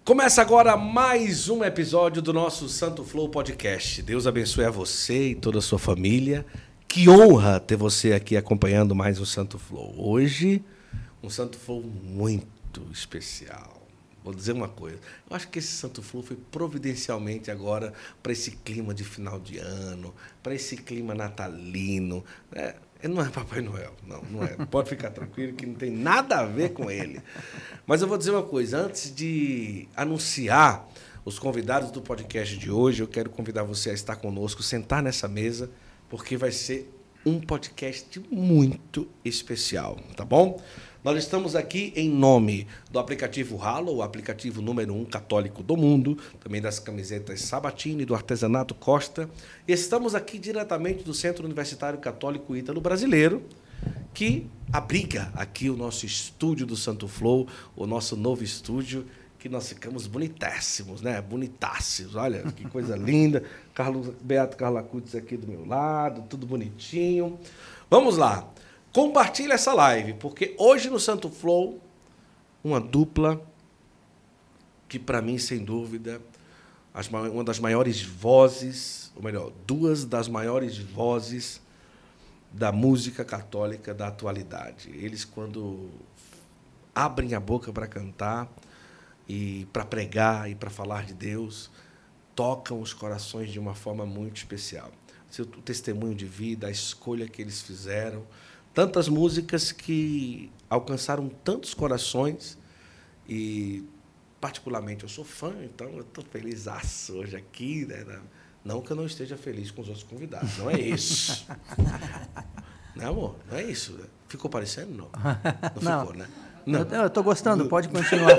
Começa agora mais um episódio do nosso Santo Flow Podcast. Deus abençoe a você e toda a sua família. Que honra ter você aqui acompanhando mais um Santo Flow. Hoje, um Santo Flow muito especial. Vou dizer uma coisa. Eu acho que esse Santo Flow foi providencialmente agora para esse clima de final de ano, para esse clima natalino. Ele não é Papai Noel, não é. Pode ficar tranquilo que não tem nada a ver com ele. Mas eu vou dizer uma coisa, antes de anunciar os convidados do podcast de hoje, eu quero convidar você a estar conosco, sentar nessa mesa, porque vai ser um podcast muito especial, tá bom? Nós estamos aqui em nome do aplicativo Halo, o aplicativo número 1 católico do mundo, também das camisetas Sabatini, do artesanato Costa. E estamos aqui diretamente do Centro Universitário Católico Ítalo Brasileiro, que abriga aqui o nosso estúdio do Santo Flow, o nosso novo estúdio, que nós ficamos bonitíssimos, né? Bonitácimos, olha que coisa linda. Beato Carla Cutes aqui do meu lado, tudo bonitinho. Vamos lá. Compartilha essa live, porque hoje no Santo Flow, uma dupla que, para mim, sem dúvida, uma das maiores vozes, ou melhor, duas das maiores vozes da música católica da atualidade. Eles, quando abrem a boca para cantar, e para pregar, e para falar de Deus, tocam os corações de uma forma muito especial. O testemunho de vida, a escolha que eles fizeram, tantas músicas que alcançaram tantos corações e, particularmente, eu sou fã, então eu estou felizaço hoje aqui, né? Não que eu não esteja feliz com os outros convidados, não é isso. Não, amor? Não é isso. Ficou parecendo? Não. Não ficou, né? Não. Eu estou gostando, pode continuar.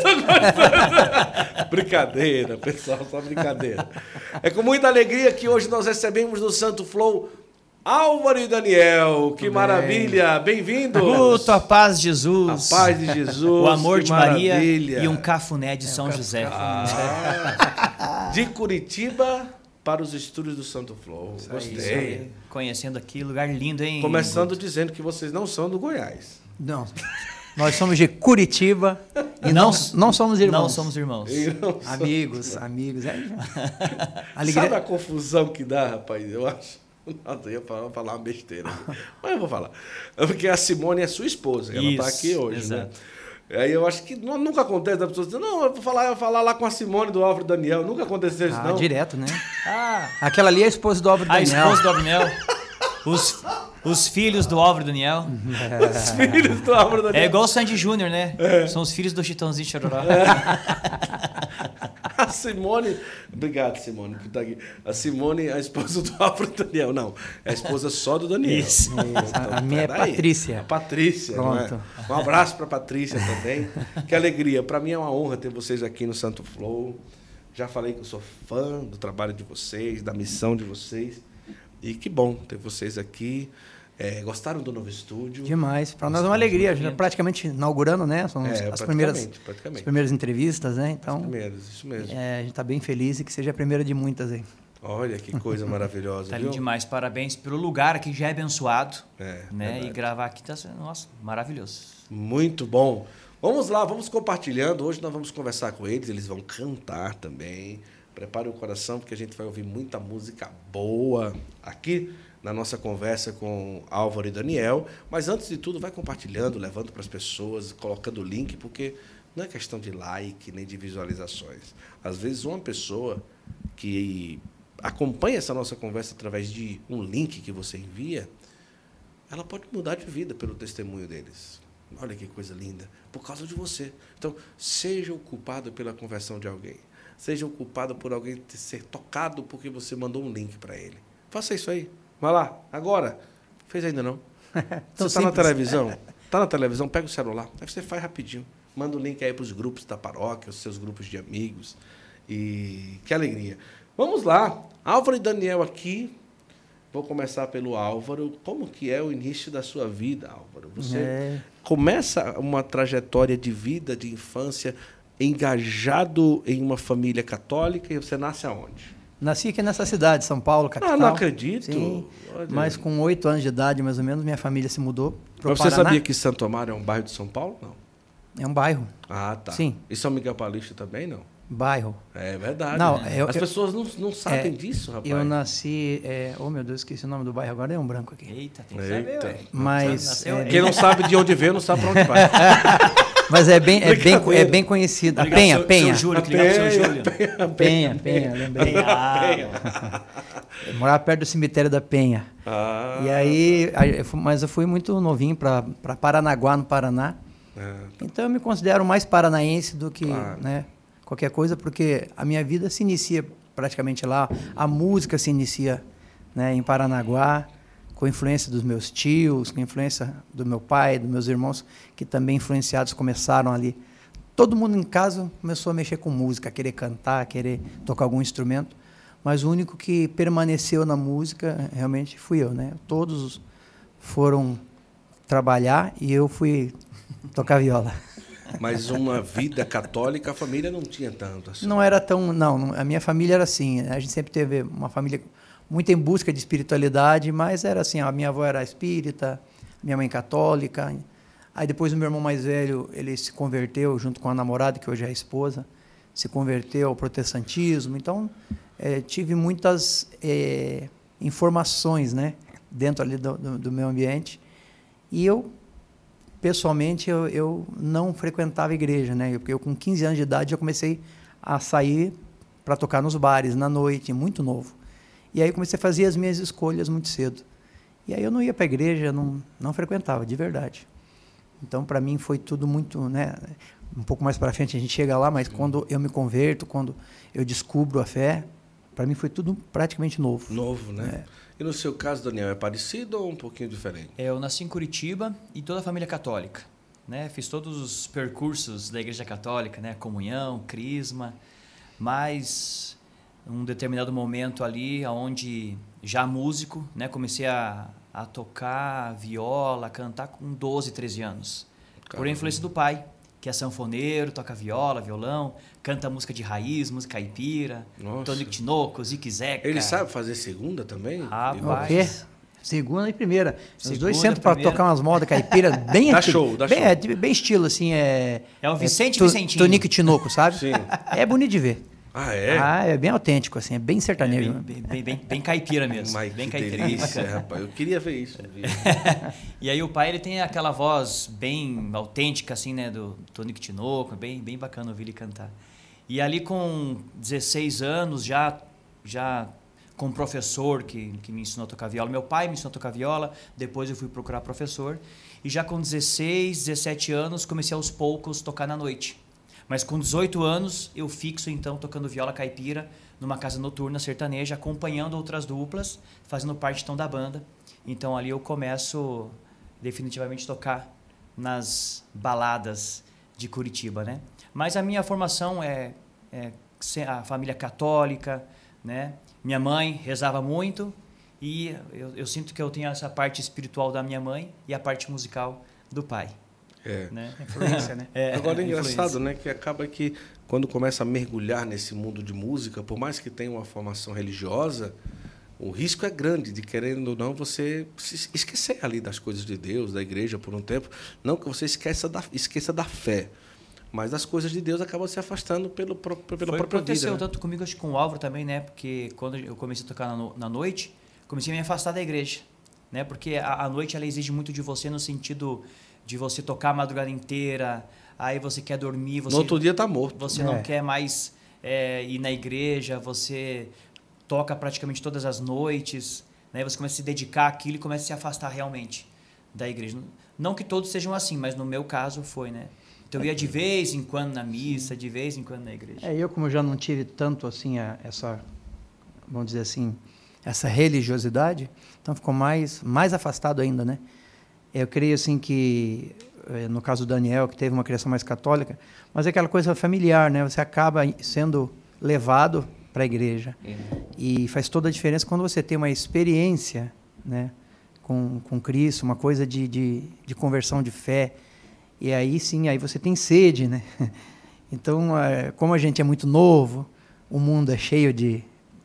Brincadeira, pessoal, só brincadeira. É com muita alegria que hoje nós recebemos no Santo Flow Álvaro e Daniel, que maravilha, bem-vindos. Guto, a paz de Jesus. A paz de Jesus, o amor de maravilha. Maria e um cafuné de São José. De Curitiba para os estúdios do Santo Flow. Gostei. Conhecendo aqui, lugar lindo, hein? Começando Guto? dizendo que vocês não são do Goiás. Não. Nós somos de Curitiba e não somos irmãos. Não somos irmãos. Amigos. Sabe a confusão que dá, rapaz? Eu acho. Nossa, eu ia falar uma besteira. Mas eu vou falar. Porque a Simone é sua esposa. Ela está aqui hoje, exato, né? Aí eu acho que nunca acontece da pessoa dizer, não, eu vou falar lá com a Simone do Álvaro Daniel. Nunca aconteceu isso, não. Direto, né? Aquela ali é a esposa do Álvaro Daniel. A esposa do Álvaro Daniel. Os filhos do Álvaro Daniel. Os filhos do Álvaro Daniel. É igual o Sandy Júnior, né? São os filhos do Chitãozinho Chororó. A Simone... Obrigado, Simone, por estar aqui. A Simone, a esposa do Álvaro Daniel. Não, é a esposa só do Daniel. Isso. Então, a minha é Patrícia. A Patrícia. Pronto. Não é? Um abraço para a Patrícia também. Que alegria. Para mim é uma honra ter vocês aqui no Santo Flow. Já falei que eu sou fã do trabalho de vocês, da missão de vocês. E que bom ter vocês aqui. Gostaram do novo estúdio? Demais. Para nós é uma alegria. A gente está praticamente inaugurando, né? São as primeiras entrevistas, né? Então, isso mesmo. A gente está bem feliz e que seja a primeira de muitas aí. Olha que coisa maravilhosa. Tá lindo demais. Parabéns pelo lugar aqui, já é abençoado. Né? E gravar aqui está sendo, nossa, maravilhoso. Muito bom. Vamos lá, vamos compartilhando. Hoje nós vamos conversar com eles vão cantar também. Prepare o coração, porque a gente vai ouvir muita música boa aqui na nossa conversa com Álvaro e Daniel. Mas, antes de tudo, vai compartilhando, levando para as pessoas, colocando o link, porque não é questão de like nem de visualizações. Às vezes, uma pessoa que acompanha essa nossa conversa através de um link que você envia, ela pode mudar de vida pelo testemunho deles. Olha que coisa linda, por causa de você. Então, seja o culpado pela conversão de alguém. Seja o culpado por alguém ser tocado porque você mandou um link para ele. Faça isso aí. Vai lá, agora. Fez ainda não? Você está na televisão? Está na televisão? Pega o celular. Aí você faz rapidinho. Manda o link aí para os grupos da paróquia, os seus grupos de amigos. E que alegria. Vamos lá. Álvaro e Daniel aqui. Vou começar pelo Álvaro. Como que é o início da sua vida, Álvaro? Você começa uma trajetória de vida, de infância, engajado em uma família católica, e você nasce aonde? Nasci aqui nessa cidade, São Paulo, capital. Não acredito. Sim, mas com 8 anos de idade, mais ou menos, minha família se mudou para o Paraná. Você sabia que Santo Amaro é um bairro de São Paulo? Não. É um bairro. Ah, tá. Sim. E São Miguel Paulista também, não? Bairro. É verdade. Não, as pessoas não sabem disso, rapaz. Eu nasci... oh, meu Deus, esqueci o nome do bairro agora. É um branco aqui. Eita, tem que saber. Mas... Quem não sabe de onde veio, não sabe para onde vai. Mas é bem conhecido. A Penha. Seu Júlio, seu Júlio. Penha, lembrei. Eu morava perto do cemitério da Penha. E aí, mas eu fui muito novinho para Paranaguá, no Paraná. Então eu me considero mais paranaense do que né, qualquer coisa, porque a minha vida se inicia praticamente lá. A música se inicia, né, em Paranaguá, com influência dos meus tios, com influência do meu pai, dos meus irmãos, que também influenciados começaram ali. Todo mundo em casa começou a mexer com música, a querer cantar, a querer tocar algum instrumento, mas o único que permaneceu na música realmente fui eu, né? Todos foram trabalhar e eu fui tocar viola. Mas uma vida católica, a família não tinha tanto assim. Não era tão... Não, a minha família era assim. A gente sempre teve uma família muito em busca de espiritualidade, mas era assim, a minha avó era espírita, minha mãe católica. Aí depois o meu irmão mais velho, ele se converteu junto com a namorada, que hoje é a esposa, se converteu ao protestantismo. Então, tive muitas informações, né, dentro ali do meu ambiente. E eu, pessoalmente, eu não frequentava a igreja, né? Porque eu com 15 anos de idade já comecei a sair para tocar nos bares, na noite, muito novo. E aí comecei a fazer as minhas escolhas muito cedo. E aí eu não ia para a igreja, não frequentava, de verdade. Então, para mim, foi tudo muito... né, um pouco mais para frente a gente chega lá, mas quando eu me converto, quando eu descubro a fé, para mim foi tudo praticamente novo. Novo, né? E no seu caso, Daniel, é parecido ou um pouquinho diferente? Eu nasci em Curitiba e toda a família católica, né? Fiz todos os percursos da Igreja Católica, né? Comunhão, crisma, mas um determinado momento ali, onde já músico, né? Comecei a tocar viola, a cantar com 12, 13 anos. Caramba. Por influência do pai, que é sanfoneiro, toca viola, violão, canta música de raiz, música caipira, Tonico Tinoco, Zique Zeca. Ele sabe fazer segunda também? O quê? Segunda e primeira. Os dois sentam para tocar umas modas caipira bem dá show. Bem estilo, assim. É o Vicente Vicentinho. Tonico Tinoco, sabe? Sim. É bonito de ver. Ah, é? É bem autêntico, assim, é bem sertanejo. Bem caipira mesmo. Mas bem que caipira. delícia, rapaz. Eu queria ver isso. E aí o pai, ele tem aquela voz bem autêntica, assim, né, do Tonico Tinoco, bem bacana ouvir ele cantar. E ali com 16 anos, já com um professor que me ensinou a tocar viola. Meu pai me ensinou a tocar viola, depois eu fui procurar professor. E já com 16, 17 anos, comecei aos poucos a tocar na noite. Mas com 18 anos, eu fixo, então, tocando viola caipira numa casa noturna sertaneja, acompanhando outras duplas, fazendo parte, então, da banda. Então, ali eu começo definitivamente a tocar nas baladas de Curitiba, né? Mas a minha formação é a família católica, né? Minha mãe rezava muito e eu sinto que eu tenho essa parte espiritual da minha mãe e a parte musical do pai. Né? Influência, né? Agora é engraçado, né? Que acaba que quando começa a mergulhar nesse mundo de música, por mais que tenha uma formação religiosa, o risco é grande de, querendo ou não, você se esquecer ali das coisas de Deus, da igreja por um tempo. Não que você esqueça da fé, mas as coisas de Deus acabam se afastando pela própria vida. Aconteceu tanto comigo, acho que com o Álvaro também, né? Porque quando eu comecei a tocar na noite, comecei a me afastar da igreja, né? Porque a noite ela exige muito de você no sentido de você tocar a madrugada inteira, aí você quer dormir. No outro dia tá morto. Você não quer mais ir na igreja, você toca praticamente todas as noites, né? Você começa a se dedicar àquilo e começa a se afastar realmente da igreja. Não que todos sejam assim, mas no meu caso foi, né? Então eu ia de vez em quando na missa, de vez em quando na igreja. Eu como já não tive tanto assim vamos dizer assim, essa religiosidade, então ficou mais afastado ainda, né? Eu creio assim que, no caso do Daniel, que teve uma criação mais católica, mas é aquela coisa familiar, né? Você acaba sendo levado para a igreja. E faz toda a diferença quando você tem uma experiência, né, com Cristo, uma coisa de conversão de fé. E aí sim, aí você tem sede, né? Então, como a gente é muito novo, o mundo é cheio de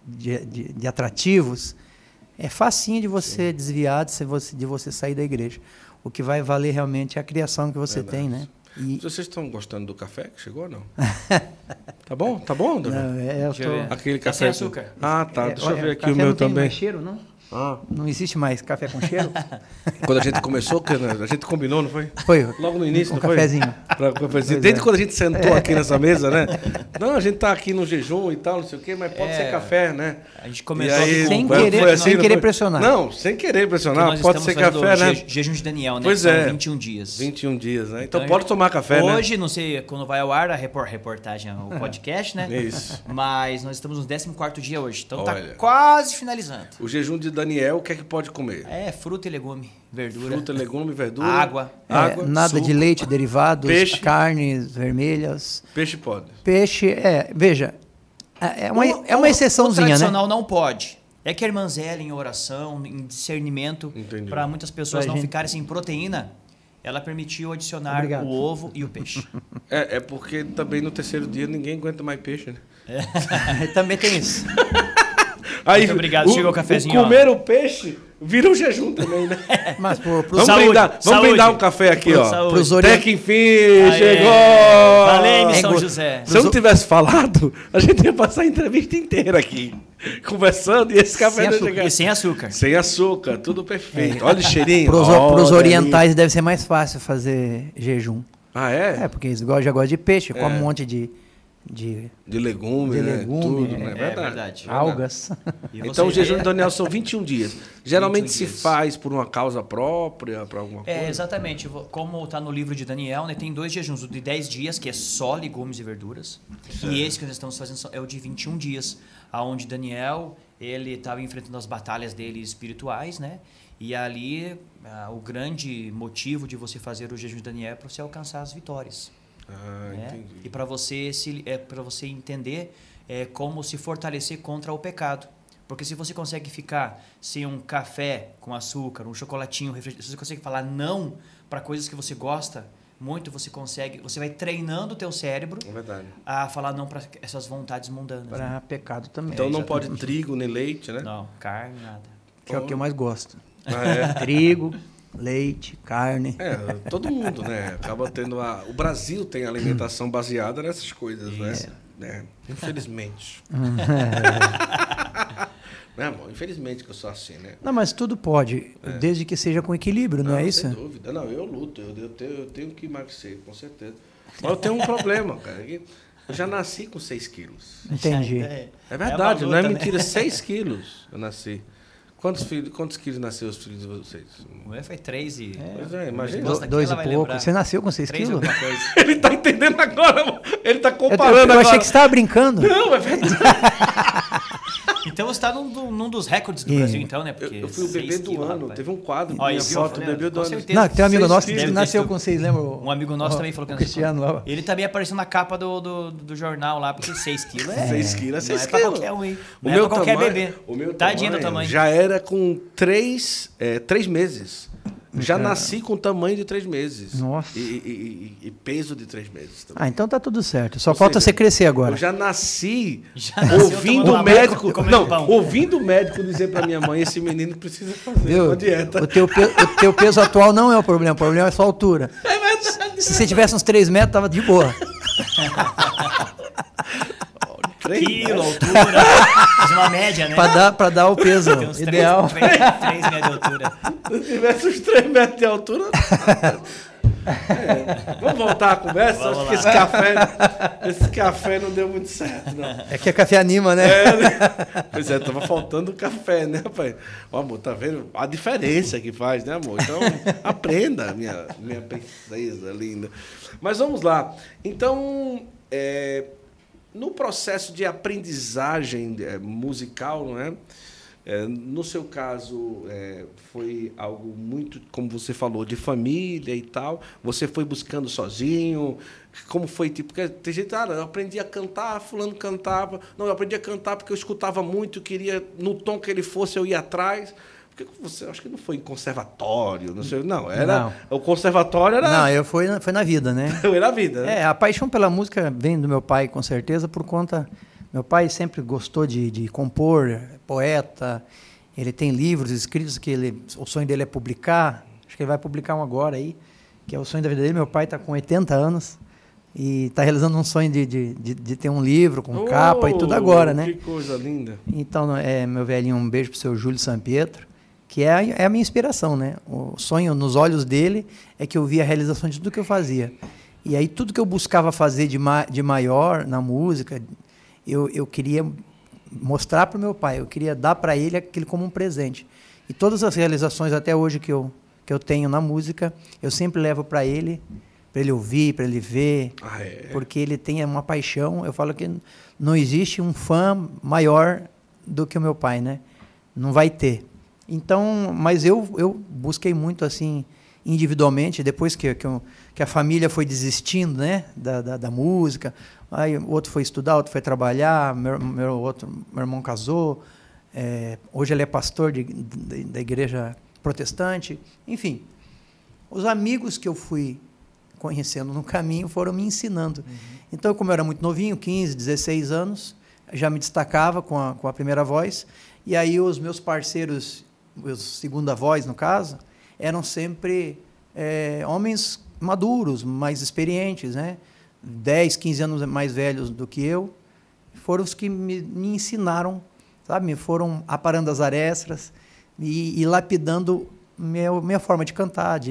atrativos, é facinho de você desviar, de você sair da igreja. O que vai valer realmente é a criação que você tem, né? E... Vocês estão gostando do café que chegou ou não? Tá bom? Tá bom, Dona? Não, eu Deixa eu ver. tô... Aquele Tá café. sem açúcar. Ah, tá. Deixa eu ver aqui café o meu não tem também. mais cheiro, não? Ah, Não existe mais café com cheiro? quando a gente começou, a gente combinou, não foi? Foi. Logo no início, Um não foi? cafezinho. Desde é. quando a gente sentou aqui nessa mesa, né? Não, a gente tá aqui no jejum e tal, não sei o quê, mas pode ser café, né? A gente E começou aí, aqui Sem com... querer- foi assim, sem não querer foi? pressionar. Não, sem querer Porque pressionar. nós Pode estamos ser fazendo café, né? Jejum de Daniel, né? Pois que são é. 21 dias. 21 dias, né? Então Então, pode tomar café, né? Hoje, não sei quando vai ao ar a reportagem, o podcast, né? Isso. Mas nós estamos no 14º dia hoje. Então Olha. tá quase finalizando. O jejum de Daniel, o que é que pode comer? É, fruta e legume, verdura, Fruta, legume, verdura. água. Água, nada suco. de leite, derivados, Peixe. carnes vermelhas. Peixe pode. Peixe, veja, é uma O exceçãozinha, né? tradicional não pode. É que a irmã Zélia, em oração, em discernimento, Entendi. para muitas pessoas Pra não gente- ficarem sem proteína, ela permitiu adicionar Obrigado. o ovo e o peixe. É porque também no terceiro dia ninguém aguenta mais peixe, né? Também tem isso. Aí, Muito obrigado. Chegou o cafezinho, ó. Comer o peixe vira um jejum também, né? Mas pros Vamos Saúde, brindar, saúde. brindar um café aqui, ó. Saúde. Pros Até orient... que enfim, Aê. chegou! Valeu, É São go- José. Se eu não tivesse falado, a gente ia passar a entrevista inteira aqui, conversando, e esse café Sem não ia açúcar. chegar. E sem açúcar. Sem açúcar, tudo perfeito. Olha o cheirinho. Pros olha orientais deve ser mais fácil fazer jejum. ali. Ah, é? Porque eles já gostam de peixe, comem um monte de De legume, De né? legume, Tudo, é. né? É verdade. algas. E Então o você- jejum de Daniel são 21 dias. Geralmente 21 se dias. faz por uma causa própria, para alguma coisa? É, exatamente. Como está no livro de Daniel, né, tem 2 jejuns. O de 10 dias, que é só legumes e verduras. E esse que nós estamos fazendo é o de 21 dias, aonde Daniel ele estava enfrentando as batalhas dele espirituais, né? E ali o grande motivo de você fazer o jejum de Daniel é para você alcançar as vitórias. Ah, Né? entendi. E para você para você entender como se fortalecer contra o pecado. Porque se você consegue ficar sem um café com açúcar, um chocolatinho, refrigerante, se você consegue falar não para coisas que você gosta muito, você vai treinando o teu cérebro É verdade. a falar não para essas vontades mundanas. né? Para pecado também. Então não exatamente. pode trigo nem leite, né? Não, carne, nada. Que é o que eu mais gosto. Ah, é. Trigo, leite, carne. É, todo mundo, né? Acaba tendo O Brasil tem alimentação baseada nessas coisas, né? Infelizmente. Né, amor? Infelizmente que eu sou assim, né? Não, mas tudo pode, desde que seja com equilíbrio, não é isso? Sem dúvida. Não, eu luto. Eu tenho que emagrecer, com certeza. Mas eu tenho um problema, cara. Que eu já nasci com 6 quilos. Entendi. É verdade, uma não é luta, mentira. né? 6 quilos eu nasci. Quantos quilos nasceu os filhos de vocês? O meu foi 3 e... Pois é, imagina. Nossa, aqui Dois e ela vai pouco. lembrar. Você nasceu com 6 3 quilos? alguma coisa. Ele tá entendendo agora, amor. Ele tá Eu, comparando eu agora. achei que você estava brincando. Não, é verdade. Então você está num dos recordes do Brasil, então, né? Porque Eu fui o bebê 6 do quilos, ano. rapaz. Teve um quadro com Olha, minha viu? foto, bebê do Com ano. certeza. Não, tem um amigo 6 nosso que quilos. nasceu com 6, lembra? Um amigo nosso também falou que o Cristiano lá. Ele também apareceu na capa do jornal lá, porque 6 quilos é... 6 quilos é 6 Não é pra quilos. qualquer um, hein? O Não meu é pra qualquer tamanho, bebê. O meu Tadinho do tamanho. já era com 3 meses. Já nasci com tamanho de 3 meses. Nossa. E peso de 3 meses também. Ah, então tá tudo certo. Só Ou falta seja, você crescer agora. Eu já nasci Já nasceu ouvindo tomando o uma médico. banha, comendo Não, pão. ouvindo o médico dizer pra minha mãe: esse menino precisa fazer Viu? uma dieta. O teu peso atual não é o problema é só a altura. Se você tivesse uns 3 metros, tava de boa. 3 Quilo, altura. Faz uma média, né? Pra dar o peso Tem uns ideal. 3 metros de altura. Se eu tivesse uns 3 metros de altura. Vamos voltar à conversa? Vamos Acho que esse café não deu muito certo, não. É que a café anima, né? Pois é, tava faltando café, né, rapaz? Ó, amor, tá vendo a diferença que faz, né, amor? Então, aprenda, minha princesa linda. Mas vamos lá. Então, no processo de aprendizagem musical, não é? No seu caso, foi algo muito, como você falou, de família e tal. Você foi buscando sozinho? Como foi? Tipo, porque tem gente, eu aprendi a cantar, fulano cantava. Não, eu aprendi a cantar porque eu escutava muito, queria, no tom que ele fosse, eu ia atrás. Porque você, acho que não foi em conservatório, não sei. Não, era. Não. O conservatório era. Não, foi na vida, né? Era a vida, né? A paixão pela música vem do meu pai, com certeza, por conta... Meu pai sempre gostou de compor, poeta. Ele tem livros escritos que o sonho dele é publicar. Acho que ele vai publicar um agora aí. que é o sonho da vida dele. Meu pai está com 80 anos e está realizando um sonho de ter um livro com capa e tudo agora, né? Que coisa linda. Então, meu velhinho, um beijo para o seu Júlio Sampietro, que é a minha inspiração, né? O sonho nos olhos dele é que eu via a realização de tudo que eu fazia. E aí tudo que eu buscava fazer de maior na música, eu queria mostrar para o meu pai, eu queria dar para ele aquilo como um presente. E todas as realizações até hoje que eu tenho na música, eu sempre levo para ele ouvir, para ele ver, porque ele tem uma paixão. Eu falo que não existe um fã maior do que o meu pai, né? Não vai ter. Então, mas eu busquei muito assim, individualmente, depois que a família foi desistindo, né, da música, aí o outro foi estudar, outro foi trabalhar, meu irmão casou, hoje ele é pastor da igreja protestante, enfim. Os amigos que eu fui conhecendo no caminho foram me ensinando. Então, como eu era muito novinho, 15, 16 anos, já me destacava com a primeira voz, e aí os meus parceiros, os segunda voz, no caso, eram sempre homens maduros, mais experientes, né? 10, 15 anos mais velhos do que eu, foram os que me ensinaram, sabe? Me foram aparando as arestas e lapidando minha forma de cantar.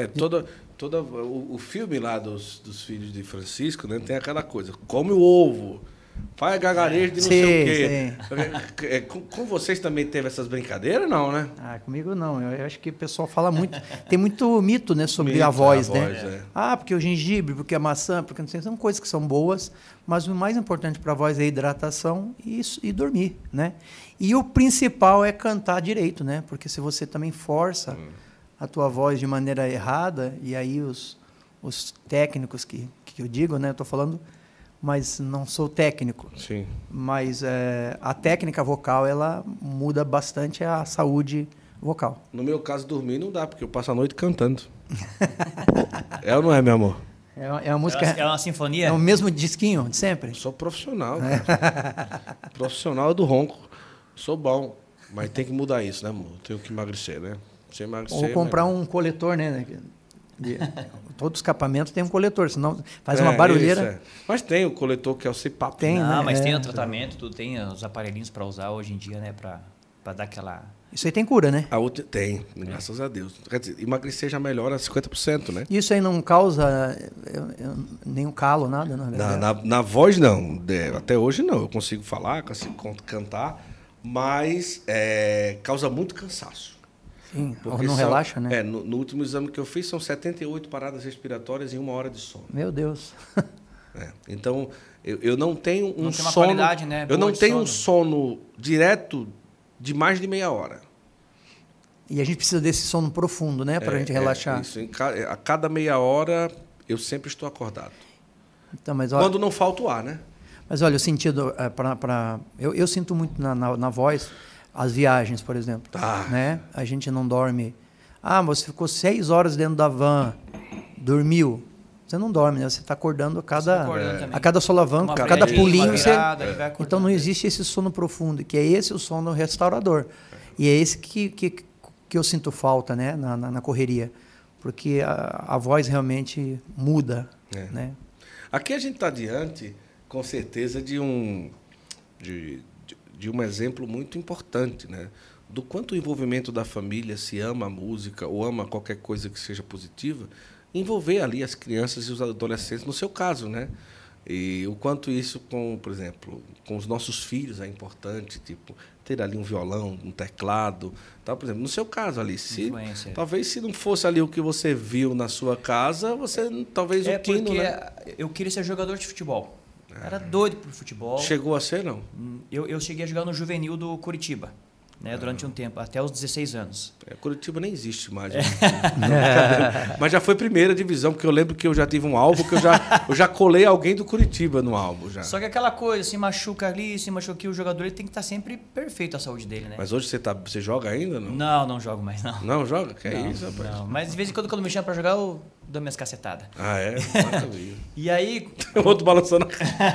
O filme lá dos filhos de Francisco, né, tem aquela coisa, come o ovo, faz gagarejo de não sei o quê. Com vocês também teve essas brincadeiras, não, né? Comigo não. Eu acho que o pessoal fala muito. Tem muito mito, né, sobre a voz, né? Porque o gengibre, porque a maçã, porque não sei, são coisas que são boas, mas o mais importante para a voz é a hidratação e dormir, né? E o principal é cantar direito, né? Porque se você também força a tua voz de maneira errada, e aí os técnicos que eu digo, né? Eu estou falando, mas não sou técnico. Sim. Mas a técnica vocal, ela muda bastante a saúde vocal. No meu caso, dormir não dá, porque eu passo a noite cantando. É ou não é, meu amor? É uma música... É uma sinfonia? É o mesmo disquinho de sempre? Sou profissional. Profissional do ronco. Sou bom, mas tem que mudar isso, né, amor? Tenho que emagrecer, né? Se emagrecer, ou comprar um coletor, né? Todo escapamento tem um coletor, senão faz uma barulheira. Isso, Mas tem o coletor que é o CPAP. Tem, não, né? mas tem o tratamento, tudo, tem os aparelhinhos para usar hoje em dia, né? Para dar aquela... Isso aí tem cura, né? A outra tem, graças a Deus. Quer dizer, emagrecer já melhora 50%, né? Isso aí não causa nenhum calo, nada? Na voz, não. Até hoje, não. Eu consigo falar, consigo cantar, mas causa muito cansaço. Sim, não relaxa, né? No último exame que eu fiz, são 78 paradas respiratórias em 1 hora de sono. Meu Deus. Então, eu não tenho um não tem uma sono... qualidade, né? Eu não tenho sono. um sono direto de mais de meia hora. E a gente precisa desse sono profundo, né? Para a gente relaxar. Isso. A cada meia hora, eu sempre estou acordado. Então, mas, olha, quando não falta o ar, né? Mas olha, o sentido... Eu sinto muito na voz as viagens, por exemplo. Né? A gente não dorme... você ficou 6 horas dentro da van, dormiu. Você não dorme, né? Você está acordando a cada solavanco, a cada pulinho. Então não existe esse sono profundo, que é esse o sono restaurador. E é esse que eu sinto falta, né? na correria. Porque a voz realmente muda. Né? Aqui a gente está diante, com certeza, de um exemplo muito importante, né? Do quanto o envolvimento da família, se ama a música ou ama qualquer coisa que seja positiva, envolver ali as crianças e os adolescentes, no seu caso, né? E o quanto isso, por exemplo, com os nossos filhos é importante, tipo, ter ali um violão, um teclado, tal. Por exemplo, no seu caso ali, talvez se não fosse ali o que você viu na sua casa, você talvez o Quino, né? Eu queria ser jogador de futebol. Era doido por futebol. Chegou a ser, não? Eu cheguei a jogar no juvenil do Curitiba, né, durante um tempo, até os 16 anos. Curitiba nem existe mais. Mas já foi primeira divisão, porque eu lembro que eu já tive um álbum que eu já colei alguém do Curitiba no álbum. Já. Só que aquela coisa, se machuca ali, se machuca aqui, o jogador ele tem que estar sempre perfeito a saúde dele, né? Mas hoje você joga ainda, não? Não jogo mais, não. Não joga? Que é isso, rapaz? Não, mas de vez em quando me chamam pra jogar, eu dou minhas cacetadas. Maravilha. E aí... Outro balançando.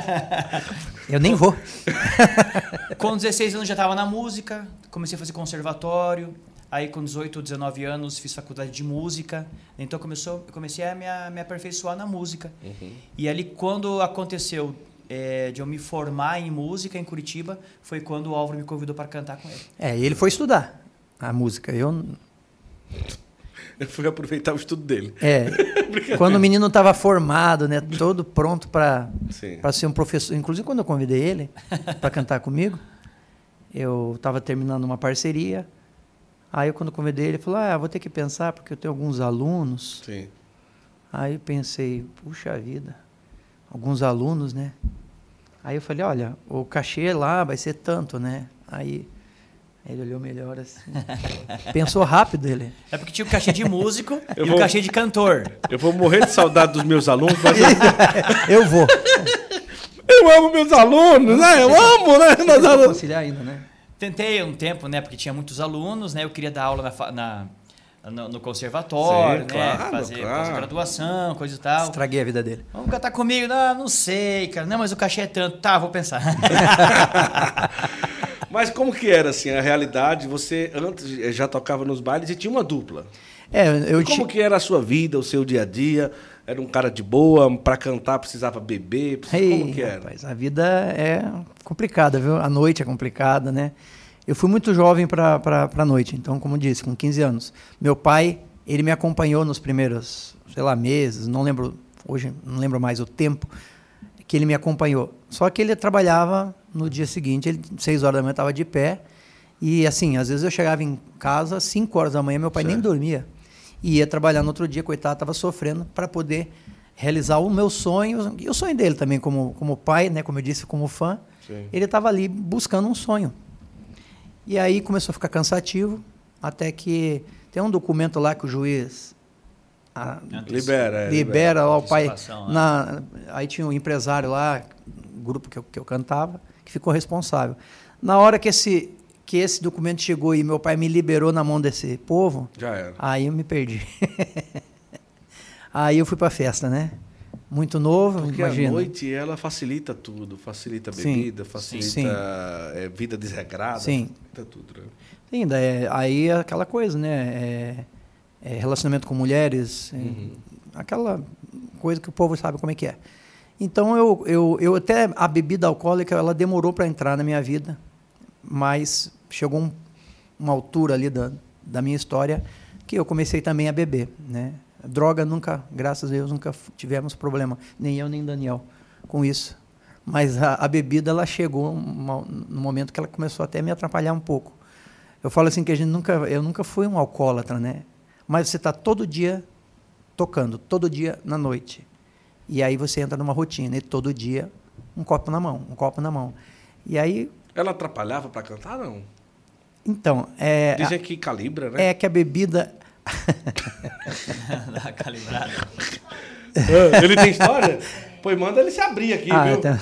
Eu nem vou. Com 16 anos já estava na música, comecei a fazer conservatório. Aí, com 18, 19 anos, fiz faculdade de música. Então, eu comecei a me aperfeiçoar na música. E ali, quando aconteceu de eu me formar em música em Curitiba, foi quando o Álvaro me convidou para cantar com ele. Ele foi estudar a música. Eu fui aproveitar o estudo dele. Quando o menino estava formado, né, todo pronto para ser um professor. Inclusive, quando eu convidei ele para cantar comigo, eu estava terminando uma parceria. Aí, quando eu convidei ele, falou, vou ter que pensar, porque eu tenho alguns alunos. Sim. Aí eu pensei, puxa vida, alguns alunos, né? Aí eu falei, olha, o cachê lá vai ser tanto, né? Aí ele olhou melhor assim. Pensou rápido ele. É porque tinha o cachê de músico o cachê de cantor. Eu vou morrer de saudade dos meus alunos. Mas eu vou. Eu amo meus alunos, né? Eu amo, né? Nós vamos conciliar ainda, né? Tentei um tempo, né? Porque tinha muitos alunos, né? Eu queria dar aula no conservatório, sim, né? claro, Fazer pós-graduação, coisa e tal. Estraguei a vida dele. Vamos cantar comigo? Não sei, cara. Não, mas o cachê é tanto. Tá, vou pensar. Mas como que era, assim, a realidade? Você antes já tocava nos bailes e tinha uma dupla. Como que era a sua vida, o seu dia a dia? Era um cara de boa, para cantar precisava beber? Como que era? Rapaz, a vida é complicada, viu? A noite é complicada, né? Eu fui muito jovem para a noite, então, como disse, com 15 anos. Meu pai, ele me acompanhou nos primeiros, meses, não lembro, hoje não lembro mais o tempo que ele me acompanhou. Só que ele trabalhava no dia seguinte, ele 6 horas da manhã estava de pé, e assim, às vezes eu chegava em casa às 5 horas da manhã, meu pai nem dormia. E ia trabalhar no outro dia, coitado, estava sofrendo para poder realizar o meu sonho, e o sonho dele também, como pai, né, como eu disse, como fã. Sim. Ele estava ali buscando um sonho. E aí começou a ficar cansativo, até que tem um documento lá que o juiz libera lá o pai. Aí tinha um empresário lá, grupo que eu cantava, que ficou responsável. Na hora que esse documento chegou e meu pai me liberou na mão desse povo, já era. Aí eu me perdi. Aí eu fui para a festa, né? Muito novo, porque imagina. A noite ela facilita tudo, facilita a bebida, facilita vida desregrada, facilita tudo, né? Sim, aí é aquela coisa, né? Relacionamento com mulheres, aquela coisa que o povo sabe como é que é. Então eu até a bebida alcoólica ela demorou para entrar na minha vida, mas chegou uma altura ali da minha história que eu comecei também a beber, né? Droga nunca, graças a Deus, nunca tivemos problema, nem eu nem Daniel, com isso. Mas a bebida ela chegou no momento que ela começou até a me atrapalhar um pouco. Eu falo assim que eu nunca fui um alcoólatra, né? Mas você está todo dia tocando, todo dia na noite. E aí você entra numa rotina, e todo dia um copo na mão. E aí... Ela atrapalhava para cantar, não? Então... Dizem que calibra, né? É que a bebida... Dá calibrada. Ele tem história? Pois manda ele se abrir aqui, viu? Então...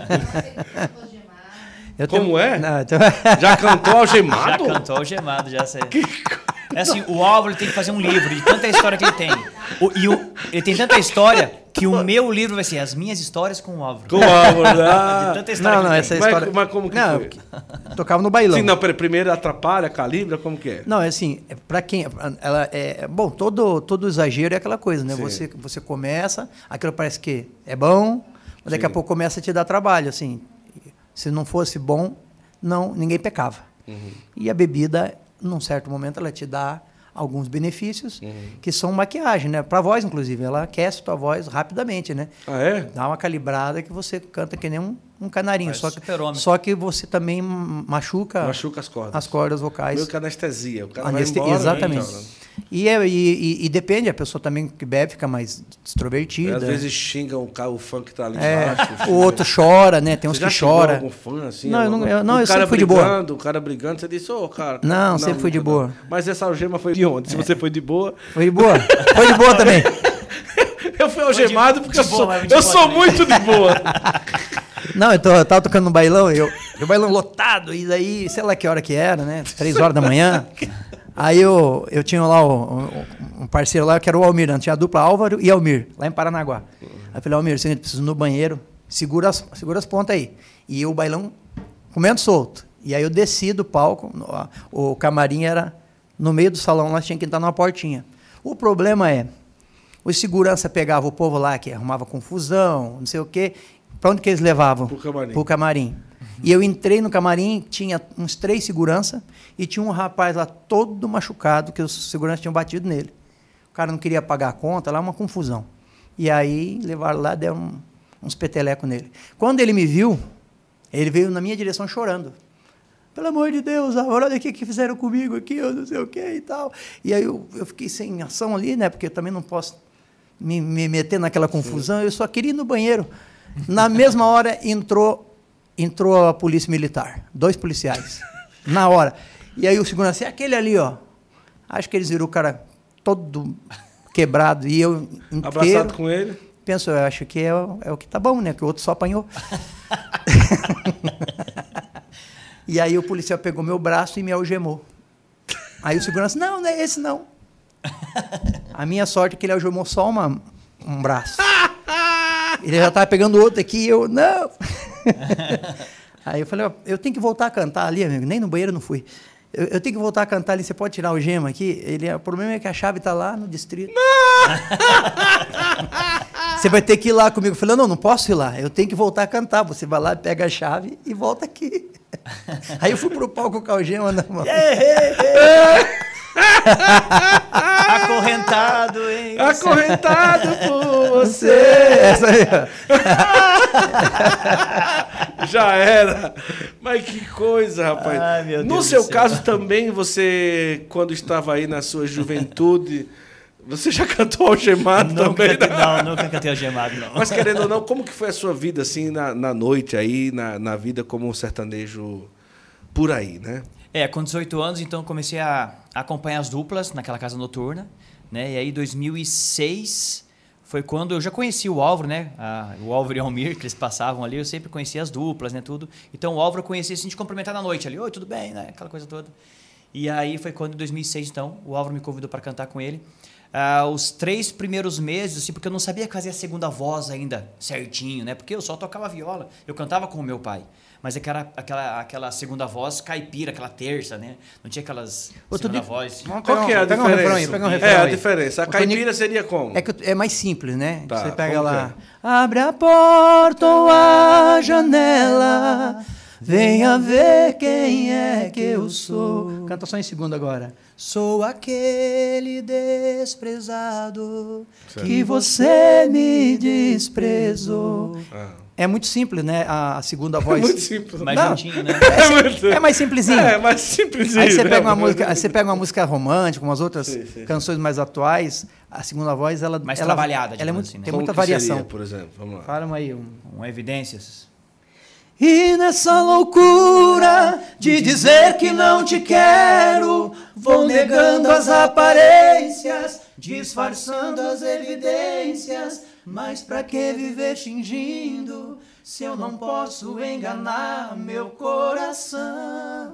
Como é? Não, Já cantou algemado? Já cantou algemado, já sei. É assim, o Álvaro tem que fazer um livro de tanta história que ele tem. Ele tem tanta história que o meu livro vai ser As Minhas Histórias com o Álvaro. Com o Álvaro, ah. De tanta história que essa história... Mas como que foi? Tocava no bailão. Sim, não, primeiro atrapalha, calibra, como que é? Não, é assim, para quem... Bom, todo exagero é aquela coisa, né? Você começa, aquilo parece que é bom, mas daqui a pouco começa a te dar trabalho, assim. Se não fosse bom, ninguém pecava. E a bebida, num certo momento, ela te dá alguns benefícios, que são maquiagem, né? Para a voz, inclusive. Ela aquece a tua voz rapidamente, né? Ah, é? Dá uma calibrada que você canta que nem um canarinho. Só que você também machuca as cordas vocais. Meio que anestesia. O cara vai embora. Exatamente. Né? E depende, a pessoa também que bebe fica mais extrovertida. Às vezes xinga o fã que tá ali embaixo. O outro chora, né? Tem uns que choram. Algum fã, assim, eu sempre fui de boa. O cara brigando, você disse, cara... Não, sempre fui de boa. Mas essa algema foi de onde? Se você foi de boa... Foi de boa. Foi de boa também. Eu fui algemado porque eu sou muito de boa. Não, eu tava tocando no bailão, o bailão lotado, e daí, sei lá que hora que era, né? 3 horas da manhã. Aí eu tinha lá um parceiro lá, que era o Almir, né? Tinha a dupla Álvaro e Almir, lá em Paranaguá. Aí eu falei, Almir, você precisa ir no banheiro, segura as pontas aí. E o bailão comendo solto. E aí eu desci do palco, o camarim era No meio do salão, nós tínhamos que entrar numa portinha. O problema é, os segurança pegavam o povo lá, que arrumava confusão, não sei o quê. Para onde que eles levavam? Para o camarim. E eu entrei no camarim, tinha uns 3 segurança e tinha um rapaz lá todo machucado, que os seguranças tinham batido nele. O cara não queria pagar a conta, lá uma confusão. E aí levaram lá, deram uns petelecos nele. Quando ele me viu, ele veio na minha direção chorando. Pelo amor de Deus, olha o que fizeram comigo aqui, eu não sei o que e tal. E aí eu fiquei sem ação ali, né? Porque eu também não posso me meter naquela confusão. Eu só queria ir no banheiro. Na mesma hora entrou a polícia militar, 2 policiais, na hora. E aí o segurança, aquele ali, ó. Acho que eles viram o cara todo quebrado e eu inteiro. Abraçado com ele? Penso, eu acho que é o que tá bom, né? Que o outro só apanhou. E aí o policial pegou meu braço e me algemou. Aí o segurança, não é esse não. A minha sorte é que ele algemou só um braço. Ele já estava pegando outro aqui e eu, não. Aí eu falei, ó, eu tenho que voltar a cantar ali, amigo. Nem no banheiro não fui. Eu tenho que voltar a cantar ali, você pode tirar o gema aqui? O problema é que a chave está lá no distrito. Você vai ter que ir lá comigo. Eu falei, não posso ir lá. Eu tenho que voltar a cantar. Você vai lá, pega a chave e volta aqui. Aí eu fui pro palco com a algema na mão. Acorrentado, hein? Acorrentado por você. Essa aí, Já era. Mas que coisa, rapaz. Ai, meu Deus no do seu céu. caso também, você, quando estava aí na sua juventude, você já cantou algemado também? Não, nunca cantei algemado, não. Mas querendo ou não, como que foi a sua vida assim na noite aí, na vida como um sertanejo por aí, né? Com 18 anos, então, comecei a acompanhar as duplas naquela casa noturna, né? E aí, 2006, foi quando eu já conheci o Álvaro, né? O Álvaro e o Almir, que eles passavam ali, eu sempre conhecia as duplas, né? Tudo. Então, o Álvaro eu conhecia, assim, de cumprimentar na noite ali. Oi, tudo bem, né? Aquela coisa toda. E aí, foi quando, em 2006, então, o Álvaro me convidou para cantar com ele. Os 3 primeiros meses, assim, porque eu não sabia fazer a segunda voz ainda certinho, né? Porque eu só tocava viola, eu cantava com o meu pai. Mas aquela segunda voz caipira, aquela terça, né? Não tinha aquelas segunda voz. Qual que é a pega diferença? Pega um refrão a aí. diferença. A caipira seria como? É mais simples, né? Tá, você pega como lá. Abre a porta ou a janela, venha ver quem é que eu sou. Canta só em segundo agora. Sou aquele desprezado que você me desprezou. É muito simples, né? A segunda voz. Muito simples. Mais juntinho, né? É mais simplesinho. É mais simplesinho. Aí você né? pega uma música romântica, umas outras canções mais atuais, a segunda voz, ela... Mais ela, trabalhada, ela é digamos muito, assim, né? tem Como muita que variação. seria, por exemplo? Vamos lá. Fala aí. Evidências. E nessa loucura de dizer que não te quero, vou negando as aparências, disfarçando as evidências. Mas pra que viver fingindo se eu não posso enganar meu coração?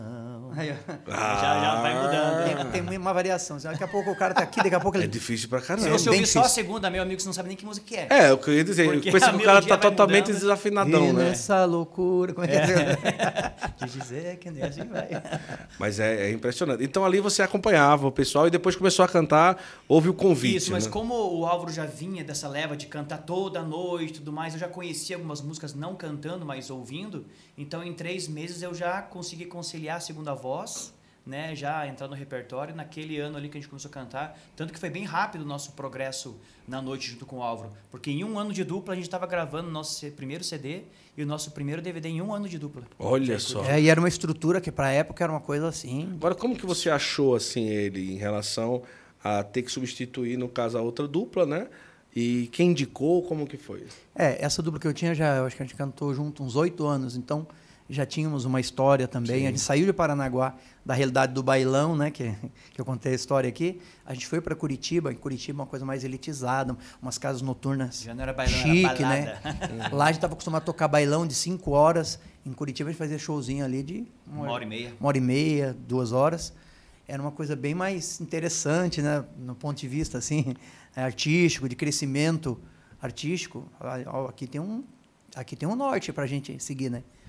Já vai mudando. Tem uma variação. Daqui a pouco o cara tá aqui, daqui a pouco ele... É difícil pra Se caramba. você bem ouvir só a difícil. segunda, meu amigo, você não sabe nem que música que é. É, o que eu ia dizer. Porque Eu penso a que o cara melodia tá vai totalmente mudando. desafinadão, E né? nessa loucura... Como é que é? De dizer que nem assim vai. Mas é impressionante. Então ali você acompanhava o pessoal e depois começou a cantar, houve o convite. Isso, mas né? como o Álvaro já vinha dessa leva de cantar toda noite e tudo mais, eu já conhecia algumas músicas não cantando, mas ouvindo. Então, em 3 meses, eu já consegui conciliar a segunda voz, né? Já entrar no repertório. Naquele ano ali que a gente começou a cantar. Tanto que foi bem rápido o nosso progresso na noite junto com o Álvaro. Porque em 1 ano de dupla, a gente estava gravando o nosso primeiro CD e o nosso primeiro DVD em 1 ano de dupla. Olha só. E era uma estrutura que, para a época, era uma coisa assim... Agora, como que você achou assim ele em relação a ter que substituir, no caso, a outra dupla, né? E quem indicou, como que foi? Essa dupla que eu tinha, eu acho que a gente cantou junto uns 8 anos, então já tínhamos uma história também. Sim. A gente saiu de Paranaguá, da realidade do bailão, né, que eu contei a história aqui. A gente foi para Curitiba, em Curitiba uma coisa mais elitizada, umas casas noturnas Já não era bailão, chique, era né? balada. Lá a gente estava acostumado a tocar bailão de 5 horas, em Curitiba a gente fazia showzinho ali de 1h30. 2 horas. Era uma coisa bem mais interessante, né, no ponto de vista assim, artístico, de crescimento artístico. Aqui tem um norte para a gente seguir, né?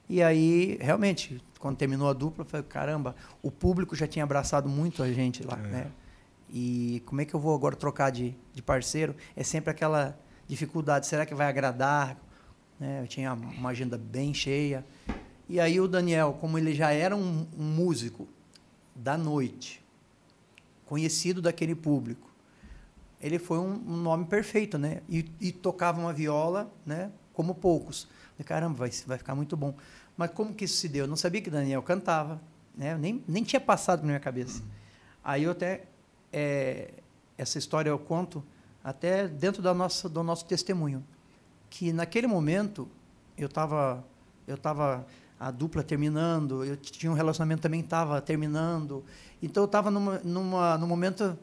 E aí, realmente, quando terminou a dupla, eu falei, caramba, o público já tinha abraçado muito a gente lá, né? E como é que eu vou agora trocar de parceiro? É sempre aquela dificuldade, será que vai agradar? Né? Eu tinha uma agenda bem cheia. E aí o Daniel, como ele já era um músico da noite, conhecido daquele público, ele foi um nome perfeito, né? E tocava uma viola, né? Como poucos. Falei, caramba, vai ficar muito bom. Mas como que isso se deu? Eu não sabia que Daniel cantava, né? Nem tinha passado na minha cabeça. Aí eu até... essa história eu conto até dentro do nosso testemunho. Que naquele momento, eu estava a dupla terminando, eu tinha um relacionamento também estava terminando. Então, eu estava num momento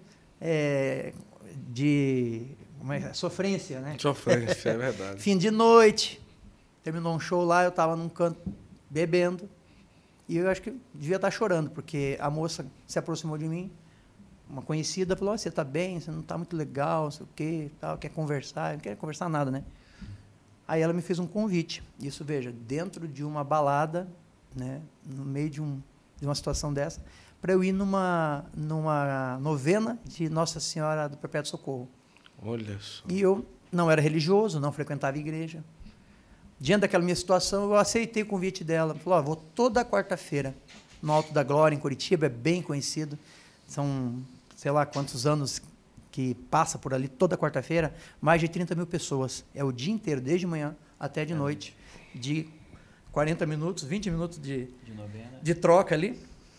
de sofrência, né? Sofrência, é verdade. Fim de noite, terminou um show lá, eu estava num canto bebendo, e eu acho que devia estar chorando, porque a moça se aproximou de mim, uma conhecida, falou, você está bem, você não está muito legal, não sei o quê, tal, quer conversar? Eu não queria conversar nada, né? Aí ela me fez um convite, isso, veja, dentro de uma balada, né, no meio de uma situação dessa, para eu ir numa novena de Nossa Senhora do Perpétuo Socorro. Olha só. E eu não era religioso, não frequentava a igreja. Diante daquela minha situação, eu aceitei o convite dela. Falou, vou toda quarta-feira no Alto da Glória, em Curitiba, é bem conhecido. São, sei lá quantos anos que passa por ali toda quarta-feira, mais de 30 mil pessoas. É o dia inteiro, desde manhã até de noite, de 40 minutos, 20 minutos de troca ali.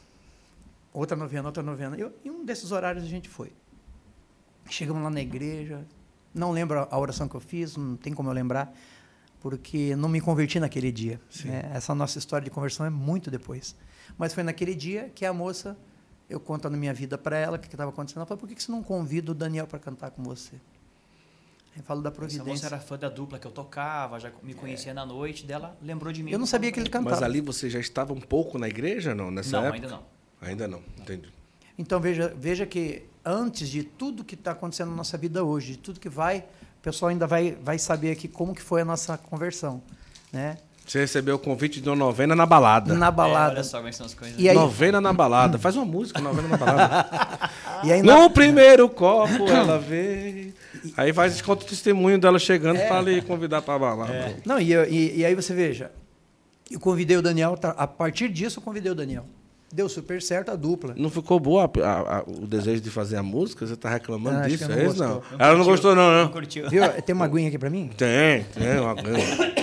Outra novena. E um desses horários a gente foi. Chegamos lá na igreja, não lembro a oração que eu fiz, não tem como eu lembrar, porque não me converti naquele dia. Né? Essa nossa história de conversão é muito depois. Mas foi naquele dia que a moça, eu conto na minha vida para ela o que estava acontecendo. Ela falou, por que você não convida o Daniel para cantar com você? Eu falo da providência. Essa moça era fã da dupla que eu tocava, já me conhecia na noite dela, lembrou de mim. Eu não sabia que ele cantava. Mas ali você já estava um pouco na igreja, não? Nessa época? Ainda não. Ainda não, entendi. Então, veja que antes de tudo que está acontecendo na nossa vida hoje, de tudo que vai, o pessoal ainda vai saber aqui como que foi a nossa conversão, né? Você recebeu o convite de uma novena na balada. Na balada. Olha só como são as coisas. E aí, novena na balada. Faz uma música, novena na balada. E aí, no primeiro copo ela veio. Aí faz conta o testemunho dela chegando para lhe convidar para a balada. Não, e aí você veja, eu convidei o Daniel, a partir disso eu convidei o Daniel. Deu super certo a dupla. Não ficou boa o desejo de fazer a música? Você está reclamando disso? É isso, não. Ela não gostou, não. Não curtiu. Viu? Tem uma aguinha aqui para mim? Tem uma aguinha.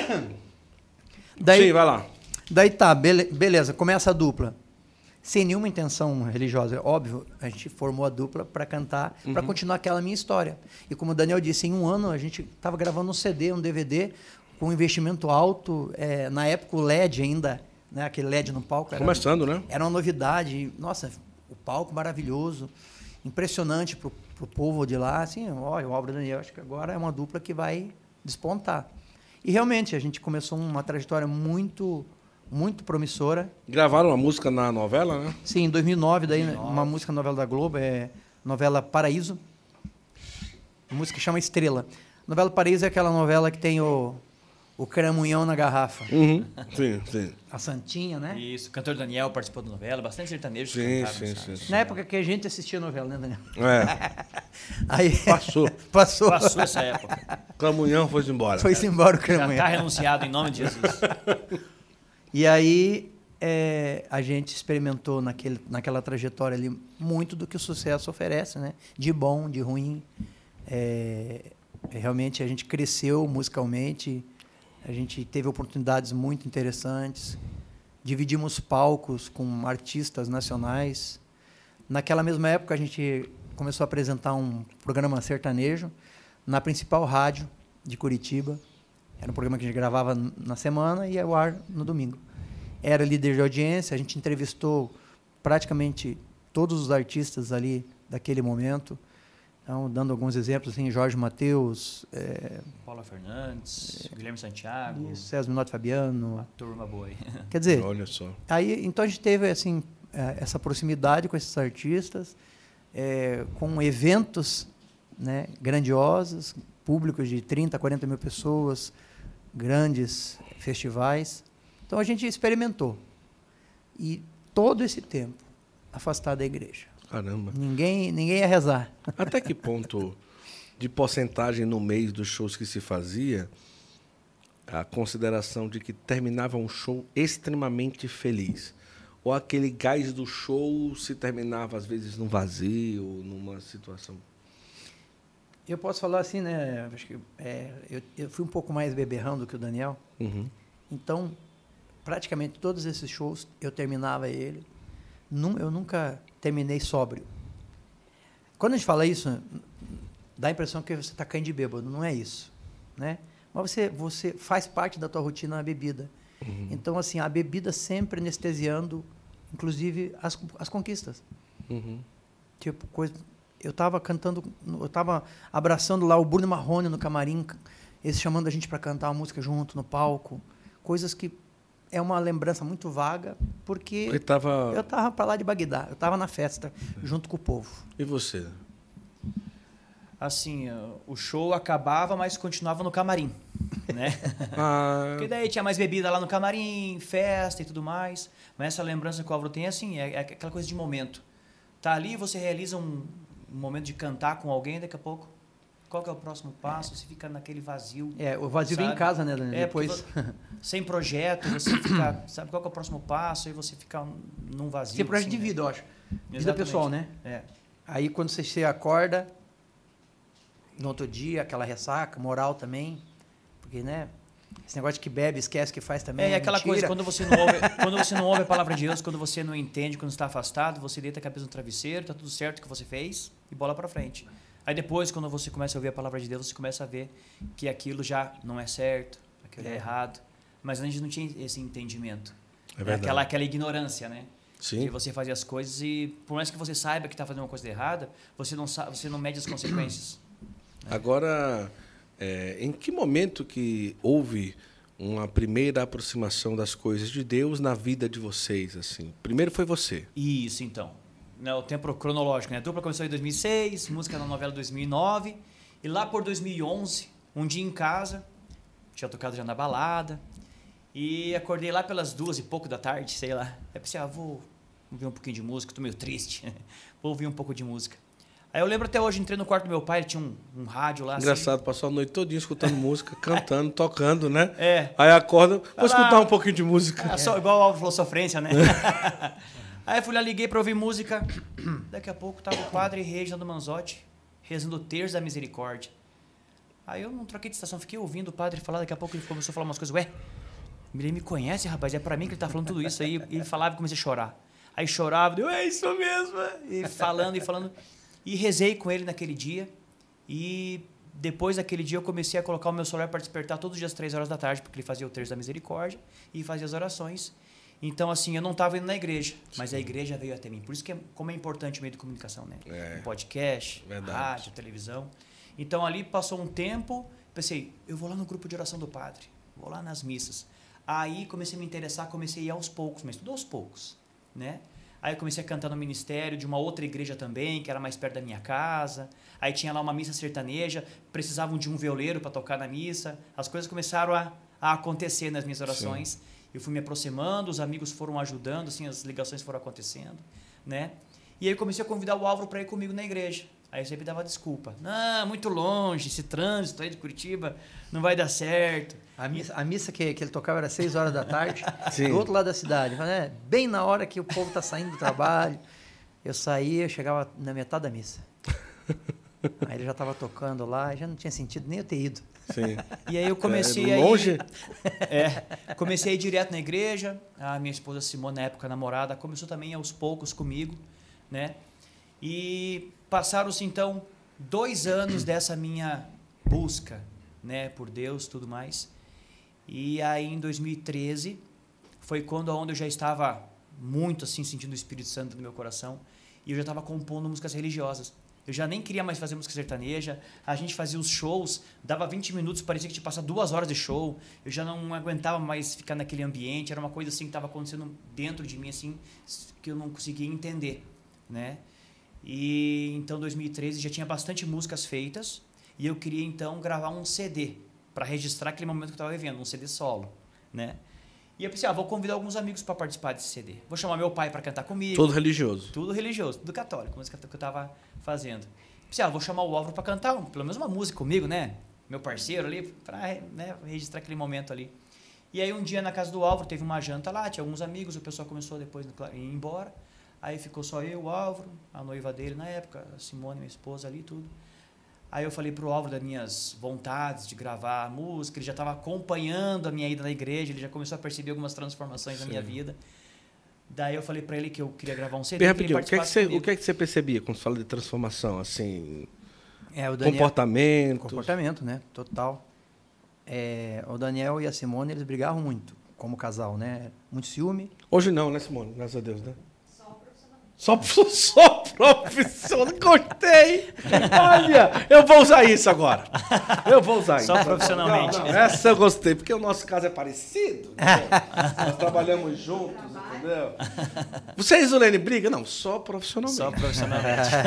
Daí, Sim, vai lá. Daí tá, beleza, começa a dupla. Sem nenhuma intenção religiosa, é óbvio, a gente formou a dupla para cantar, para continuar aquela minha história. E como o Daniel disse, em um ano a gente estava gravando um CD, um DVD, com um investimento alto. Na época o LED ainda, né, aquele LED no palco. Começando, né? Era uma novidade. Nossa, o palco maravilhoso, impressionante para o povo de lá. Assim, olha, o Álvaro Daniel, acho que agora é uma dupla que vai despontar. E realmente a gente começou uma trajetória muito promissora. Gravaram uma música na novela, né? Sim, em 2009, daí uma música novela da Globo, novela Paraíso. A música chama Estrela. Novela Paraíso é aquela novela que tem o caramunhão na garrafa. Sim, sim. A Santinha, né? Isso, o cantor Daniel participou da novela, bastante sertanejos Sim, cantaram. sim. Na época que a gente assistia a novela, né, Daniel? Aí Passou. Passou essa época. Camunhão foi embora. Foi-se embora o Já caramunhão. está renunciado em nome de Jesus. E aí a gente experimentou naquela trajetória ali muito do que o sucesso oferece, né? De bom, de ruim. Realmente a gente cresceu musicalmente, a gente teve oportunidades muito interessantes, dividimos palcos com artistas nacionais. Naquela mesma época a gente começou a apresentar um programa sertanejo na principal rádio de Curitiba. Era um programa que a gente gravava na semana e ia ao ar no domingo. Era líder de audiência, a gente entrevistou praticamente todos os artistas ali daquele momento. Então, dando alguns exemplos, assim, Jorge Mateus, Paula Fernandes, Guilherme Santiago, César Minotti Fabiano. turma boa aí. Quer dizer, Olha só. aí, então a gente teve assim, essa proximidade com esses artistas, com eventos, né, grandiosos, públicos de 30, 40 mil pessoas, grandes festivais. Então a gente experimentou. E todo esse tempo afastado da igreja. Caramba. Ninguém ia rezar. Até que ponto de porcentagem no mês dos shows que se fazia, a consideração de que terminava um show extremamente feliz? Ou aquele gás do show se terminava, às vezes, num vazio, numa situação... Eu posso falar assim, né? Acho que, eu fui um pouco mais beberrão do que o Daniel. Uhum. Então, praticamente todos esses shows, eu terminava ele. Eu nunca terminei sóbrio. Quando a gente fala isso, dá a impressão que você está caindo de bêbado. Não é isso, né? Mas você faz parte da tua rotina a bebida. Uhum. Então, assim, a bebida sempre anestesiando, inclusive, as conquistas. Uhum. Tipo, coisa... Eu estava cantando, eu estava abraçando lá o Bruno Marrone no camarim, eles chamando a gente para cantar uma música junto no palco. Coisas que é uma lembrança muito vaga, porque eu estava para lá de Bagdá, eu estava na festa, junto com o povo. E você? Assim, o show acabava, mas continuava no camarim, né? Porque daí tinha mais bebida lá no camarim, festa e tudo mais. Mas essa lembrança que o Álvaro tem, assim, é aquela coisa de momento. Tá ali, você realiza um momento de cantar com alguém, daqui a pouco, qual que é o próximo passo? Você fica naquele vazio. O vazio vem em casa, né, Daniel? Depois... sem projeto, você fica... Sabe qual que é o próximo passo? Aí você fica num vazio. Sem projeto assim, de vida, eu acho. Exatamente. Vida pessoal, né? Aí, quando você acorda, no outro dia, aquela ressaca, moral também, porque, né... Esse negócio de que bebe, esquece que faz também. Aquela mentira. Coisa, quando você não ouve a palavra de Deus, quando você não entende, quando está afastado, você deita a cabeça no travesseiro, tá tudo certo o que você fez e bola para frente. Aí depois, quando você começa a ouvir a palavra de Deus, você começa a ver que aquilo já não é certo, aquilo é errado. Mas a gente não tinha esse entendimento. É verdade. Aquela ignorância, né? Sim. Que você fazia as coisas e, por mais que você saiba que está fazendo uma coisa errada, você não mede as consequências. Agora... em que momento que houve uma primeira aproximação das coisas de Deus na vida de vocês? Assim? Primeiro foi você. Isso, então. O tempo cronológico, né? A dupla começou em 2006, música na novela 2009. E lá por 2011, um dia em casa, tinha tocado já na balada. E acordei lá pelas 2 e pouco da tarde, sei lá. Aí pensei, vou ouvir um pouquinho de música, tô meio triste. Vou ouvir um pouco de música. Aí eu lembro até hoje, entrei no quarto do meu pai, ele tinha um rádio lá. Engraçado, assim. passou a noite todinha escutando música, cantando, tocando, né? É. Aí acorda, vou escutar um pouquinho de música. Igual o Álvaro falou, sofrência, né? Aí eu fui lá, liguei para ouvir música. Daqui a pouco tava o padre Reginaldo Manzotti rezando o terço da misericórdia. Aí eu não troquei de estação, fiquei ouvindo o padre falar, daqui a pouco ele começou a falar umas coisas. Ele me conhece, rapaz, é para mim que ele tá falando tudo isso. Aí ele falava e comecei a chorar. Aí chorava, é isso mesmo. E falando... E rezei com ele naquele dia. E depois daquele dia eu comecei a colocar o meu celular para despertar todos os dias às 3 horas da tarde, porque ele fazia o terço da misericórdia e fazia as orações. Então, assim, eu não estava indo na igreja, mas a igreja veio até mim. Por isso que como é importante o meio de comunicação, né? Um podcast, rádio, televisão. Então, ali passou um tempo, pensei, eu vou lá no grupo de oração do padre, vou lá nas missas. Aí comecei a me interessar, comecei a ir aos poucos, mas tudo aos poucos, né? Aí eu comecei a cantar no ministério de uma outra igreja também, que era mais perto da minha casa. Aí tinha lá uma missa sertaneja, precisavam de um violeiro para tocar na missa. As coisas começaram a acontecer nas minhas orações. Sim. Eu fui me aproximando, os amigos foram ajudando, assim, as ligações foram acontecendo, né? E aí eu comecei a convidar o Álvaro para ir comigo na igreja. Aí eu sempre dava desculpa. Não, muito longe, esse trânsito aí de Curitiba não vai dar certo. A missa que ele tocava era 6 horas da tarde, Sim. do outro lado da cidade. Bem na hora que o povo está saindo do trabalho. Eu saía, eu chegava na metade da missa. Aí ele já estava tocando lá, já não tinha sentido nem eu ter ido. Sim. E aí eu comecei longe? Comecei a ir direto na igreja. A minha esposa Simone, na época namorada, começou também aos poucos comigo, né? E passaram-se então 2 anos dessa minha busca, né, por Deus, tudo mais. E aí em 2013 foi onde eu já estava muito assim sentindo o Espírito Santo no meu coração e eu já estava compondo músicas religiosas. Eu já nem queria mais fazer música sertaneja. A gente fazia os shows, dava 20 minutos, parecia que tinha passado 2 horas de show. Eu já não aguentava mais ficar naquele ambiente. Era uma coisa assim que estava acontecendo dentro de mim, assim, que eu não conseguia entender, né? E então, em 2013, já tinha bastante músicas feitas. E eu queria, então, gravar um CD para registrar aquele momento que eu estava vivendo, um CD solo, né? E eu pensei, vou convidar alguns amigos para participar desse CD. Vou chamar meu pai para cantar comigo. Tudo religioso. Tudo religioso, tudo católico, música que eu estava fazendo. Pensei, vou chamar o Álvaro para cantar pelo menos uma música comigo, né? Meu parceiro ali, para registrar aquele momento ali. E aí um dia na casa do Álvaro teve uma janta lá, tinha alguns amigos, o pessoal começou depois a ir embora. Aí ficou só eu, o Álvaro, a noiva dele na época, a Simone, minha esposa ali, tudo. Aí eu falei pro Álvaro das minhas vontades de gravar a música, ele já estava acompanhando a minha ida na igreja, ele já começou a perceber algumas transformações na minha vida. Daí eu falei para ele que eu queria gravar um CD. O que é que você percebia quando você fala de transformação? Assim, o Daniel, comportamento? Comportamento, né? Total. O Daniel e a Simone, eles brigavam muito como casal, né? Muito ciúme. Hoje não, né, Simone? Graças a Deus, né? Só profissional. Gostei. Olha, eu vou usar isso agora. Só profissionalmente. Não, essa eu gostei, porque o nosso caso é parecido. Né? Nós trabalhamos juntos, entendeu? Vocês, Zulene, brigam? Não, só profissionalmente. Só profissionalmente.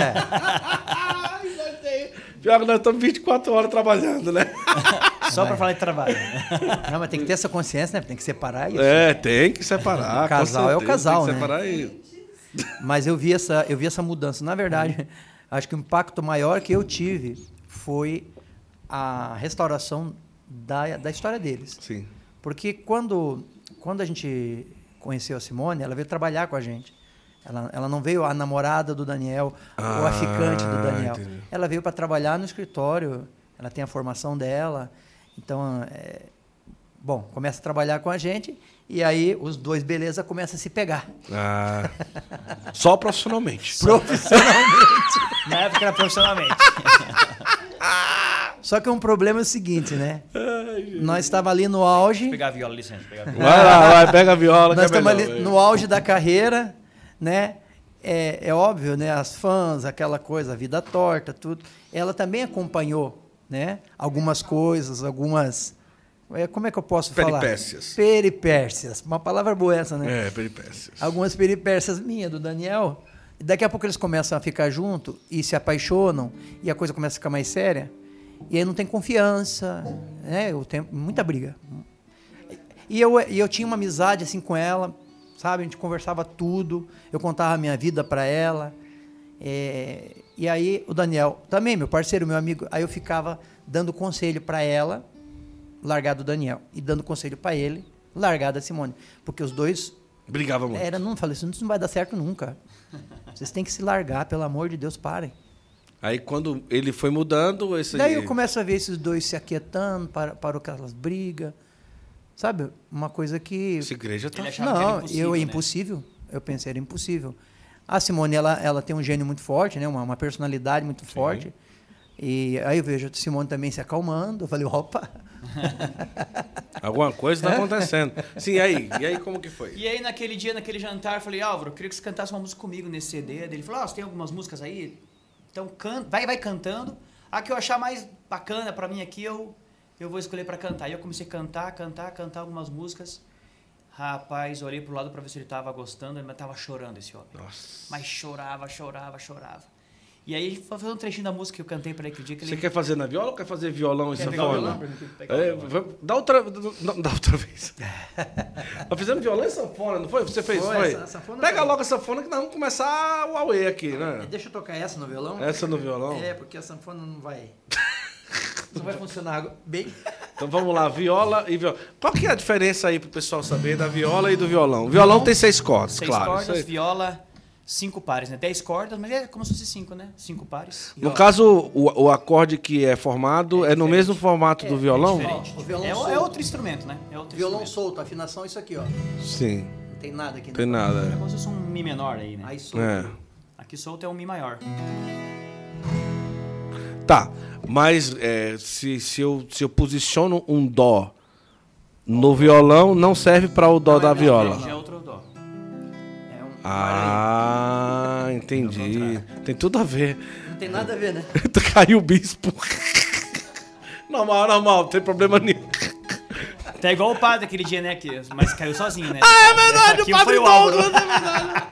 Gostei. Pior que nós estamos 24 horas trabalhando, né? Só para falar de trabalho. Não, mas tem que ter essa consciência, né? Tem que separar isso. Tem que separar. O casal é o casal, tem que né? separar isso. Mas eu vi essa mudança. Na verdade, acho que o impacto maior que eu tive foi a restauração da história deles. Sim. Porque quando a gente conheceu a Simone, ela veio trabalhar com a gente. Ela não veio a namorada do Daniel ou a ficante do Daniel. Entendi. Ela veio para trabalhar no escritório, ela tem a formação dela. Então, começa a trabalhar com a gente e aí os dois, beleza, começam a se pegar. Só profissionalmente. Profissionalmente. Na época era profissionalmente. Só que um problema é o seguinte, né? Nós estávamos ali no auge. Pegar a viola, licença. Vai lá, pega a viola. Nós estamos ali no auge da carreira, né? É óbvio, né? As fãs, aquela coisa, a vida torta, tudo. Ela também acompanhou, né? Algumas coisas, algumas... Como é que eu posso falar? Peripécias. Uma palavra boa essa, né? Peripécias. Algumas peripécias minhas, do Daniel. Daqui a pouco eles começam a ficar junto e se apaixonam e a coisa começa a ficar mais séria. E aí não tem confiança, né? Eu tenho muita briga. E eu tinha uma amizade assim com ela, sabe? A gente conversava tudo, eu contava a minha vida para ela. E aí o Daniel, também meu parceiro, meu amigo, aí eu ficava dando conselho para ela, largar do Daniel, e dando conselho para ele, largar da Simone. Porque os dois... Brigavam muito. Não, falei, isso não vai dar certo nunca. Vocês têm que se largar, pelo amor de Deus, parem. Aí quando ele foi mudando... Daí eu começo a ver esses dois se aquietando, parou aquelas brigas. Sabe? Uma coisa que... Essa igreja tá... Não, impossível. Eu pensei, era impossível. A Simone, ela tem um gênio muito forte, né? Uma personalidade muito forte. E aí eu vejo a Simone também se acalmando. Eu falei, opa... Alguma coisa está acontecendo. Sim, e aí como que foi? E aí naquele dia, naquele jantar, eu falei, Álvaro, eu queria que você cantasse uma música comigo nesse CD. Ele falou, você tem algumas músicas aí? Então vai cantando. A que eu achar mais bacana para mim aqui, eu vou escolher para cantar. E eu comecei a cantar algumas músicas. Rapaz, eu olhei pro lado para ver se ele estava gostando, ele estava chorando, esse homem. Nossa. Mas chorava. E aí, foi fazer um trechinho da música que eu cantei para ele aquele dia. Você quer fazer na viola ou quer fazer violão e sanfona? Dá outra vez. Nós fizemos violão e sanfona, não foi? Você fez? Foi. Pega logo a sanfona que nós vamos começar o auê aqui, né? Deixa eu tocar essa no violão. Essa no violão? Porque a sanfona não vai funcionar bem. Então vamos lá, viola e violão. Qual que é a diferença aí pro pessoal saber da viola e do violão? O violão tem 6 cordas, claro. 6 cordas, viola... 5 pares, né? 10 cordas, mas é como se fosse 5, né? 5 pares. No caso, o acorde que é formado é no mesmo formato do violão? É diferente. O violão é outro instrumento, né? Violão solto, a afinação é isso aqui, ó. Sim. Não tem nada aqui. Não tem nada. É como se fosse um Mi menor aí, né? Aí solto. Aqui solto é um Mi maior. Tá, mas se eu posiciono um dó no violão, não serve para o dó da viola. Já é outro dó. Entendi. Tem tudo a ver. Não tem nada a ver, né? Caiu o bispo. Normal, não tem problema nenhum. Tá igual o padre aquele dia, né? Mas caiu sozinho, né? É verdade, o padre Douglas, é verdade.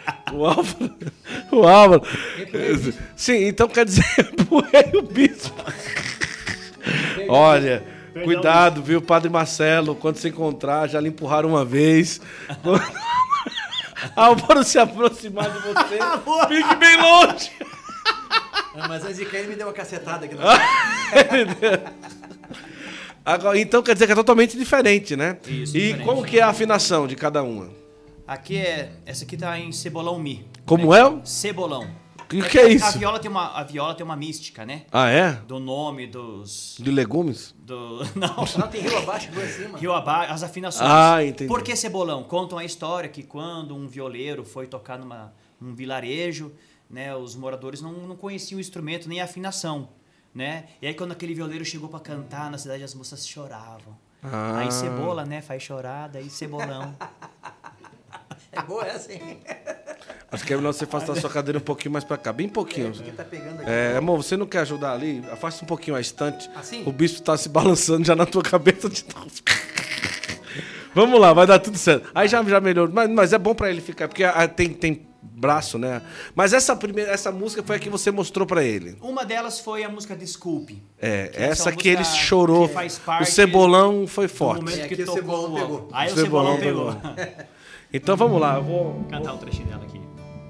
O Álvaro. Sim, então quer dizer, empurrei o bispo. Olha, Cuidado, viu, Padre Marcelo? Quando se encontrar, já lhe empurraram uma vez. Álvaro se aproximar de você, fique bem longe. Mas antes de cair, ele me deu uma cacetada aqui. Agora, então quer dizer que é totalmente diferente, né? Isso, e diferente. como que é a afinação de cada uma? Aqui essa aqui tá em cebolão mi. Como é? Cebolão. O que é isso? A viola tem uma mística, né? Ah, é? Do nome dos... De legumes? Não. Não, tem rio abaixo, rio acima. Rio abaixo, as afinações. Ah, entendi. Por que cebolão? Contam a história que quando um violeiro foi tocar num vilarejo, né, os moradores não conheciam o instrumento nem a afinação, né? E aí quando aquele violeiro chegou para cantar na cidade, as moças choravam. Ah. Aí cebola, né, faz chorar, daí cebolão. É boa essa, hein? Acho que é melhor você afastar a sua cadeira um pouquinho mais pra cá, bem pouquinho. Porque tá pegando aqui. Amor, você não quer ajudar ali? Afasta um pouquinho a estante. Assim? O bispo tá se balançando já na tua cabeça de novo. Vamos lá, vai dar tudo certo. Aí já melhorou, mas é bom pra ele ficar, porque tem braço, né? Mas essa música foi a que você mostrou pra ele. Uma delas foi a música Desculpe. Essa é uma que ele música chorou. que faz O parte cebolão foi do forte. momento Aqui que o tocou cebolão pegou. Aí o Cebolão cebolão pegou. Então vamos lá, eu vou Cantar um trechinho dela aqui.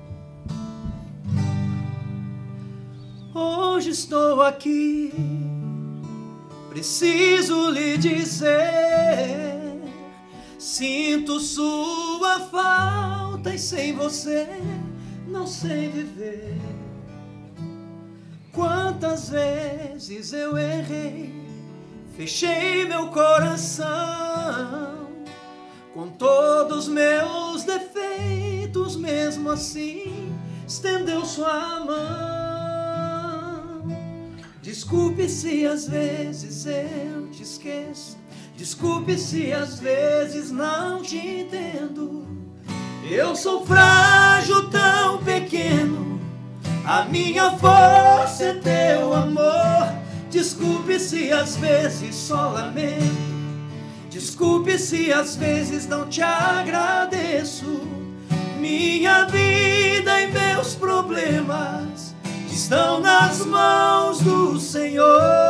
Hoje estou aqui, preciso lhe dizer, sinto sua falta e sem você não sei viver. Quantas vezes eu errei, fechei meu coração com todos meus defeitos, mesmo assim estendeu sua mão. Desculpe se às vezes eu te esqueço, desculpe se às vezes não te entendo. Eu sou frágil, tão pequeno, a minha força é teu amor. Desculpe se às vezes só lamento, desculpe se às vezes não te agradeço. Minha vida e meus problemas estão nas mãos do Senhor.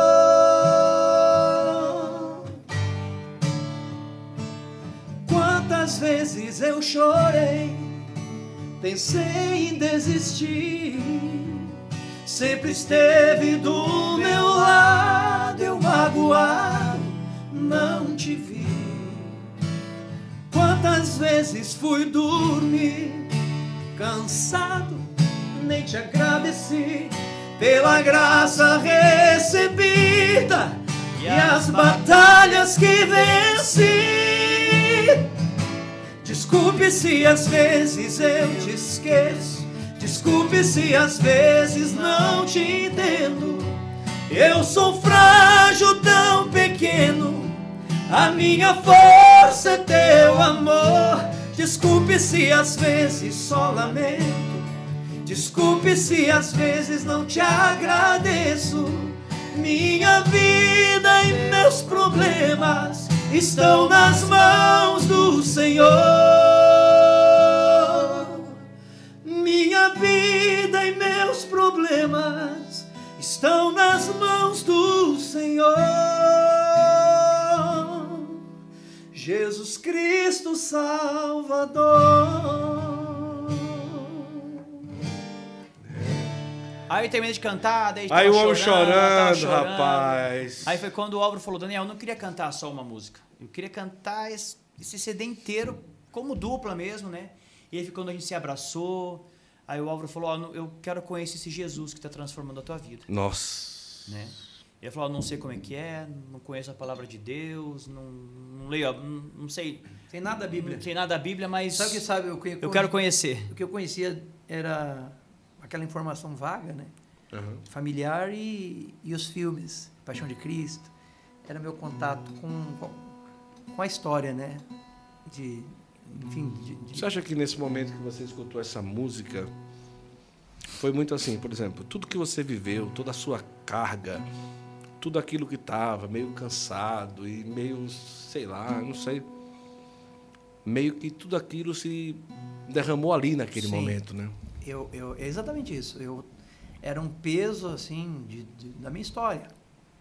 Quantas vezes eu chorei, pensei em desistir, sempre esteve do meu lado, eu magoado não te vi. Quantas vezes fui dormir cansado, nem te agradeci pela graça recebida e as batalhas que venci. Desculpe se às vezes eu te esqueço, desculpe se às vezes não te entendo. Eu sou frágil, tão pequeno, a minha força é teu amor. Desculpe se às vezes só lamento, desculpe se às vezes não te agradeço. Minha vida e meus problemas estão nas mãos do Senhor. Minha vida e meus problemas estão nas mãos do Senhor. Jesus Cristo Salvador. Aí eu terminei de cantar, daí Aí o homem tava chorando, rapaz. Aí foi quando o Álvaro falou: Daniel, eu não queria cantar só uma música, eu queria cantar esse CD inteiro, como dupla mesmo, né? E aí foi quando a gente se abraçou. Aí o Álvaro falou: eu quero conhecer esse Jesus que está transformando a tua vida. Nossa. Né? E ele falou: não sei como é que é, não conheço a palavra de Deus, não leio, não sei. Tem nada da Bíblia. Não sei nada da Bíblia, mas Sabe o que sabe? eu quero conhecer. O que eu conhecia era aquela informação vaga, né? Uhum. Familiar e os filmes, Paixão de Cristo. Era meu contato com a história, né? Enfim. Você acha que nesse momento que você escutou essa música foi muito assim, por exemplo, tudo que você viveu, toda a sua carga, tudo aquilo que estava meio cansado e meio, sei lá, não sei, meio que tudo aquilo se derramou ali naquele Sim. momento, né? É exatamente isso. Era um peso, assim, da minha história.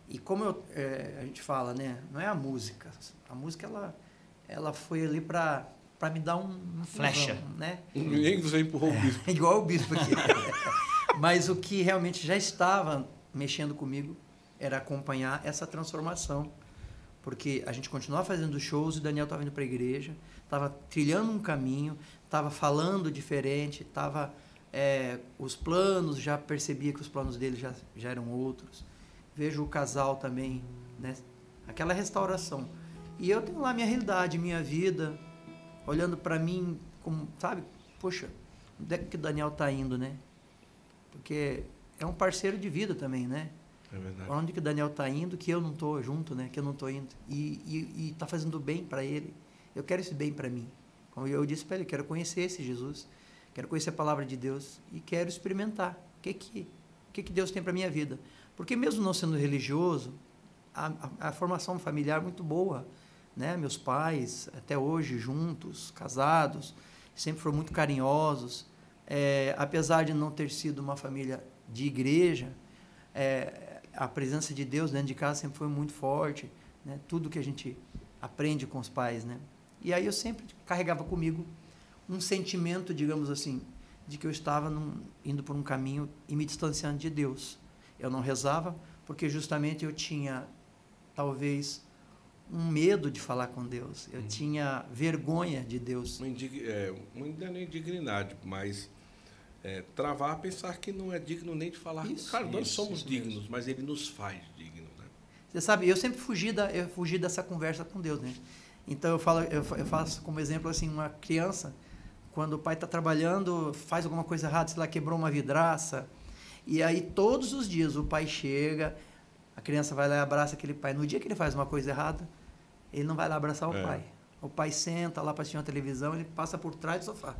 E como a gente fala, né? Não é a música. A música, ela foi ali para me dar um flecha, né? Nem você empurrou o bispo. Igual o bispo aqui. Mas o que realmente já estava mexendo comigo era acompanhar essa transformação. Porque a gente continuava fazendo shows e o Daniel estava indo para a igreja, estava trilhando um caminho, estava falando diferente, estava... os planos, já percebia que os planos dele já eram outros. Vejo o casal também, né? Aquela restauração. E eu tenho lá minha realidade, minha vida, olhando para mim, como, sabe? Poxa, onde é que o Daniel está indo, né? Porque é um parceiro de vida também, né? É verdade. Onde que o Daniel está indo, que eu não estou junto, né? Que eu não estou indo. E está fazendo bem para ele. Eu quero esse bem para mim. Como eu disse para ele, quero conhecer esse Jesus. Quero conhecer a palavra de Deus e quero experimentar o que Deus tem para a minha vida. Porque mesmo não sendo religioso, a formação familiar é muito boa, né? Meus pais, até hoje, juntos, casados, sempre foram muito carinhosos. Apesar de não ter sido uma família de igreja, a presença de Deus dentro de casa sempre foi muito forte, né? Tudo que a gente aprende com os pais, né? E aí eu sempre carregava comigo um sentimento, digamos assim, de que eu estava indo por um caminho e me distanciando de Deus. Eu não rezava porque justamente eu tinha, talvez, um medo de falar com Deus. Eu tinha vergonha de Deus. Não é nem indignidade, mas travar, pensar que não é digno nem de falar. Isso, Cara, nós somos isso dignos, mesmo. mas Ele nos faz dignos. Né? Você sabe, eu sempre fugi dessa conversa com Deus, né? Então eu faço como exemplo assim, uma criança, quando o pai está trabalhando, faz alguma coisa errada, sei lá, quebrou uma vidraça, e aí todos os dias o pai chega, a criança vai lá e abraça aquele pai. No dia que ele faz uma coisa errada, ele não vai lá abraçar o pai. O pai senta lá para assistir uma televisão, ele passa por trás do sofá.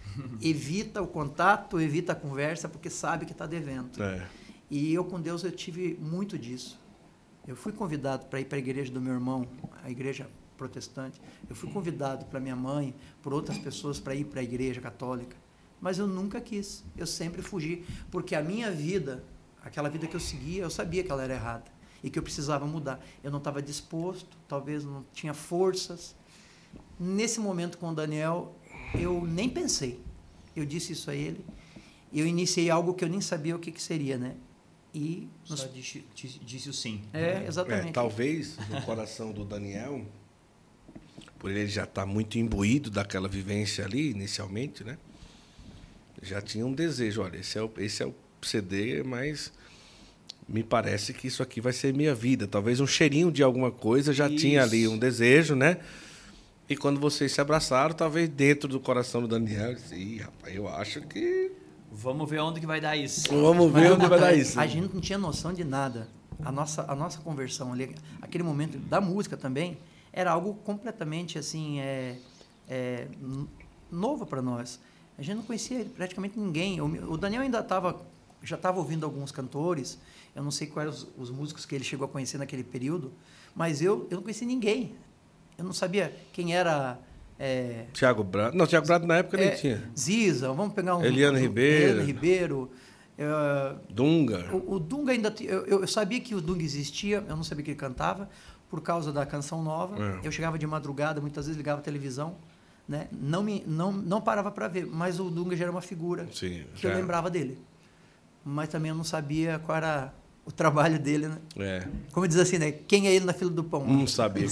Evita o contato, evita a conversa, porque sabe que está devendo. E eu com Deus eu tive muito disso. Eu fui convidado para ir para a igreja do meu irmão, a igreja protestante. Eu fui convidado para minha mãe, por outras pessoas, para ir para a igreja católica. Mas eu nunca quis. Eu sempre fugi. Porque a minha vida, aquela vida que eu seguia, eu sabia que ela era errada. E que eu precisava mudar. Eu não estava disposto, talvez não tinha forças. Nesse momento com o Daniel, eu nem pensei. Eu disse isso a ele. Eu iniciei algo que eu nem sabia o que seria, né? E só disse o sim. Exatamente. Talvez no coração do Daniel, por ele já estar muito imbuído daquela vivência ali, inicialmente, né? Já tinha um desejo, olha, esse é o CD, mas me parece que isso aqui vai ser minha vida. Talvez um cheirinho de alguma coisa já tinha ali um desejo, né? E quando vocês se abraçaram, talvez dentro do coração do Daniel, eu disse, rapaz, eu acho que... Vamos ver onde que vai dar isso. Vamos ver onde vai dar isso. A gente não tinha noção de nada. A nossa conversão ali, aquele momento da música também, era algo completamente assim, novo para nós. A gente não conhecia praticamente ninguém. O Daniel ainda já estava ouvindo alguns cantores. Eu não sei quais os músicos que ele chegou a conhecer naquele período, mas eu não conhecia ninguém. Eu não sabia quem era... Thiago Brado. Não, Thiago Brado na época nem tinha. Ziza, vamos pegar um... Eliana Ribeiro. Dunga. O Dunga ainda... Eu sabia que o Dunga existia, eu não sabia que ele cantava, por causa da Canção Nova. Eu chegava de madrugada, muitas vezes ligava a televisão, né? Não parava para ver, mas o Dunga já era uma figura que eu lembrava dele. Mas também eu não sabia qual era o trabalho dele, né? Como diz assim, né? Quem é ele na fila do pão? Não sabia.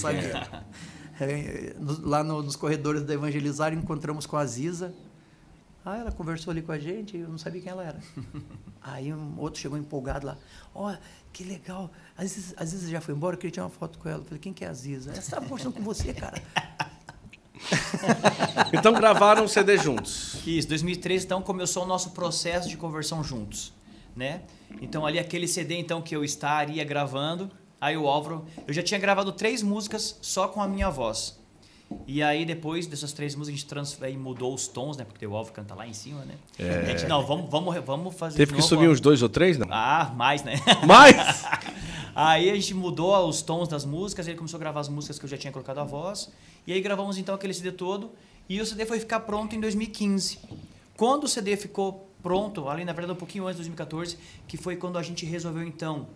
Lá nos corredores da Evangelizar, encontramos com a Ziza. Ela conversou ali com a gente, eu não sabia quem ela era. Aí um outro chegou empolgado lá. Que legal. A Ziza já foi embora, eu queria tirar uma foto com ela. Eu falei, quem que é a Ziza? Ela estava conversando com você, cara. Então gravaram um CD juntos. Isso, 2013 então começou o nosso processo de conversão juntos, né? Então ali aquele CD então que eu estaria gravando, aí o Álvaro, eu já tinha gravado 3 músicas só com a minha voz. E aí depois dessas 3 músicas a gente mudou os tons, né? Porque o Álvaro canta lá em cima, né? A gente, não, vamos fazer. Teve que subir uns 2 ou 3, não? Mais, né? Mais? Aí a gente mudou os tons das músicas, ele começou a gravar as músicas que eu já tinha colocado a voz. E aí gravamos então aquele CD todo. E o CD foi ficar pronto em 2015. Quando o CD ficou pronto, ali na verdade um pouquinho antes de 2014, que foi quando a gente resolveu então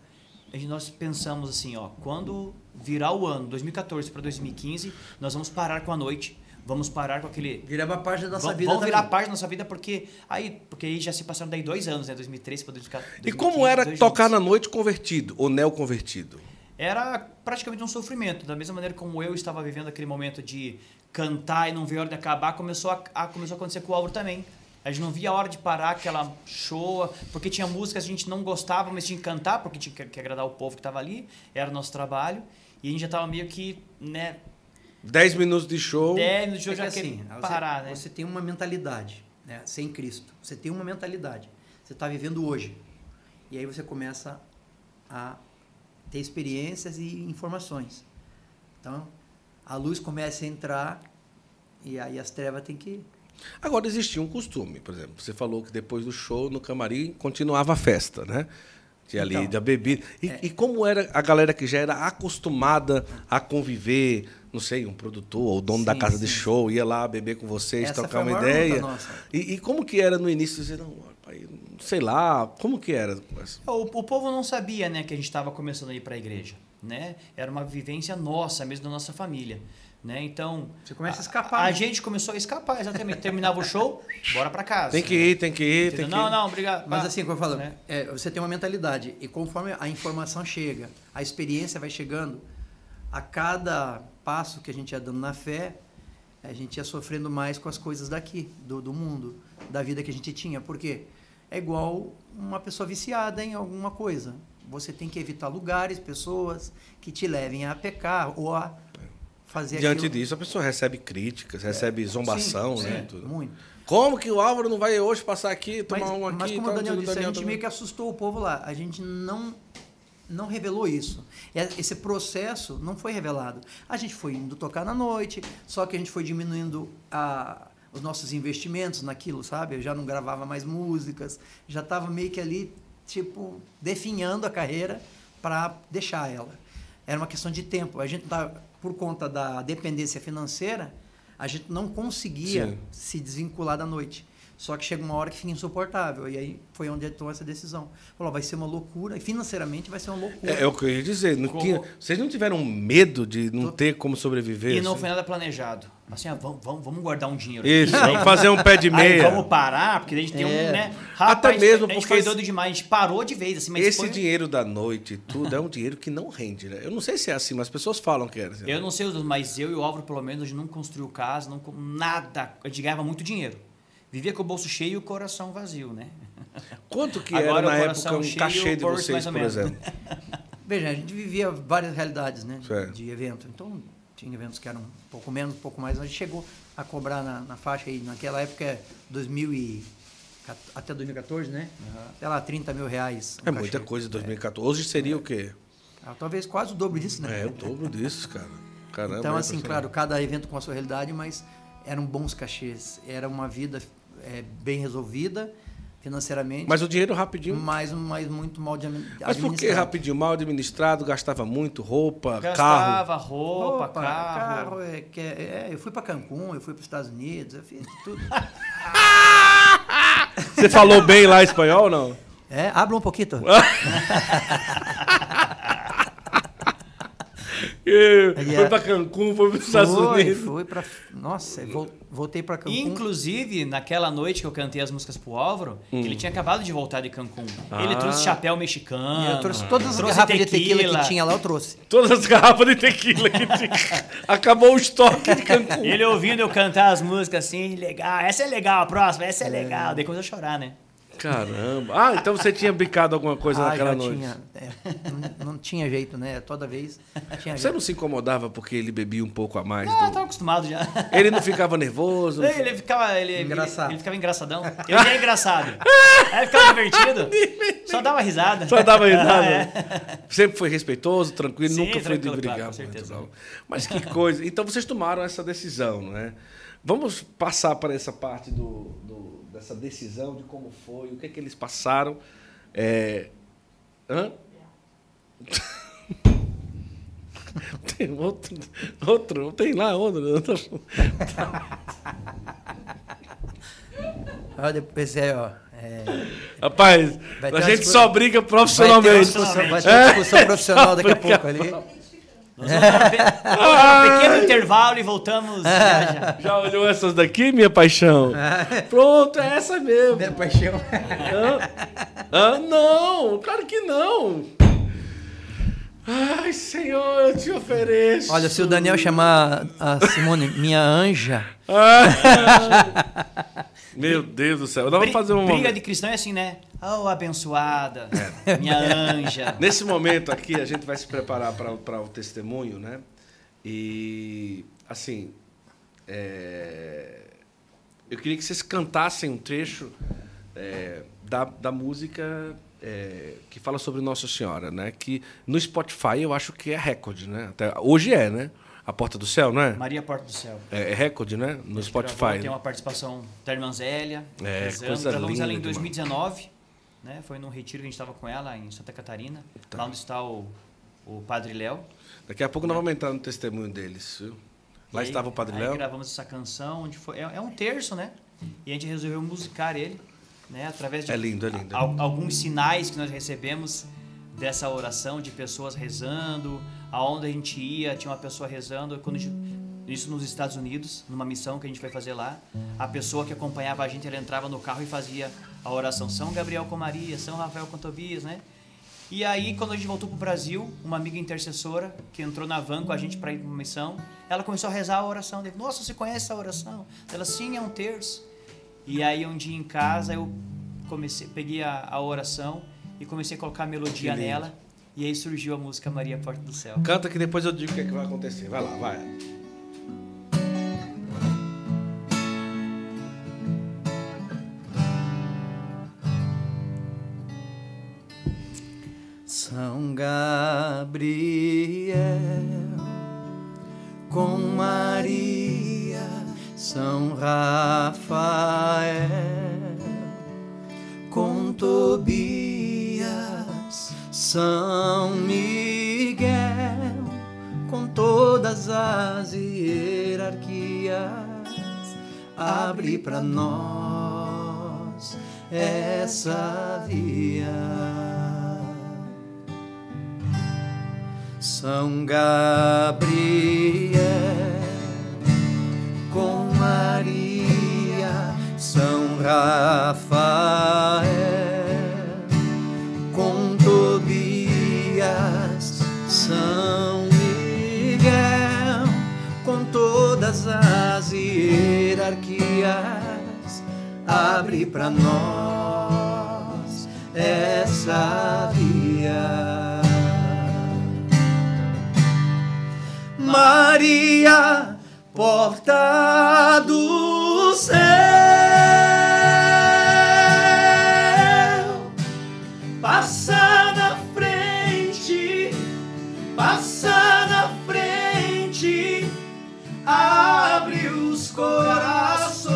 nós pensamos assim, ó, quando virar o ano, 2014 para 2015, nós vamos parar com a noite, vamos parar com aquele... Virar uma parte da nossa vida. Vamos virar parte da nossa vida, porque aí já se passaram daí 2 anos, né? 2013 para 2014. E como era tocar na noite convertido, ou neoconvertido? Era praticamente um sofrimento. Da mesma maneira como eu estava vivendo aquele momento de cantar e não ver a hora de acabar, começou a acontecer com o Álvaro também. A gente não via a hora de parar aquela show, porque tinha músicas que a gente não gostava, mas tinha que cantar, porque tinha que agradar o povo que estava ali, era o nosso trabalho, e a gente já estava meio que, né... 10 minutos de show. 10 minutos de show já assim, parar, né? Você tem uma mentalidade, né? Sem Cristo. Você tem uma mentalidade. Você está vivendo hoje. E aí você começa a ter experiências e informações. Então, a luz começa a entrar e aí as trevas têm que... Agora, existia um costume, por exemplo, você falou que depois do show, no camarim, continuava a festa, né? Tinha ali da bebida. E como era a galera que já era acostumada a conviver, não sei, um produtor ou o dono da casa de show, ia lá beber com vocês, trocar uma ideia. E como que era no início? Dizer, não, pai, sei lá, como que era? O povo não sabia, né, que a gente estava começando a ir para a igreja, né? Era uma vivência nossa, mesmo da nossa família. Né? Então, você começa a escapar. A gente começou a escapar, exatamente. Terminava o show, bora para casa. Tem que ir, tem que ir. Não, obrigado. Mas assim, como eu falo, né? Você tem uma mentalidade. E conforme a informação chega, a experiência vai chegando, a cada passo que a gente ia dando na fé, a gente ia sofrendo mais com as coisas daqui, do mundo, da vida que a gente tinha. Porque é igual uma pessoa viciada em alguma coisa. Você tem que evitar lugares, pessoas que te levem a pecar ou a fazer diante aquilo. disso, a pessoa recebe críticas, recebe zombação, sim, né? Tudo. Muito. Como que o Álvaro não vai hoje passar aqui, tomar um aqui? Mas como o Daniel disse, a gente também. meio que assustou o povo lá. A gente não revelou isso. Esse processo não foi revelado. A gente foi indo tocar na noite, só que a gente foi diminuindo os nossos investimentos naquilo, sabe? Eu já não gravava mais músicas, já estava meio que ali, tipo, definhando a carreira para deixar ela. Era uma questão de tempo. A gente por conta da dependência financeira, a gente não conseguia se desvincular da noite. Só que chega uma hora que fica insuportável. E aí foi onde ele tomou essa decisão. Falou, vai ser uma loucura. E financeiramente vai ser uma loucura. É o que eu ia dizer. Vocês não tiveram medo de não ter como sobreviver? E não foi nada planejado. Assim, vamos guardar um dinheiro. Isso, vamos fazer um pé de meia. Aí vamos parar, porque a gente tem né? Rapaz, até mesmo a gente foi doido demais, a gente parou de vez. Assim, mas esse dinheiro da noite e tudo é um dinheiro que não rende, né? Eu não sei se é assim, mas as pessoas falam que é assim. Eu não sei, mas eu e o Álvaro, pelo menos, a gente não construiu casa, nada. A gente ganhava muito dinheiro. Vivia com o bolso cheio e o coração vazio, né? Quanto que era na época um cachê de vocês, por exemplo? Veja, a gente vivia várias realidades, né? Certo. De evento. Então, tinha eventos que eram um pouco menos, um pouco mais. Mas a gente chegou a cobrar na faixa aí, naquela época, até 2014, né? Sei lá, 30 mil reais. É muita coisa, 2014. Hoje seria o quê? Talvez quase o dobro disso, né? O dobro disso, cara. Caramba. Então, assim, claro, cada evento com a sua realidade, mas eram bons cachês. Era uma vida bem resolvida financeiramente. Mas o dinheiro rapidinho. Mas muito mal administrado. Mas por que rapidinho? Mal administrado, gastava muito, roupa, carro? Gastava roupa, carro. Eu fui para Cancún, eu fui para os Estados Unidos, eu fiz tudo. Você falou bem lá espanhol ou não? Habla um pouquinho. Foi para Cancún, foi para os Estados Unidos. Fui para... Nossa, voltei para Cancún. Inclusive, naquela noite que eu cantei as músicas pro Álvaro, ele tinha acabado de voltar de Cancún. Ele trouxe chapéu mexicano. Eu trouxe todas as garrafas de tequila que tinha lá, eu trouxe. Todas as garrafas de tequila que tinha. Acabou o estoque de Cancún. Ele ouvindo eu cantar as músicas assim, legal. Essa é legal, a próxima, essa é legal. Daí começou a chorar, né? Caramba. Então você tinha brincado alguma coisa naquela noite? Não tinha jeito, né? Toda vez tinha Você jeito. não se incomodava porque ele bebia um pouco a mais? Eu tava acostumado já. Ele não ficava nervoso? Ele ficava engraçado. Ele ficava engraçadão. Eu já engraçado. Aí ficava divertido. Só dava risada. Sempre foi respeitoso, tranquilo, Sim, nunca foi de brigar. Claro, com certeza. Muito, mas que coisa. Então vocês tomaram essa decisão, não é? Vamos passar para essa parte dessa decisão de como foi, o que é que eles passaram. Tem outro, tem lá outro. Depois Rapaz, Vai a ter gente uma só briga profissionalmente. Vai ter uma discussão profissional daqui a pouco ali. Nós vamos dar um pequeno intervalo e voltamos já já. Já olhou essas daqui, minha paixão? Pronto, é essa mesmo. Minha paixão. Não, claro que não. Ai, Senhor, eu te ofereço. Olha, se o Daniel chamar a Simone minha anja... Meu Deus do céu. Nós vamos fazer Briga de cristão é assim, né? Oh, abençoada, minha anja. Nesse momento aqui, a gente vai se preparar para o testemunho, né? E, assim, eu queria que vocês cantassem um trecho da música que fala sobre Nossa Senhora, né? Que no Spotify eu acho que é recorde, né? Até hoje né? A Porta do Céu, não é? Maria Porta do Céu. É recorde, né? No Spotify. Tem uma participação da irmã Zélia. Coisa Gravamos linda ela em demais. 2019, né? Foi num retiro que a gente estava com ela em Santa Catarina, lá onde está o Padre Léo. Daqui a pouco nós vamos entrar no testemunho deles, viu? Lá estava o Padre Léo. Aí gravamos essa canção, onde é um terço, né? E a gente resolveu musicar ele, né? Através de lindo. alguns sinais que nós recebemos dessa oração, de pessoas rezando, aonde a gente ia, tinha uma pessoa rezando, isso nos Estados Unidos, numa missão que a gente foi fazer lá, a pessoa que acompanhava a gente, ela entrava no carro e fazia a oração São Gabriel com Maria, São Rafael com Tobias, né? E aí, quando a gente voltou pro Brasil, uma amiga intercessora, que entrou na van com a gente para ir para uma missão, ela começou a rezar a oração. Dele, nossa, você conhece essa oração? Ela, sim, é um terço. E aí, um dia em casa, eu peguei a oração e comecei a colocar a melodia nela. E aí surgiu a música Maria Porta do Céu. Canta que depois eu digo o que é que vai acontecer. Vai lá, vai. São Gabriel com Maria, São Rafael com Tobias, São Miguel com todas as hierarquias, abre para nós essa via. São Gabriel com Maria, São Rafael com Tobias, São Miguel com todas as hierarquias, abre para nós essa via. Maria, porta do céu, passa na frente, abre os corações.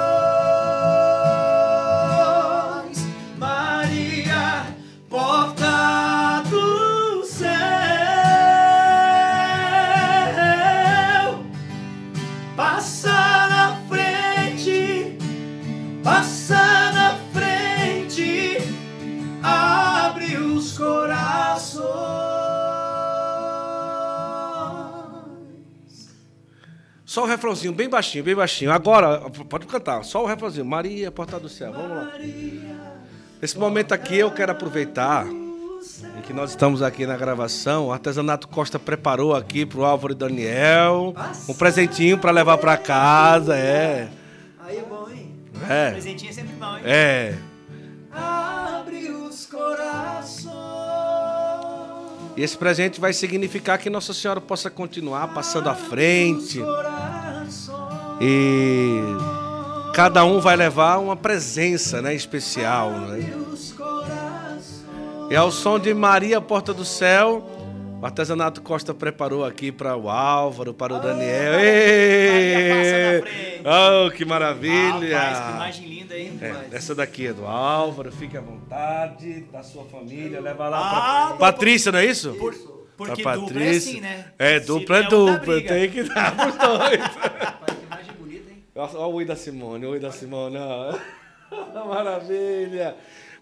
Maria, porta do céu, passa na frente, abre os corações. Só o refrãozinho, bem baixinho, bem baixinho. Agora, pode cantar, só o refrãozinho. Maria, porta do céu, vamos lá. Nesse momento aqui eu quero aproveitar e que nós estamos aqui na gravação. O Artesanato Costa preparou aqui pro Álvaro e Daniel um presentinho para levar para casa, Aí é bom, hein? Presentinho é sempre bom, hein? Abre os corações. E esse presente vai significar que Nossa Senhora possa continuar passando à frente. E cada um vai levar uma presença, né, especial, né? E ao som de Maria, Porta do Céu, o Artesanato Costa preparou aqui para o Álvaro, para o Daniel. Maria passa na frente. Oh, que maravilha! Rapaz, que imagem linda, hein? Essa daqui é do Álvaro, fique à vontade, da sua família, leva lá pra Patrícia, não é isso? Porque Pra dupla é Patrícia. assim, né? Dupla é Se não, dá dupla, briga. tem que dar pros dois. Rapaz, que imagem bonita, hein? Olha o oi da Simone, ó. Maravilha.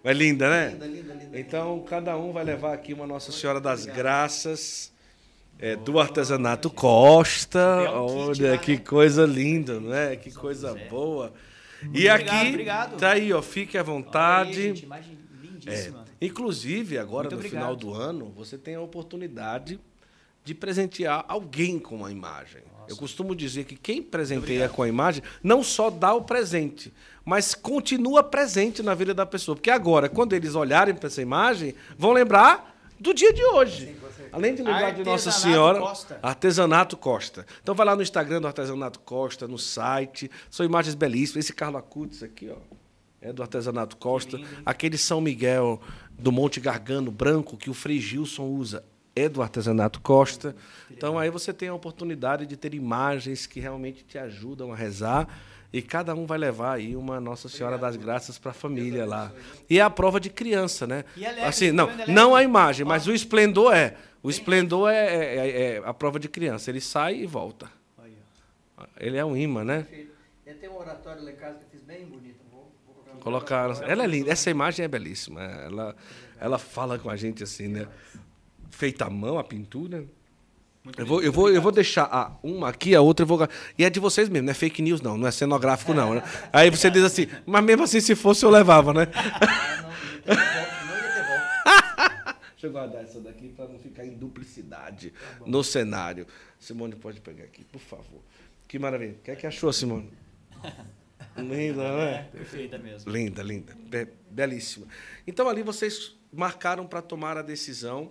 Mas linda, né? Linda. Então, cada um vai levar aqui uma Nossa Senhora das Graças, do artesanato Costa. Olha, que coisa linda, né? Que coisa boa. E aqui, obrigado. tá aí, ó, fique à vontade. Olha aí, gente, imagem lindíssima. Inclusive, agora Muito no obrigado. final do ano, você tem a oportunidade de presentear alguém com uma imagem. Eu costumo dizer que quem presenteia com a imagem não só dá o presente, mas continua presente na vida da pessoa. Porque agora, quando eles olharem para essa imagem, vão lembrar do dia de hoje. Sim, com certeza. Além de lembrar de Nossa Artesanato Senhora, Costa. Artesanato Costa. Então vai lá no Instagram do Artesanato Costa, no site. São imagens belíssimas. Esse Carlo Acutis aqui, ó, é do Artesanato Costa. lindo, hein? Aquele São Miguel do Monte Gargano branco que o Frei Gilson usa é do Artesanato Costa. Então aí você tem a oportunidade de ter imagens que realmente te ajudam a rezar. E cada um vai levar aí uma Nossa Senhora das Graças para a família lá. E é a prova de criança, né? E é leve, Assim, tá não, vendo? É leve. não a imagem, mas o esplendor é. O esplendor é a prova de criança. Ele sai e volta. Aí, ó. Ele é um imã, né? Perfeito. Eu tenho um oratório lá em casa que eu fiz bem bonito. Vou Colocar. Ela é linda. Essa imagem é belíssima. Ela fala com a gente assim, né? Feita à mão, a pintura. Eu vou deixar uma aqui, a outra eu vou. E é de vocês mesmo, não é fake news, não é cenográfico, não. Né? Aí você diz assim, mas mesmo assim, se fosse, eu levava, né? Não ia ter volta. Deixa eu guardar essa daqui para não ficar em duplicidade no cenário. Simone, pode pegar aqui, por favor. Que maravilha. O que achou, Simone? Linda, né? Perfeita mesmo. Linda. Belíssima. Então, ali vocês marcaram para tomar a decisão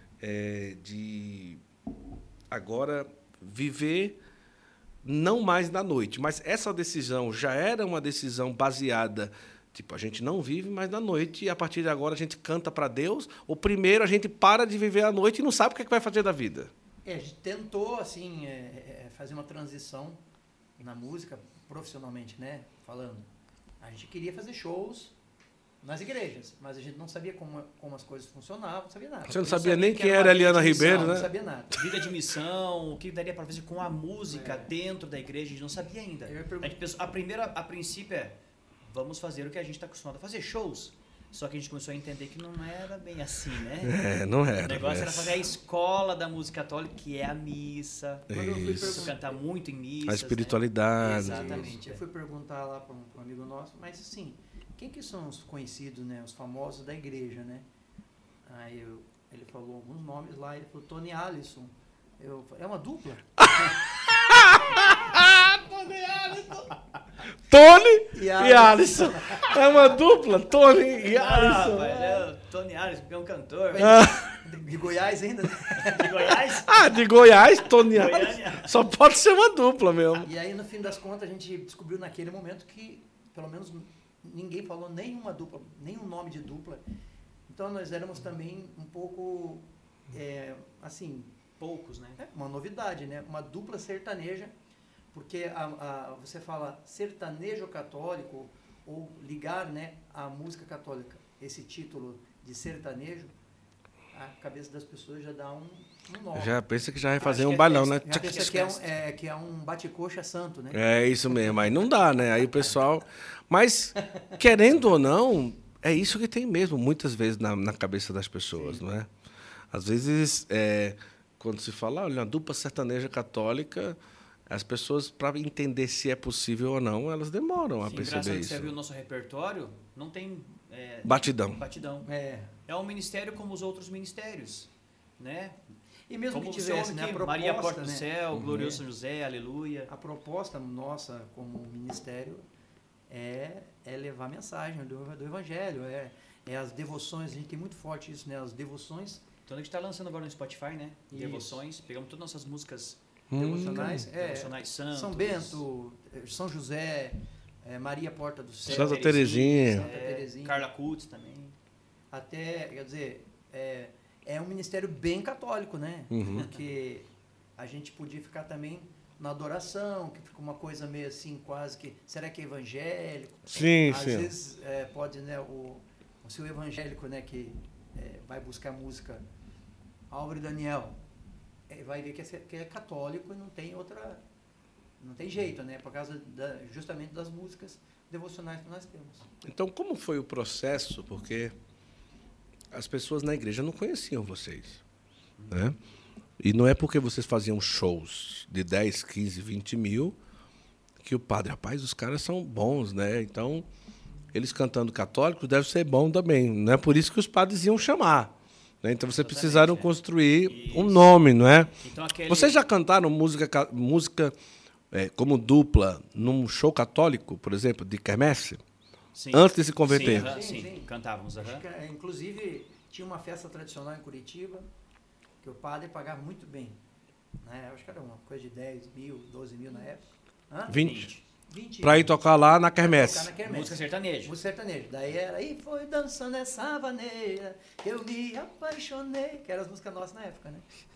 de agora viver não mais na noite. Mas essa decisão já era uma decisão baseada, tipo, a gente não vive mais na noite e a partir de agora a gente canta para Deus, ou primeiro a gente para de viver à noite e não sabe o que vai fazer da vida? A gente tentou, assim, fazer uma transição na música, profissionalmente, né? Falando. A gente queria fazer shows nas igrejas, mas a gente não sabia como as coisas funcionavam, não sabia nada. Você não sabia nem que quem era era uma Eliana vida de Ribeiro, Não né? sabia nada. Vida de missão, o que daria para fazer com a música dentro da igreja, a gente não sabia ainda. Eu ia perguntar- A gente pensou, a princípio vamos fazer o que a gente está acostumado a fazer, shows. Só que a gente começou a entender que não era bem assim, né? Não era. O negócio era fazer a escola da música católica, que é a missa. Quando eu fui Isso. Cantar muito em missas. A espiritualidade. Né? Exatamente. Eu fui perguntar lá para um amigo nosso, mas assim, quem que são os conhecidos, né, os famosos da igreja, né? Aí ele falou alguns nomes lá, ele falou Tony Allison. Eu falei, é uma dupla? Tony E e Alisson. É uma dupla, Tony e Alisson. Rapaz, é o Tony Allison, que é um cantor. De Goiás ainda? De Goiás? De Goiás, Tony e Goiânia. Alisson. Só pode ser uma dupla mesmo. E aí, no fim das contas, a gente descobriu naquele momento que, pelo menos, ninguém falou nenhuma dupla, nenhum nome de dupla. Então, nós éramos também um pouco, assim, Poucos, né? uma novidade, né? Uma dupla sertaneja, porque você fala sertanejo católico ou ligar, né, a música católica, esse título de sertanejo, a cabeça das pessoas já dá um nó. Já pensa que já vai fazer Acho um que é bailão, festa. né? Já pensa que é um bate-coxa santo, né? É isso mesmo, aí não dá, né? Aí o pessoal. Mas, querendo ou não, é isso que tem mesmo, muitas vezes, na cabeça das pessoas, Sim. não é? Às vezes, quando se fala, olha, uma dupla sertaneja católica, as pessoas, para entender se é possível ou não, elas demoram a Sim, perceber engraçado que isso. você viu o nosso repertório, não tem Batidão. batidão. É. É um ministério como os outros ministérios, né? E mesmo Como que você tivesse, ouve né, a aqui, proposta, Maria Porta do né? Céu, Glorioso São José, Aleluia. A proposta nossa como ministério é levar a mensagem do Evangelho, é as devoções, a gente tem muito forte isso, né? As devoções Então a gente está lançando agora no Spotify, né? Isso. Devoções, pegamos todas as nossas músicas devocionais, devocionais santos. São Bento, São José, Maria Porta do Céu, Santa Terezinha. Santa Terezinha. Carla Kutz também. Até, quer dizer, é um ministério bem católico, né? Uhum. Porque a gente podia ficar também na adoração, que fica uma coisa meio assim, quase que, será que é evangélico? Sim, Às sim. vezes pode, né, o seu evangélico, né, que vai buscar música, Álvaro Daniel, vai ver que é católico e não tem jeito, né, por causa justamente das músicas devocionais que nós temos. Então, como foi o processo? Porque as pessoas na igreja não conheciam vocês, né? E não é porque vocês faziam shows de 10, 15, 20 mil que o padre, rapaz, os caras são bons, né? Então, eles cantando católicos deve ser bom também. Não é por isso que os padres iam chamar, né? Então, vocês precisaram construir um nome, não é? Então, Vocês já cantaram música como dupla num show católico, por exemplo, de quermesse? Sim. Antes de se converter? Sim, cantávamos. Inclusive, tinha uma festa tradicional em Curitiba que o padre pagava muito bem. Né? Eu acho que era uma coisa de 10 mil, 12 mil na época. 20. 20 Para ir tocar lá na quermesse. Música sertaneja. Música sertaneja. Daí era, e foi dançando essa vaneira, eu me apaixonei, que eram as músicas nossas na época, né?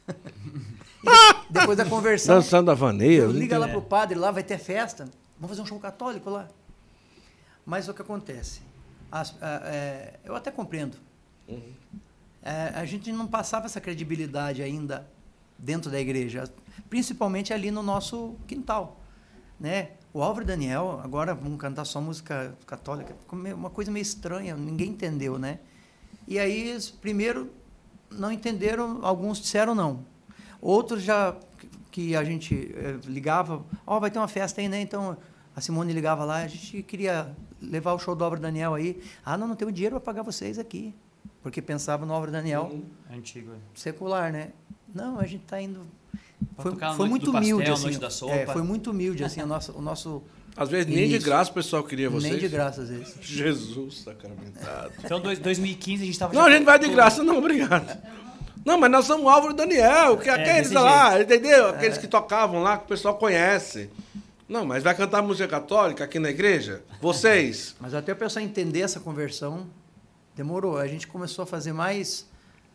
E depois da conversão, Dançando a vaneira. liga lá pro padre, lá vai ter festa, vamos fazer um show católico lá. Mas o que acontece? Eu até compreendo. A gente não passava essa credibilidade ainda dentro da igreja, principalmente ali no nosso quintal, né? O Álvaro e Daniel, agora vão cantar só música católica, uma coisa meio estranha, ninguém entendeu, né? E aí, primeiro, não entenderam, alguns disseram não. Outros já, que a gente ligava, vai ter uma festa aí, né? Então, a Simone ligava lá, a gente queria levar o show do Álvaro e Daniel aí. Não temos dinheiro para pagar vocês aqui. Porque pensava no Álvaro e Daniel Antigo. secular, né? Não, a gente está indo... Foi muito humilde, assim. Noite da Sopa. Foi muito humilde, assim, o nosso Às vezes nem de graça o pessoal queria vocês. Nem de graça, às vezes. Jesus sacramentado. Então, 2015 a gente estava... Não, a gente vai de graça, não, obrigado. Não, mas nós somos o Álvaro e Daniel, que aqueles lá, entendeu? Aqueles que tocavam lá, que o pessoal conhece. Não, mas vai cantar música católica aqui na igreja? Vocês? Mas até o pessoal entender essa conversão, demorou. A gente começou a fazer mais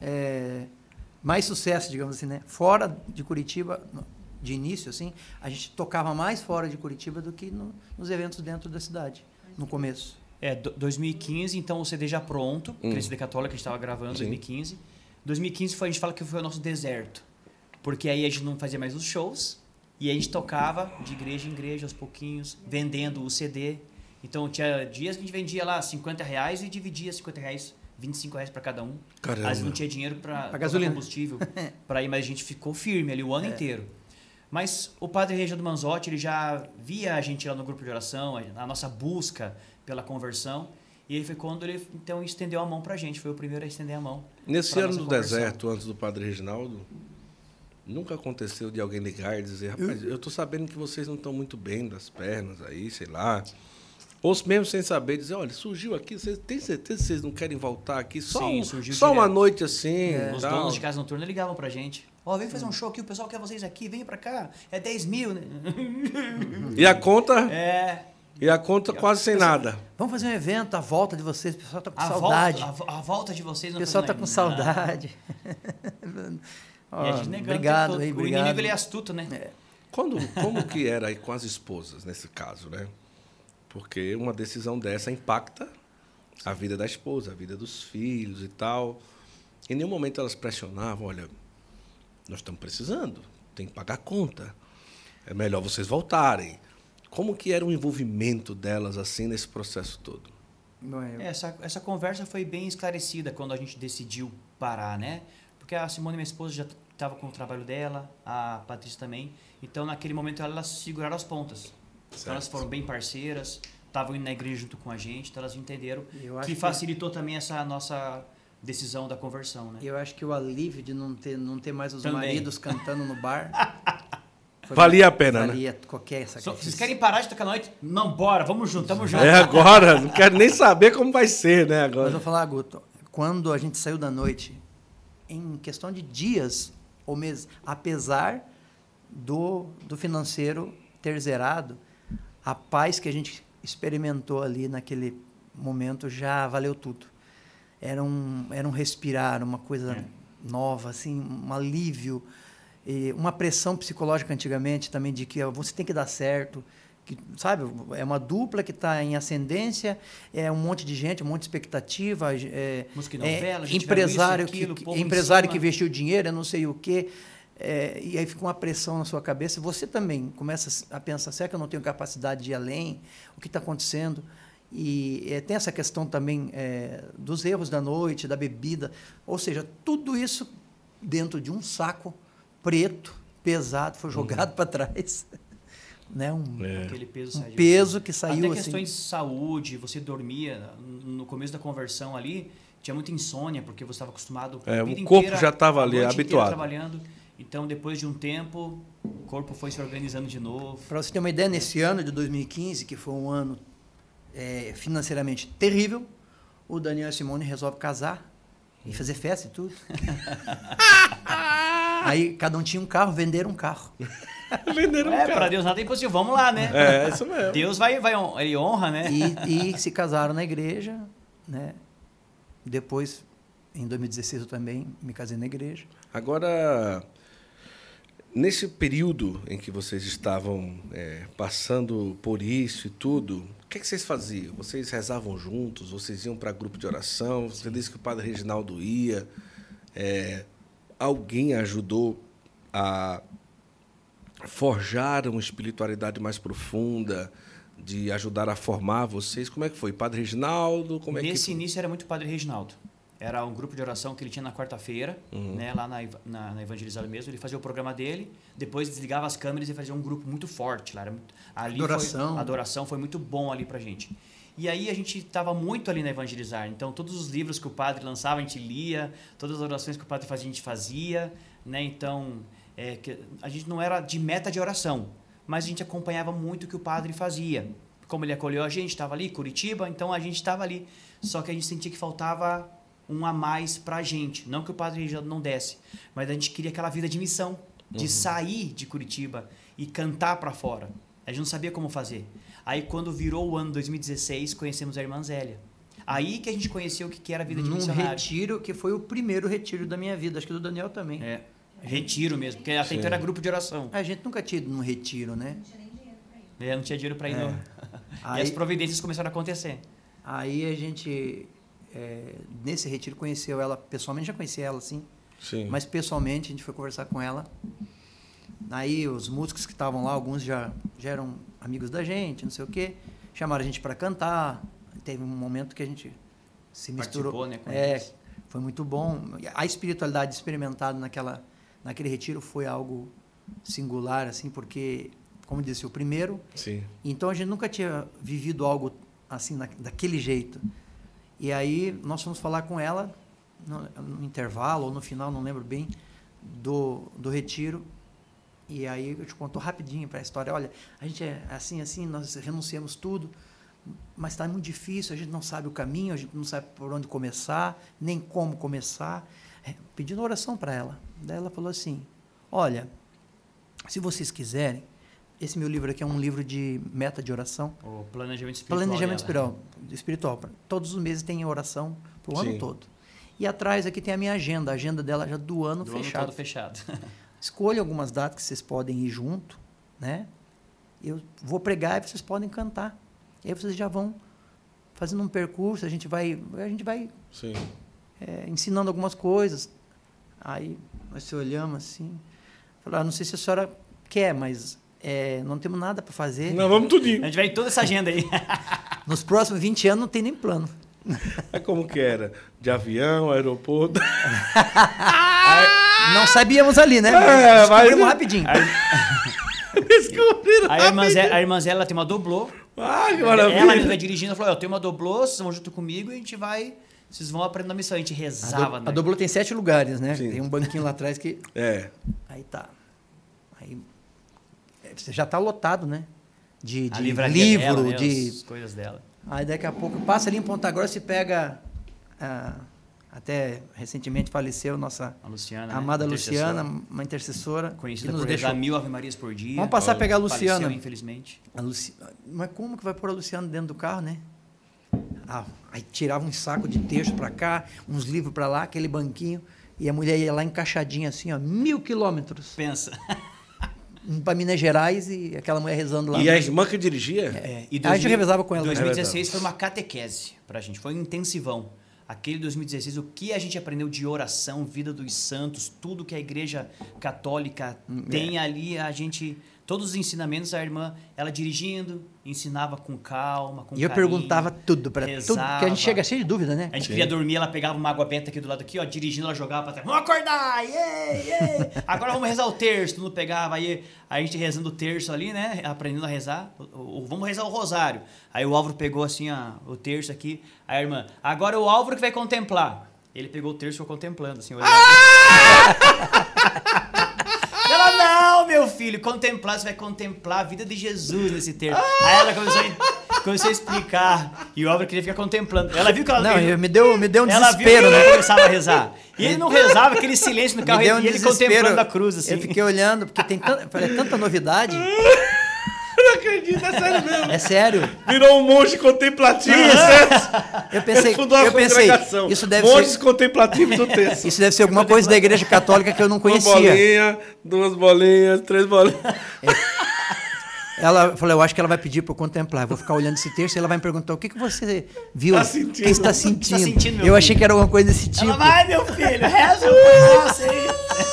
sucesso, digamos assim, né? Fora de Curitiba, de início, assim, a gente tocava mais fora de Curitiba do que nos eventos dentro da cidade, no começo. 2015, então o CD já pronto, aquele CD católico que a gente estava gravando em 2015. 2015 a gente fala que foi o nosso deserto, porque aí a gente não fazia mais os shows, e a gente tocava de igreja em igreja, aos pouquinhos, vendendo o CD. Então, tinha dias que a gente vendia lá R$50 e dividia R$50, R$25 para cada um. Caramba. Às vezes não tinha dinheiro para gasolina, combustível para ir, mas a gente ficou firme ali o ano inteiro. Mas o padre Reginaldo Manzotti, ele já via a gente lá no grupo de oração, a nossa busca pela conversão, e ele foi quando ele então estendeu a mão para a gente, foi o primeiro a estender a mão. Nesse ano do deserto, antes do padre Reginaldo, nunca aconteceu de alguém ligar e dizer, rapaz, eu estou sabendo que vocês não estão muito bem das pernas aí, sei lá. Ou mesmo sem saber, dizer, olha, surgiu aqui, vocês têm certeza que vocês não querem voltar aqui? Só uma noite assim. Os donos de casa noturna ligavam pra gente. Vem fazer um show aqui, o pessoal quer vocês aqui, vem pra cá. É 10 mil, né? E a conta? E a conta quase sem nada. Vamos fazer um evento, a volta de vocês, o pessoal tá com saudade. A volta de vocês não. O pessoal tá com saudade. E a gente negando. Obrigado, o inimigo ele é astuto, né? Como que era aí com as esposas, nesse caso, né? Porque uma decisão dessa impacta a vida da esposa, a vida dos filhos e tal. Em nenhum momento elas pressionavam, olha, nós estamos precisando, tem que pagar a conta. É melhor vocês voltarem. Como que era o envolvimento delas assim nesse processo todo? Essa conversa foi bem esclarecida quando a gente decidiu parar, né? Porque a Simone, minha esposa, já estava com o trabalho dela, a Patrícia também. Então, naquele momento, elas seguraram as pontas. Então, elas foram bem parceiras, estavam indo na igreja junto com a gente, então elas entenderam que facilitou também essa nossa decisão da conversão, né? Eu acho que o alívio de não ter mais os maridos cantando no bar... Valia a pena, valia qualquer sacrifício. Vocês querem parar de tocar na noite? Não, bora, vamos junto, tamo junto. Agora, não quero nem saber como vai ser, né? Agora. Mas eu vou falar, Guto, quando a gente saiu da noite, em questão de dias ou meses, apesar do financeiro ter zerado, a paz que a gente experimentou ali naquele momento já valeu tudo. Era um respirar, uma coisa nova, assim, um alívio, e uma pressão psicológica antigamente também de que você tem que dar certo, que, sabe, é uma dupla que está em ascendência, é um monte de gente, um monte de expectativa, música e novela, empresário que vestiu dinheiro, eu não sei o quê. E aí fica uma pressão na sua cabeça. Você também começa a pensar, será que eu não tenho capacidade de ir além? O que está acontecendo? E tem essa questão também dos erros da noite, da bebida. Ou seja, tudo isso dentro de um saco preto, pesado, foi jogado para trás. Né? Aquele peso que saiu. Até questões de saúde, você dormia. No começo da conversão ali, tinha muita insônia, porque você estava acostumado a vida o corpo inteira, já estava ali, habituado. Trabalhando. Então, depois de um tempo, o corpo foi se organizando de novo. Para você ter uma ideia, nesse ano de 2015, que foi um ano financeiramente terrível, o Daniel e a Simone resolvem casar e fazer festa e tudo. Aí cada um tinha um carro, venderam um carro. Venderam um carro. Para Deus nada é impossível, vamos lá, né? Isso mesmo. Deus ele honra, né? E se casaram na igreja, né? Depois, em 2016, eu também me casei na igreja. Agora, nesse período em que vocês estavam passando por isso e tudo, o que vocês faziam? Vocês rezavam juntos? Vocês iam para grupo de oração? Você disse que o padre Reginaldo ia. Alguém ajudou a forjar uma espiritualidade mais profunda, de ajudar a formar vocês? Como é que foi? Padre Reginaldo? Nesse início era muito Padre Reginaldo. Era um grupo de oração que ele tinha na quarta-feira, né, lá na Evangelizado mesmo. Ele fazia o programa dele, depois desligava as câmeras e fazia um grupo muito forte. Lá, a adoração foi muito bom ali pra gente. E aí a gente estava muito ali na Evangelizar. Então, todos os livros que o padre lançava, a gente lia. Todas as orações que o padre fazia, a gente fazia. Né? Então, a gente não era de meta de oração, mas a gente acompanhava muito o que o padre fazia. Como ele acolheu a gente, estava ali, Curitiba, então a gente estava ali. Só que a gente sentia que faltava um a mais para a gente. Não que o padre já não desse, mas a gente queria aquela vida de missão, de sair de Curitiba e cantar para fora. A gente não sabia como fazer. Aí, quando virou o ano 2016, conhecemos a irmã Zélia. Aí que a gente conheceu o que era a vida de missionário. Num retiro, que foi o primeiro retiro da minha vida, acho que do Daniel também. Retiro mesmo, porque até então era grupo de oração. A gente nunca tinha ido num retiro, né? Não tinha nem dinheiro para ir. Não tinha dinheiro para ir, não. E as providências começaram a acontecer. Aí a gente, nesse retiro, conheceu ela pessoalmente, já conhecia ela, sim. Mas pessoalmente a gente foi conversar com ela. Aí os músicos que estavam lá, alguns já eram amigos da gente, não sei o quê, chamaram a gente para cantar. Teve um momento que a gente se misturou. Participou, né? Foi muito bom. A espiritualidade experimentada naquele retiro foi algo singular, assim, porque, como disse, o primeiro. Sim. Então a gente nunca tinha vivido algo assim, daquele jeito. E aí nós fomos falar com ela no intervalo ou no final, não lembro bem, do retiro. E aí eu te conto rapidinho para a história. Olha, a gente é assim, nós renunciamos tudo, mas está muito difícil, a gente não sabe o caminho, a gente não sabe por onde começar, nem como começar. Pedindo oração para ela. Daí ela falou assim, olha, se vocês quiserem, esse meu livro aqui é um livro de meta de oração. O planejamento espiritual. Planejamento espiritual. Todos os meses tem oração para o ano todo. E atrás aqui tem a minha agenda, a agenda dela já do ano fechado. Ano todo fechado. Escolha algumas datas que vocês podem ir junto, né? Eu vou pregar e vocês podem cantar. E aí vocês já vão fazendo um percurso, a gente vai ensinando algumas coisas. Aí nós se olhamos assim, falamos, não sei se a senhora quer, mas não temos nada para fazer. Não, vamos tudinho. A gente vai em toda essa agenda aí. Nos próximos 20 anos não tem nem plano. Como que era? De avião, aeroporto? Não sabíamos ali, né? Descobrimos rapidinho. A irmã Zé, ela tem uma doblô. Que maravilha. Ela mesma vai dirigindo, ela falou, eu tenho uma doblô, vocês vão junto comigo e a gente vai... Vocês vão aprendendo a missão. A gente rezava. A doblô tem 7 lugares, né? Sim. Tem um banquinho lá atrás que... Aí tá. Aí você já tá lotado, né? De livro, dela, né? As coisas dela. Aí daqui a pouco passa ali em Ponta Grossa e pega... até recentemente faleceu nossa amada Luciana, uma intercessora. Conhecida por rezar 1000 Ave Marias por dia. Vamos passar a pegar a Luciana. Faleceu, infelizmente. Mas como que vai pôr a Luciana dentro do carro, né? Aí tirava um saco de texto para cá, uns livros para lá, aquele banquinho, e a mulher ia lá encaixadinha assim, 1000 quilômetros. Pensa. Para Minas Gerais e aquela mulher rezando lá. E a irmã que dirigia? A gente revezava com ela. 2016 foi uma catequese pra gente, foi um intensivão. aquele 2016, o que a gente aprendeu de oração, vida dos santos, tudo que a Igreja Católica tem ali, todos os ensinamentos, a irmã, ela dirigindo, ensinava com calma, com E eu carinho, perguntava tudo para tudo, porque a gente chega cheio de dúvida, né? A gente queria dormir, ela pegava uma água benta aqui do lado aqui, ó, dirigindo, ela jogava pra trás. Vamos acordar! Yeah! Agora vamos rezar o terço. Todo mundo pegava, aí a gente rezando o terço ali, né? Aprendendo a rezar. Vamos rezar o rosário. Aí o Álvaro pegou assim, ó, o terço aqui. Aí a irmã, agora o Álvaro que vai contemplar. Ele pegou o terço e ficou contemplando, assim, olhando. Ela, não, meu filho, contemplar, você vai contemplar a vida de Jesus nesse terço. Aí ela começou a explicar. E o Álvaro queria ficar contemplando. Ela viu que ela... Não, me deu um desespero, ela viu que né? ele começava a rezar. E ele não rezava, aquele silêncio no carro, e ele contemplando a cruz, assim. Eu fiquei olhando, porque tem tanta novidade. Não acredito, é sério mesmo. É sério. Virou um monge contemplativo, certo? Eu pensei, isso deve Monges ser... contemplativos do texto. Isso deve ser alguma coisa da Igreja Católica que eu não conhecia. Duas bolinhas, 3 bolinhas. Ela falou, eu acho que ela vai pedir para eu contemplar. Eu vou ficar olhando esse texto e ela vai me perguntar o que você viu? Tá sentindo? O que você está sentindo? Tá sentindo, meu eu achei filho? que era alguma coisa desse tipo. Ela vai, meu filho, reza o nosso aí.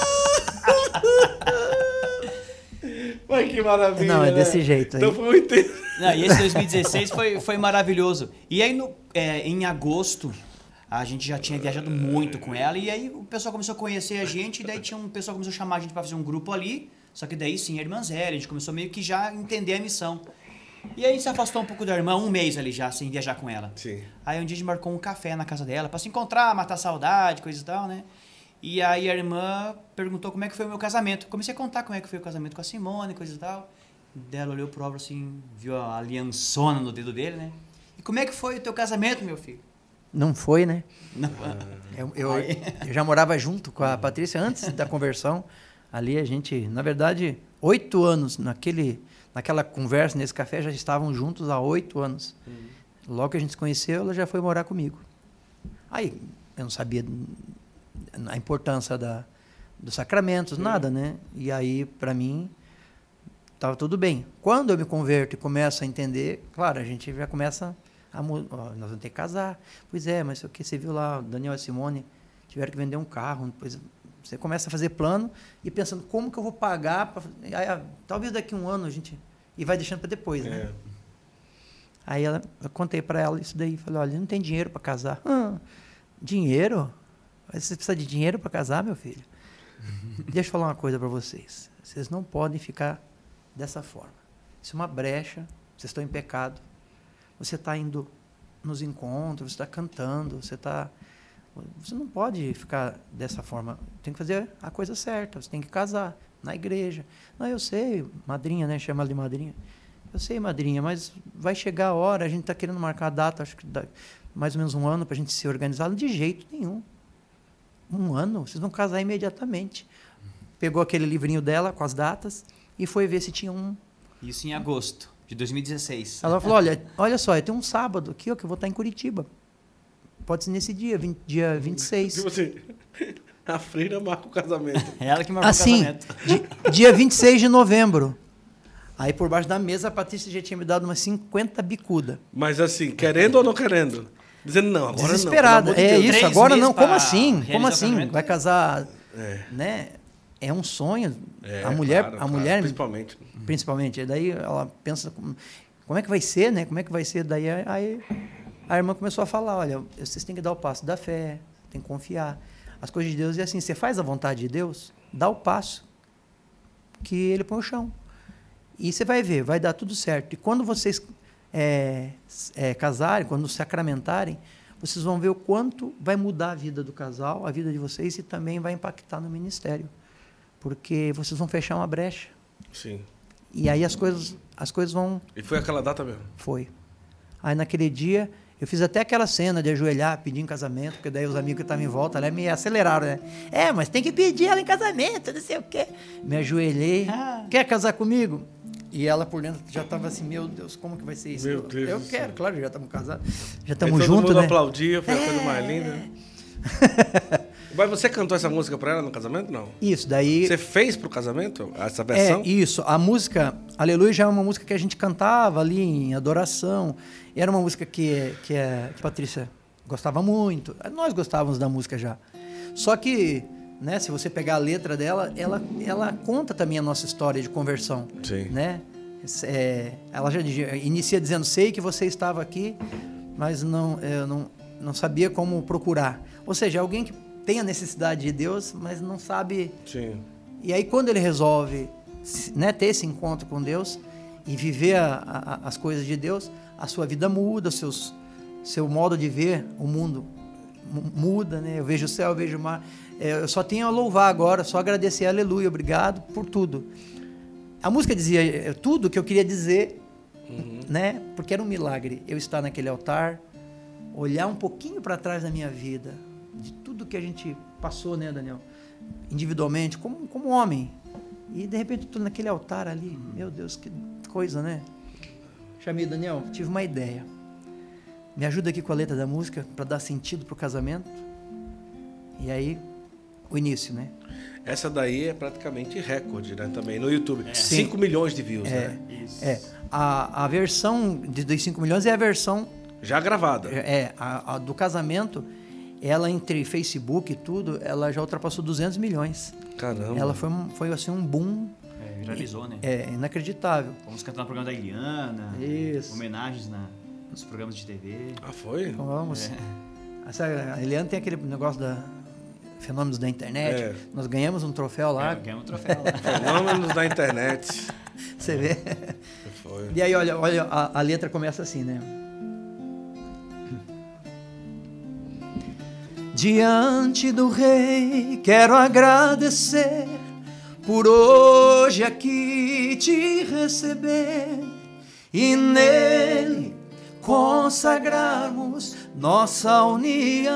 Mas que maravilha. Não, é né? desse jeito aí. Então foi muito Não, e esse 2016 foi maravilhoso. E aí, em agosto, a gente já tinha viajado muito com ela. E aí o pessoal começou a conhecer a gente. E daí um pessoal começou a chamar a gente para fazer um grupo ali. Só que daí sim, a irmã Zélia. A gente começou meio que já a entender a missão. E aí a gente se afastou um pouco da irmã, um mês ali já, sem viajar com ela. Sim. Aí um dia a gente marcou um café na casa dela para se encontrar, matar saudade, coisa e tal, né? E aí a irmã perguntou como é que foi o meu casamento. Comecei a contar como é que foi o casamento com a Simone, coisa e tal. Ela olhou pro Álvaro assim, viu a aliançona no dedo dele, né? E como é que foi o teu casamento, meu filho? Não foi, né? Não. Eu já morava junto com a Patrícia antes da conversão. Ali a gente, na verdade, 8 anos naquela conversa, nesse café, já estavam juntos há 8 anos. Logo que a gente se conheceu, ela já foi morar comigo. Aí, eu não sabia a importância dos sacramentos, nada, né? E aí, para mim, estava tudo bem. Quando eu me converto e começo a entender, claro, a gente já começa nós vamos ter que casar. Pois é, mas o que você viu lá, Daniel e Simone tiveram que vender um carro, depois você começa a fazer plano e pensando como que eu vou pagar, talvez daqui a um ano a gente... E vai deixando para depois, né? Aí eu contei para ela isso daí, falei, olha, não tem dinheiro para casar. Dinheiro? Você precisa de dinheiro para casar, meu filho? Deixa eu falar uma coisa para vocês. Vocês não podem ficar dessa forma. Isso é uma brecha, vocês estão em pecado. Você está indo nos encontros, você está cantando, você não pode ficar dessa forma. Tem que fazer a coisa certa, você tem que casar na igreja. Não, eu sei, madrinha, né? Chama ela de madrinha. Eu sei, madrinha, mas vai chegar a hora, a gente está querendo marcar a data, acho que mais ou menos um ano para a gente se organizar. De jeito nenhum. Um ano, vocês vão casar imediatamente. Pegou aquele livrinho dela com as datas e foi ver se tinha um. Isso em agosto de 2016. Ela falou, olha só, eu tenho um sábado aqui, ó, que eu vou estar em Curitiba. Pode ser nesse dia, dia 26. Tipo assim, a freira marca o casamento. Ela que marcou assim, o casamento. Dia 26 de novembro. Aí por baixo da mesa a Patrícia já tinha me dado umas 50 bicudas. Mas assim, querendo ou não querendo? Dizendo, não, agora desesperada. não. Pelo amor de Deus. Isso, 3 agora meses não. Como pra assim? realizar Como o assim? casamento? Vai casar, né? É um sonho. A mulher, principalmente. E daí ela pensa, como é que vai ser, né? Como é que vai ser? Daí aí a irmã começou a falar, olha, vocês têm que dar o passo da fé, tem que confiar. As coisas de Deus é assim, você faz a vontade de Deus, dá o passo que ele põe o chão. E você vai ver, vai dar tudo certo. E quando vocês casarem, quando sacramentarem, vocês vão ver o quanto vai mudar a vida do casal, a vida de vocês, e também vai impactar no ministério. Porque vocês vão fechar uma brecha. Sim. E aí as coisas vão... E foi aquela data mesmo? Foi. Aí naquele dia, eu fiz até aquela cena de ajoelhar, pedir em casamento, porque daí os amigos que estavam em volta né, me aceleraram, né? Mas tem que pedir ela em casamento, não sei o quê. Me ajoelhei. Quer casar comigo? E ela por dentro já estava assim, meu Deus, como que vai ser isso? Meu Deus eu do quero, céu. claro, já estamos casados. Já estamos Todo juntos, mundo né? aplaudia, foi a coisa mais linda. Né? Mas você cantou essa música para ela no casamento, não? Isso, daí... Você fez pro casamento essa versão? Isso. A música Aleluia já é uma música que a gente cantava ali em adoração. Era uma música que a Patrícia Gostava muito. Nós gostávamos da música já. Só que, né, se você pegar a letra dela, ela conta também a nossa história de conversão. Sim. Né? Ela já inicia dizendo, sei que você estava aqui, mas não sabia como procurar. Ou seja, alguém que tem a necessidade de Deus, mas não sabe... Sim. E aí quando ele resolve, né, ter esse encontro com Deus e viver as coisas de Deus, a sua vida muda, seu modo de ver o mundo muda, né? Eu vejo o céu, eu vejo o mar. Eu só tenho a louvar agora, só agradecer, aleluia, obrigado por tudo. A música dizia tudo que eu queria dizer, né? Porque era um milagre eu estar naquele altar, olhar um pouquinho para trás da minha vida, de tudo que a gente passou, né, Daniel? Individualmente, como homem. E de repente eu estou naquele altar ali, meu Deus, que coisa, né? Chamei Daniel, tive uma ideia. Me ajuda aqui com a letra da música para dar sentido pro casamento. E aí, o início, né? Essa daí é praticamente recorde, né? Também no YouTube. 5 Sim. milhões de views, né? Isso. A versão dos 5 milhões é a versão... Já gravada. A do casamento, ela entre Facebook e tudo, ela já ultrapassou 200 milhões. Caramba. Ela foi assim um boom... Viralizou, né? Inacreditável. Vamos cantar no programa da Eliana. Isso. Homenagens nos programas de TV. Ah, foi? Então vamos. A Eliana tem aquele negócio da fenômenos da internet. Nós ganhamos um troféu lá. Ganhamos um troféu lá. Fenômenos da internet. Você vê? Foi. E aí, olha a letra começa assim, né? Diante do Rei, quero agradecer por hoje aqui te receber e nele consagrarmos nossa união.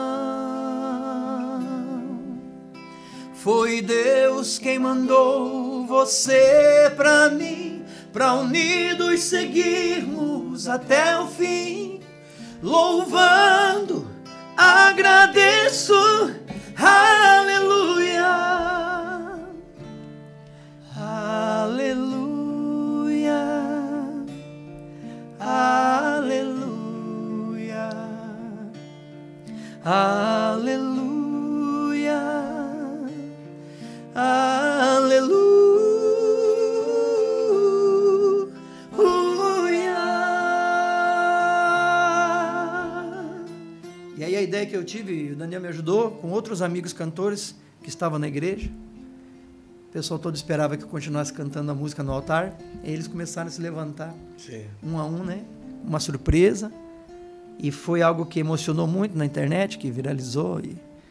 Foi Deus quem mandou você pra mim, pra unidos seguirmos até o fim, louvando, agradeço, aleluia, aleluia, aleluia, aleluia, aleluia. E aí a ideia que eu tive, o Daniel me ajudou, com outros amigos cantores que estavam na igreja. O pessoal todo esperava que eu continuasse cantando a música no altar. E eles começaram a se levantar, Sim. um a um, né? Uma surpresa. E foi algo que emocionou muito na internet, que viralizou.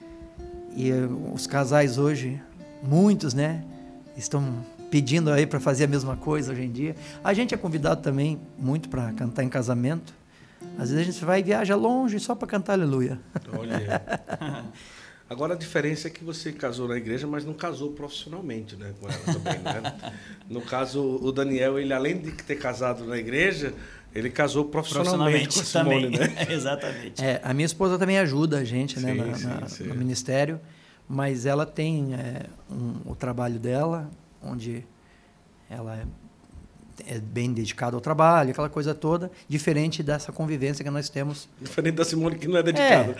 E os casais hoje, muitos, né? Estão pedindo aí para fazer a mesma coisa hoje em dia. A gente é convidado também muito para cantar em casamento. Às vezes a gente vai e viaja longe só para cantar aleluia. Olha aí. Agora a diferença é que você casou na igreja, mas não casou profissionalmente, né, com ela também, né? No caso, o Daniel, ele além de ter casado na igreja, ele casou profissionalmente com a Simone, também. né? Exatamente. A minha esposa também ajuda a gente, né, Sim. no ministério, mas ela tem o trabalho dela, onde ela é bem dedicada ao trabalho, aquela coisa toda, diferente dessa convivência que nós temos. Diferente da Simone, que não é dedicada.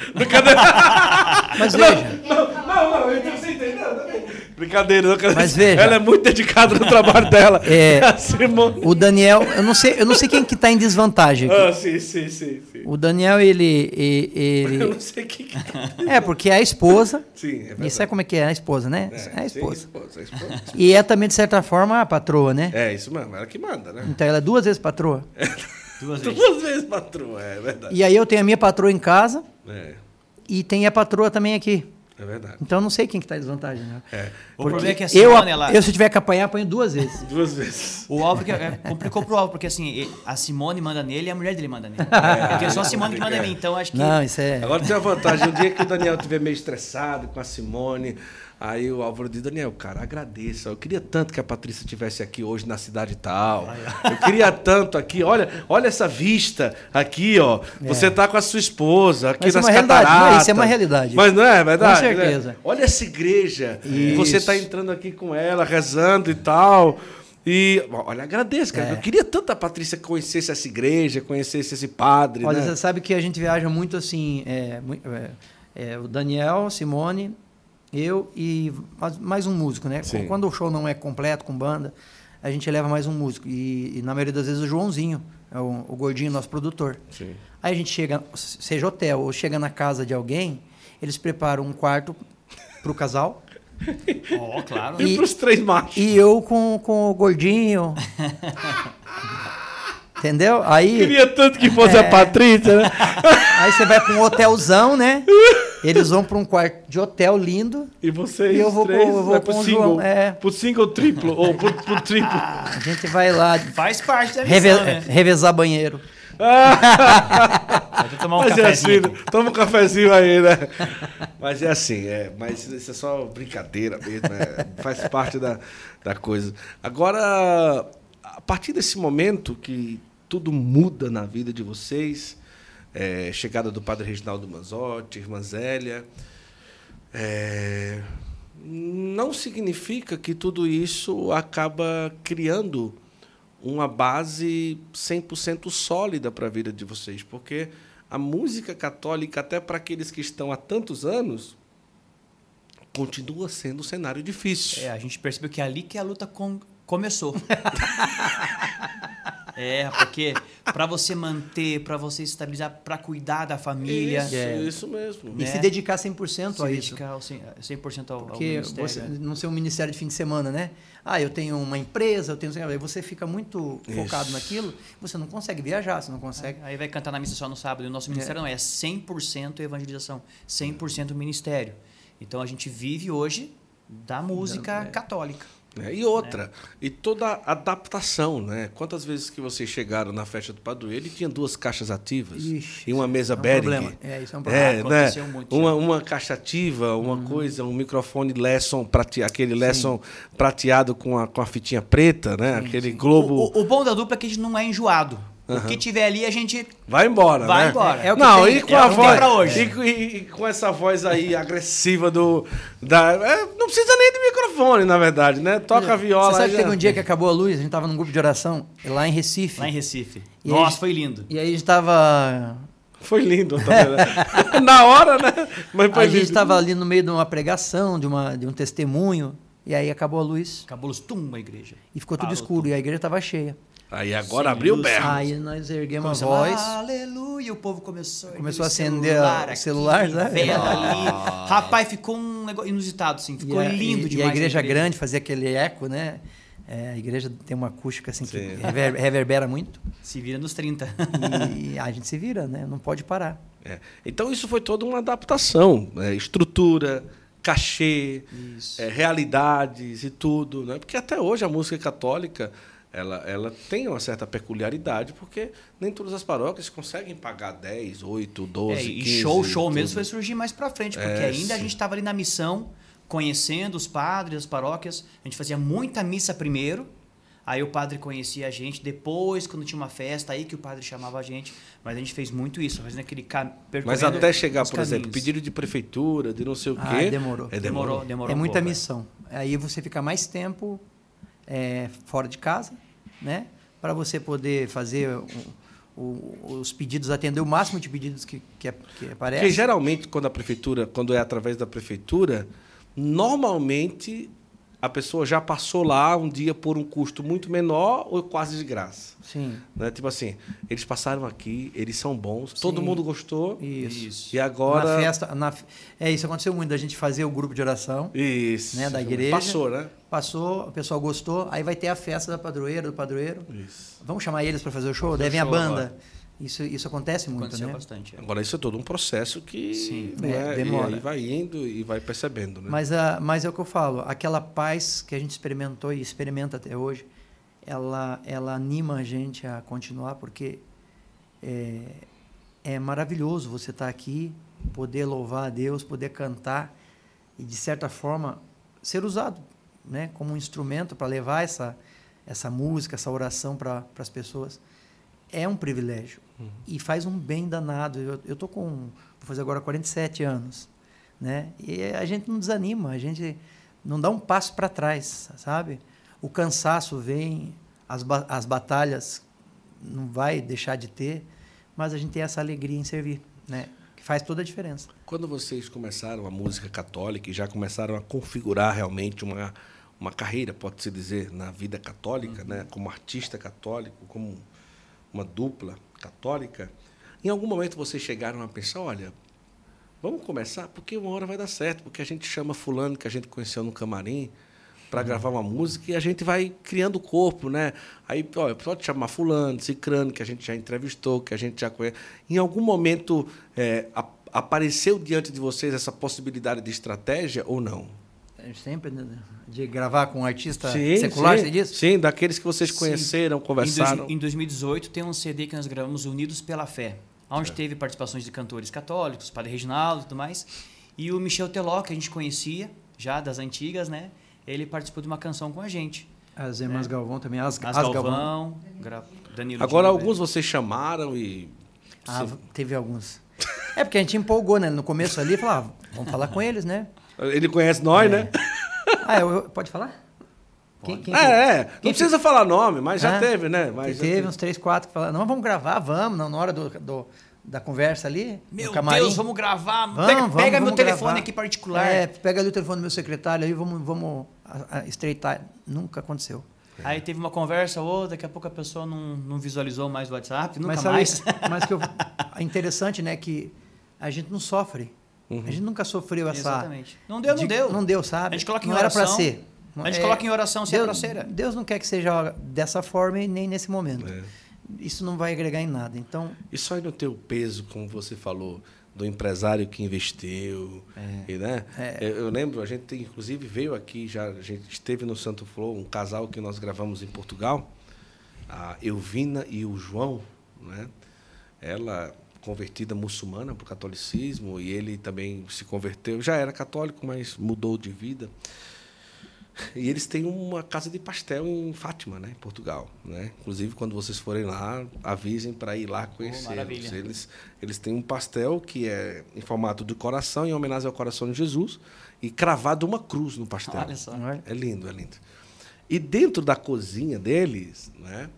Mas veja... Não, eu você entendeu? Brincadeira. Mas veja... Ela é muito dedicada no trabalho dela. A Simone... O Daniel... Eu não sei quem que está em desvantagem aqui. Sim. O Daniel, ele... Eu não sei quem que... porque é a esposa. Sim, é verdade. E sabe como é que é a esposa, né? É a esposa. Sim, a esposa. E é também, de certa forma, a patroa, né? É, isso mesmo. Ela que manda, né? Então ela é 2 vezes patroa. Duas vezes. 2 vezes patroa, é verdade. E aí eu tenho a minha patroa em casa É e tem a patroa também aqui. verdade. Então eu não sei quem que está em desvantagem, né? O problema é que a eu, Simone, ela... se tiver que apanhar, apanho 2 vezes. 2 vezes. O Álvaro complicou pro Álvaro, porque assim, a Simone manda nele e a mulher dele manda nele. Porque é só a Simone que manda em mim, então acho que... Não, isso é... Agora tem a vantagem, o dia que o Daniel estiver meio estressado com a Simone, aí o Álvaro diz, Daniel, cara, agradeça. Eu queria tanto que a Patrícia estivesse aqui hoje na cidade tal. Eu queria tanto aqui. Olha essa vista aqui, ó. Você tá com a sua esposa aqui Mas nas isso é uma realidade, cataratas. não, isso é uma realidade. Mas não é verdade? Com certeza. Olha essa igreja. E Isso. você tá entrando aqui com ela, rezando e tal. E, olha, agradeço, cara. Eu queria tanto a Patrícia conhecesse essa igreja, conhecesse esse padre, Olha, né? você sabe que a gente viaja muito assim, o Daniel, Simone, eu e mais um músico, né? Sim. Quando o show não é completo, com banda, a gente leva mais um músico. E na maioria das vezes o Joãozinho, é o gordinho, nosso produtor. Sim. Aí a gente chega, seja hotel ou chega na casa de alguém, eles preparam um quarto pro casal. Ó, claro. E pros 3 machos. E eu com o gordinho. Entendeu? Aí, Queria tanto que fosse a Patrícia, né? aí você vai para um hotelzão, né? Eles vão para um quarto de hotel lindo. E vocês E eu vou 3 eu vou vai pro com o single. João, é. Pro single triplo, ou pro triplo. A gente vai lá Faz parte da missão, né? revezar banheiro. Vou tomar um Mas é cafezinho. assim, toma um cafezinho aí, né? Mas é assim, mas isso é só brincadeira mesmo, faz parte da coisa. Agora, a partir desse momento que tudo muda na vida de vocês, chegada do padre Reginaldo Manzotti, irmã Zélia, não significa que tudo isso acaba criando uma base 100% sólida para a vida de vocês, porque a música católica, até para aqueles que estão há tantos anos, continua sendo um cenário difícil. A gente percebeu que é ali que a luta começou. Porque para você manter, para você estabilizar, para cuidar da família. Isso mesmo. E se dedicar 100% a isso. Dedicar 100% ao Porque ministério. você não ser um ministério de fim de semana, né? Eu tenho uma empresa, aí você fica muito focado naquilo, você não consegue viajar, você não consegue. Aí vai cantar na missa só no sábado. E o nosso ministério não é 100% evangelização, 100% ministério. Então a gente vive hoje da música católica. E outra, e toda a adaptação, né? Quantas vezes que vocês chegaram na festa do padroeiro e tinha 2 caixas ativas e uma mesa Behringer? Isso é um problema. Aconteceu muito. Uma caixa ativa, uma coisa, um microfone Lesson, aquele Lesson prateado com a fitinha preta, né? Aquele globo. O bom da dupla é que a gente não é enjoado. O que tiver ali, a gente vai embora, vai né? embora. É o que não, tem, e com a voz pra hoje. E com essa voz aí agressiva não precisa nem de microfone, na verdade, né? Toca a viola. Você sabe que já... teve um dia que acabou a luz, a gente estava num grupo de oração lá em Recife. Lá em Recife. E Nossa, aí, foi lindo. E aí a gente estava... Foi lindo também, né? Na hora, né? Mas foi a lindo. gente estava ali no meio de uma pregação, de um testemunho, e aí acabou a luz. Acabou a luz, a igreja. E ficou tudo escuro, e a igreja estava cheia. Aí agora Sem abriu o luz. berro. Aí nós erguemos a Começou, voz. Aleluia, o povo começou A acender o celular, aqui, né? vela ali. Rapaz, ficou um negócio inusitado, assim. Ficou lindo demais. E a igreja grande fazia aquele eco, né? A igreja tem uma acústica assim que reverbera muito. Se vira nos 30. E a gente se vira, né? Não pode parar. Então isso foi toda uma adaptação, estrutura, cachê, realidades e tudo, né? Porque até hoje a música católica ela tem uma certa peculiaridade, porque nem todas as paróquias conseguem pagar 10, 8, 12, 15... E show mesmo foi surgir mais pra frente, porque ainda a gente estava ali na missão, conhecendo os padres, as paróquias. A gente fazia muita missa primeiro, aí o padre conhecia a gente. Depois, quando tinha uma festa, aí que o padre chamava a gente. Mas a gente fez muito isso, fazendo aquele Mas até chegar, por exemplo, pedido de prefeitura, de não sei o quê... Demorou. Demorou É muita pouco, missão. Aí você fica mais tempo fora de casa, né? Para você poder fazer os pedidos, atender o máximo de pedidos que aparecem. Porque geralmente, quando é através da prefeitura, normalmente a pessoa já passou lá um dia por um custo muito menor ou quase de graça. Sim. Né? Tipo assim, eles passaram aqui, eles são bons, todo mundo gostou. Isso. E agora... Na festa... isso aconteceu muito, da gente fazer o grupo de oração. Isso. Né, da igreja. Passou, né? Passou, o pessoal gostou, aí vai ter a festa da padroeira, do padroeiro. Isso. Vamos chamar eles para fazer o show? Daí vem a banda. Isso acontece muito, Aconteceu né? bastante. Agora, isso é todo um processo que... Sim. Demora. E aí vai indo e vai percebendo, né? Mas é o que eu falo, aquela paz que a gente experimentou e experimenta até hoje, ela anima a gente a continuar, porque é maravilhoso você estar aqui, poder louvar a Deus, poder cantar e, de certa forma, ser usado, né, como um instrumento para levar essa música, essa oração para as pessoas. É um privilégio e faz um bem danado. Eu vou fazer agora 47 anos, né? E a gente não desanima, a gente não dá um passo para trás, sabe? O cansaço vem, as batalhas não vai deixar de ter, mas a gente tem essa alegria em servir, né? Que faz toda a diferença. Quando vocês começaram a música católica e já começaram a configurar realmente uma carreira, pode-se dizer, na vida católica, né? Como artista católico, como uma dupla católica, em algum momento vocês chegaram a pensar, olha, vamos começar, porque uma hora vai dar certo, porque a gente chama fulano que a gente conheceu no camarim para gravar uma música e a gente vai criando o corpo, né? Aí, olha, pode chamar fulano, cicrano, que a gente já entrevistou, que a gente já conhece. Em algum momento apareceu diante de vocês essa possibilidade de estratégia ou não? Sempre de gravar com um artista secular, você disse? Sim, daqueles que vocês conheceram, conversaram. Em 2018 tem um CD que nós gravamos, Unidos pela Fé, onde teve participações de cantores católicos, Padre Reginaldo e tudo mais. E o Michel Teló, que a gente conhecia já das antigas, né? Ele participou de uma canção com a gente. As irmãs Galvão também, as Galvão, Danilo. Agora, alguns vocês chamaram e... Teve alguns. É porque a gente empolgou, né? No começo ali, falava, vamos falar com eles, né? Ele conhece nós, né? Pode falar? Quem não precisa falar nome, mas já teve, né? Mas teve uns 3, 4 que falaram, não, vamos gravar, vamos, na hora da conversa ali. Meu Deus, vamos gravar. Pega meu telefone gravar. Aqui particular. Pega ali o telefone do meu secretário, aí vamos estreitar. Nunca aconteceu. Aí teve uma conversa, daqui a pouco a pessoa não visualizou mais o WhatsApp, nunca mais. Mas é interessante, né, que a gente não sofre. Uhum. A gente nunca sofreu essa... Exatamente. Não deu. Não deu, sabe? A gente coloca em não oração. Era para ser. A gente coloca em oração se é para ser. Deus não quer que seja dessa forma e nem nesse momento. Isso não vai agregar em nada. Então... Isso aí não tem o peso, como você falou, do empresário que investiu. Né? Eu lembro, a gente inclusive veio aqui, a gente esteve no Santo Flow, um casal que nós gravamos em Portugal, a Elvina e o João, né? Ela convertida muçulmana para o catolicismo e ele também se converteu, já era católico, mas mudou de vida. E eles têm uma casa de pastel em Fátima, né, em Portugal, né? Inclusive, quando vocês forem lá, avisem para ir lá conhecê-los. Eles têm um pastel que é em formato de coração, em homenagem ao coração de Jesus, e cravado uma cruz no pastel. Olha só. É lindo, é lindo. E dentro da cozinha deles, né,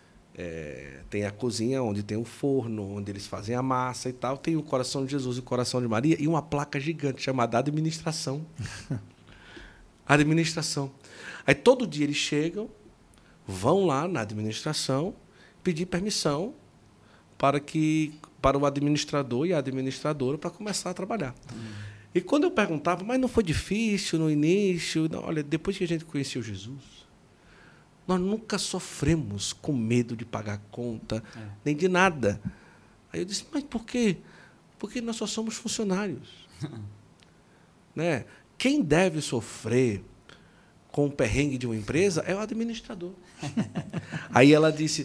tem a cozinha onde tem o forno, onde eles fazem a massa e tal, tem o coração de Jesus e o coração de Maria e uma placa gigante chamada administração. Administração. Aí todo dia eles chegam, vão lá na administração pedir permissão para o administrador e a administradora para começar a trabalhar. E quando eu perguntava, mas não foi difícil no início? Não, olha, depois que a gente conheceu Jesus, nós nunca sofremos com medo de pagar conta, nem de nada. Aí eu disse, mas por quê? Porque nós só somos funcionários. Né? Quem deve sofrer com o perrengue de uma empresa é o administrador. Aí ela disse,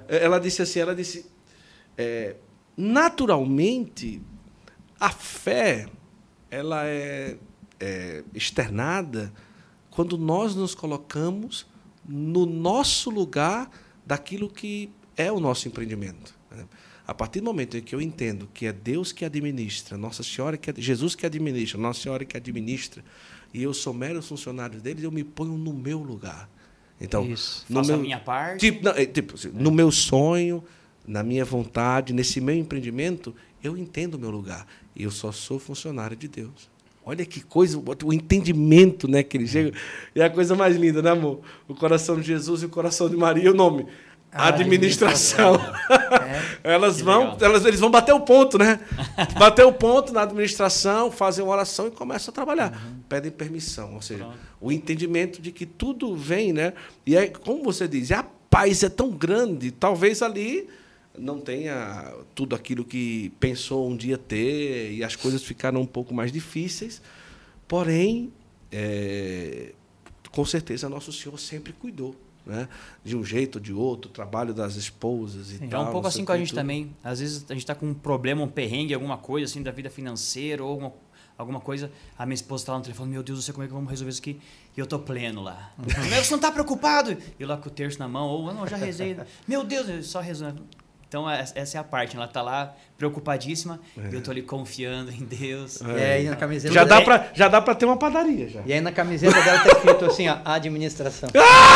naturalmente, a fé ela é externada quando nós nos colocamos no nosso lugar daquilo que é o nosso empreendimento. A partir do momento em que eu entendo que é Deus que administra, Nossa Senhora Jesus que administra, Nossa Senhora que administra, e eu sou mero funcionário deles, eu me ponho no meu lugar. Então, faço a minha parte. No meu sonho, na minha vontade, nesse meu empreendimento, eu entendo o meu lugar. E eu só sou funcionário de Deus. Olha que coisa, o entendimento, né, que ele chega. É a coisa mais linda, né, amor? O coração de Jesus e o coração de Maria, o nome. Administração. Eles vão bater o ponto, né? Bater o ponto na administração, fazem uma oração e começam a trabalhar. Pedem permissão, ou seja, o entendimento de que tudo vem, né? E é, como você diz, a paz é tão grande, talvez ali não tenha tudo aquilo que pensou um dia ter e as coisas ficaram um pouco mais difíceis, porém, com certeza, Nosso Senhor sempre cuidou. Né? De um jeito ou de outro, o trabalho das esposas e tal. É um pouco assim com a gente também. Às vezes a gente está com um problema, um perrengue, alguma coisa assim da vida financeira ou alguma coisa. A minha esposa está lá no telefone, meu Deus do céu, como é que vamos resolver isso aqui? E eu estou pleno lá. Você não está preocupado? E lá com o terço na mão, ou não, já rezei. Meu Deus, eu só rezando. Então, essa é a parte. Ela tá lá preocupadíssima e eu tô ali confiando em Deus. E aí na camiseta Já dá pra ter uma padaria, já. E aí na camiseta dela tá escrito assim, ó, administração.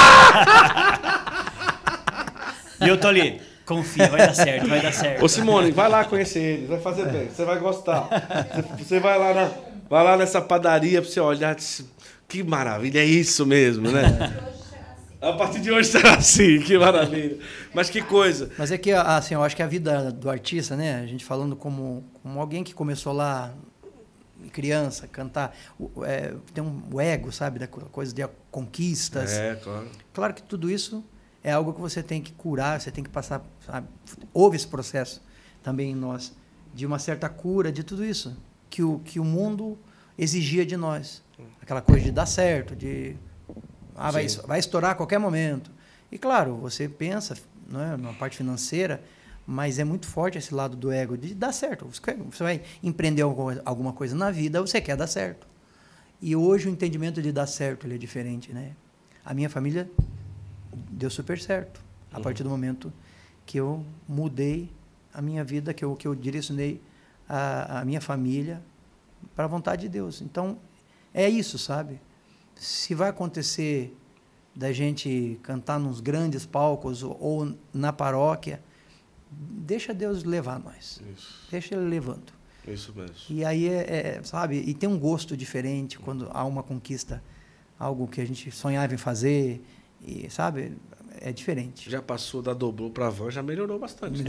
E eu tô ali, confia, vai dar certo, vai dar certo. Ô, Simone, vai lá conhecer eles, vai fazer bem, você vai gostar. Você vai lá nessa padaria pra você olhar, que maravilha, é isso mesmo, né? A partir de hoje será assim, que maravilha. Mas que coisa. Mas é que, assim, eu acho que a vida do artista, né? A gente falando como alguém que começou lá, criança, cantar, tem o ego, sabe? Da coisa de conquistas. Claro. Claro que tudo isso é algo que você tem que curar, você tem que passar, sabe? Houve esse processo também em nós, de uma certa cura de tudo isso, que o mundo exigia de nós. Aquela coisa de dar certo, de... vai estourar a qualquer momento. E, claro, você pensa, não é, na parte financeira, mas é muito forte esse lado do ego, de dar certo. Você vai empreender alguma coisa na vida, você quer dar certo. E hoje o entendimento de dar certo ele é diferente, né? A minha família deu super certo. A partir do momento que eu mudei a minha vida, que eu direcionei a minha família para a vontade de Deus. Então, é isso, sabe? Se vai acontecer da gente cantar nos grandes palcos ou na paróquia, deixa Deus levar nós. Isso. Deixa Ele levando. Isso mesmo. E aí, sabe, e tem um gosto diferente quando há uma conquista, algo que a gente sonhava em fazer, e, sabe, é diferente. Já passou da Dobrô para a van, já melhorou bastante.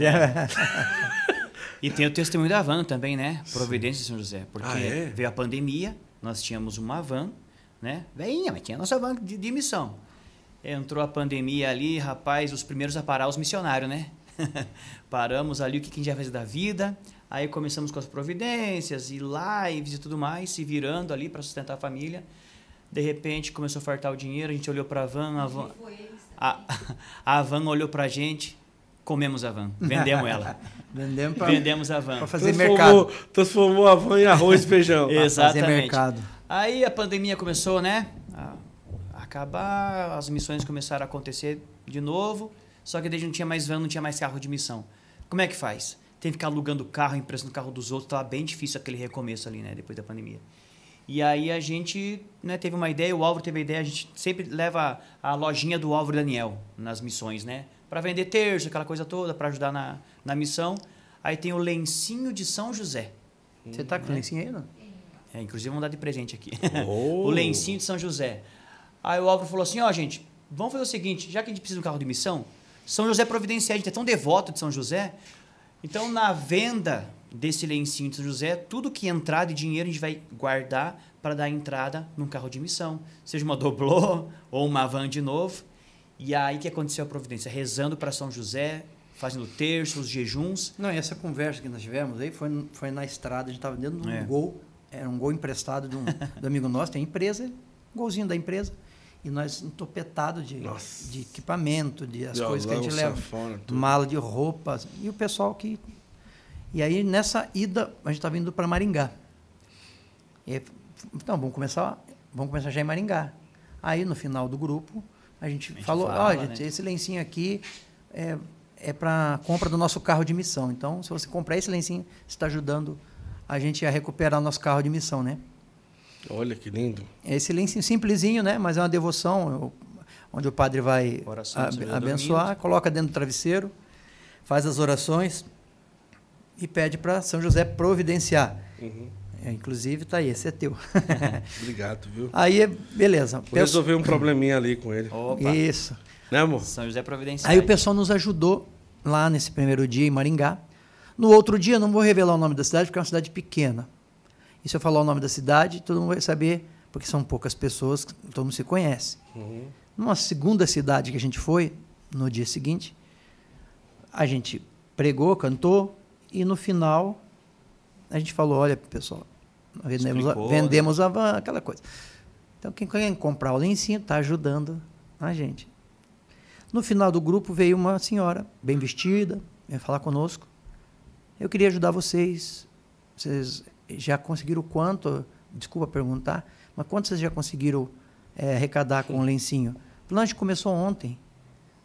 E tem o testemunho da van também, né? Providência de São José. Porque veio a pandemia, nós tínhamos uma van, né? Veinha, mas tinha a nossa van de missão. Entrou a pandemia ali, rapaz, os primeiros a parar, os missionários, né? Paramos ali, o que a gente ia fazer da vida. Aí começamos com as providências e lives e tudo mais, se virando ali para sustentar a família. De repente começou a fartar o dinheiro, a gente olhou para a van, a van olhou para a gente, comemos a van, vendemos ela. Vendemos a van. Para fazer mercado. Transformou a van em arroz e feijão. Exatamente. Fazer mercado. Aí a pandemia começou, né? A acabar, as missões começaram a acontecer de novo, só que desde não tinha mais van, não tinha mais carro de missão. Como é que faz? Tem que ficar alugando carro, emprestando o carro dos outros, estava bem difícil aquele recomeço ali, né? Depois da pandemia. E aí a gente, né, teve uma ideia, o Álvaro teve a ideia, a gente sempre leva a lojinha do Álvaro Daniel nas missões, né? Para vender terço, aquela coisa toda, para ajudar na missão. Aí tem o lencinho de São José. Você tá com o lencinho aí, não? Inclusive vamos dar de presente aqui. Oh. O lencinho de São José. Aí o Álvaro falou assim, gente, vamos fazer o seguinte, já que a gente precisa de um carro de missão, São José providencia, a gente é tão devoto de São José, então na venda desse lencinho de São José, tudo que entrar de dinheiro a gente vai guardar para dar entrada num carro de missão, seja uma doblô ou uma van de novo. E aí que aconteceu a providência, rezando para São José, fazendo terços, jejuns. Não, e essa conversa que nós tivemos aí foi na estrada, a gente estava dentro de um Gol, era um Gol emprestado do amigo nosso, tem empresa, um golzinho da empresa, e nós entopetados de equipamento, as coisas que a gente leva, mala de roupas, e o pessoal que... E aí, nessa ida, a gente estava indo para Maringá. Então, vamos começar já em Maringá. Aí, no final do grupo, a gente falou, gente, esse lencinho aqui é para compra do nosso carro de missão. Então, se você comprar esse lencinho, você está ajudando a gente a recuperar o nosso carro de missão, né? Olha que lindo. Esse lencinho simplesinho, né? Mas é uma devoção, onde o padre vai abençoar, coloca dentro do travesseiro, faz as orações e pede para São José providenciar. Inclusive, tá aí, esse é teu. Obrigado, viu? Aí, beleza. Vou resolver um probleminha ali com ele. Opa. Isso. Né, amor? São José providenciar. Aí o pessoal nos ajudou lá nesse primeiro dia em Maringá. No outro dia, não vou revelar o nome da cidade, porque é uma cidade pequena. E se eu falar o nome da cidade, todo mundo vai saber, porque são poucas pessoas, todo mundo se conhece. Numa segunda cidade que a gente foi, no dia seguinte, a gente pregou, cantou, e no final a gente falou, olha, pessoal, vendemos a van, aquela coisa. Então, quem quer comprar o lencinho está ajudando a gente. No final do grupo veio uma senhora, bem vestida, veio falar conosco. Eu queria ajudar vocês. Vocês já conseguiram quanto? Desculpa perguntar, mas quanto vocês já conseguiram arrecadar com o lencinho? A gente começou ontem.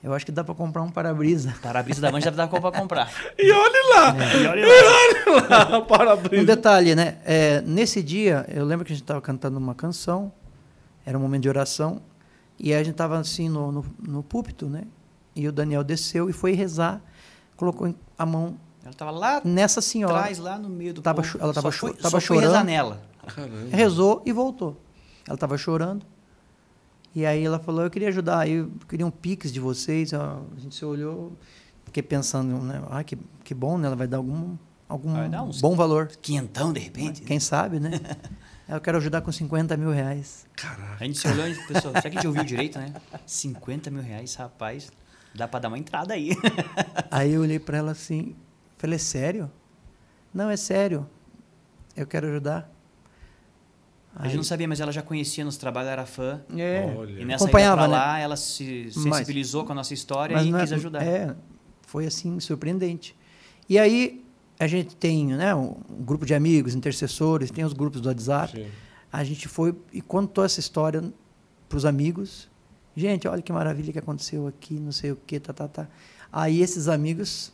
Eu acho que dá para comprar um para-brisa. Para-brisa da van já dá para comprar. E olhe lá! E olha lá. Olhe lá, para-brisa. Um detalhe, né? Nesse dia, eu lembro que a gente estava cantando uma canção, era um momento de oração, e a gente estava assim no púlpito, né? E o Daniel desceu e foi rezar, colocou a mão Ela estava lá nessa senhora. atrás, lá no meio do Ela estava só chorando. rezar nela. Caramba. Rezou e voltou. Ela estava chorando. E aí ela falou, eu queria ajudar, eu queria um pix de vocês. A gente se olhou, fiquei pensando, né? Que bom, né? Ela vai dar algum Vai dar uns bom valor. Quinhentão, de repente. Quem sabe, né? Eu quero ajudar com 50 mil reais. Caraca. A gente se olhou e pensou, será que a gente ouviu direito, né? 50 mil reais, rapaz, dá para dar uma entrada aí. Aí eu olhei para ela assim, falei, sério? Não, é sério. Eu quero ajudar. A gente não sabia, mas ela já conhecia nos trabalhos, era fã. Olha. E nessa Acompanhava, ida pra né? lá, ela se sensibilizou com a nossa história Mas e não quis ajudar. Foi assim, surpreendente. E aí, a gente tem, né, um grupo de amigos, intercessores, tem os grupos do WhatsApp. Sim. A gente foi e contou essa história para os amigos. Gente, olha que maravilha que aconteceu aqui, não sei o quê, tá. Aí esses amigos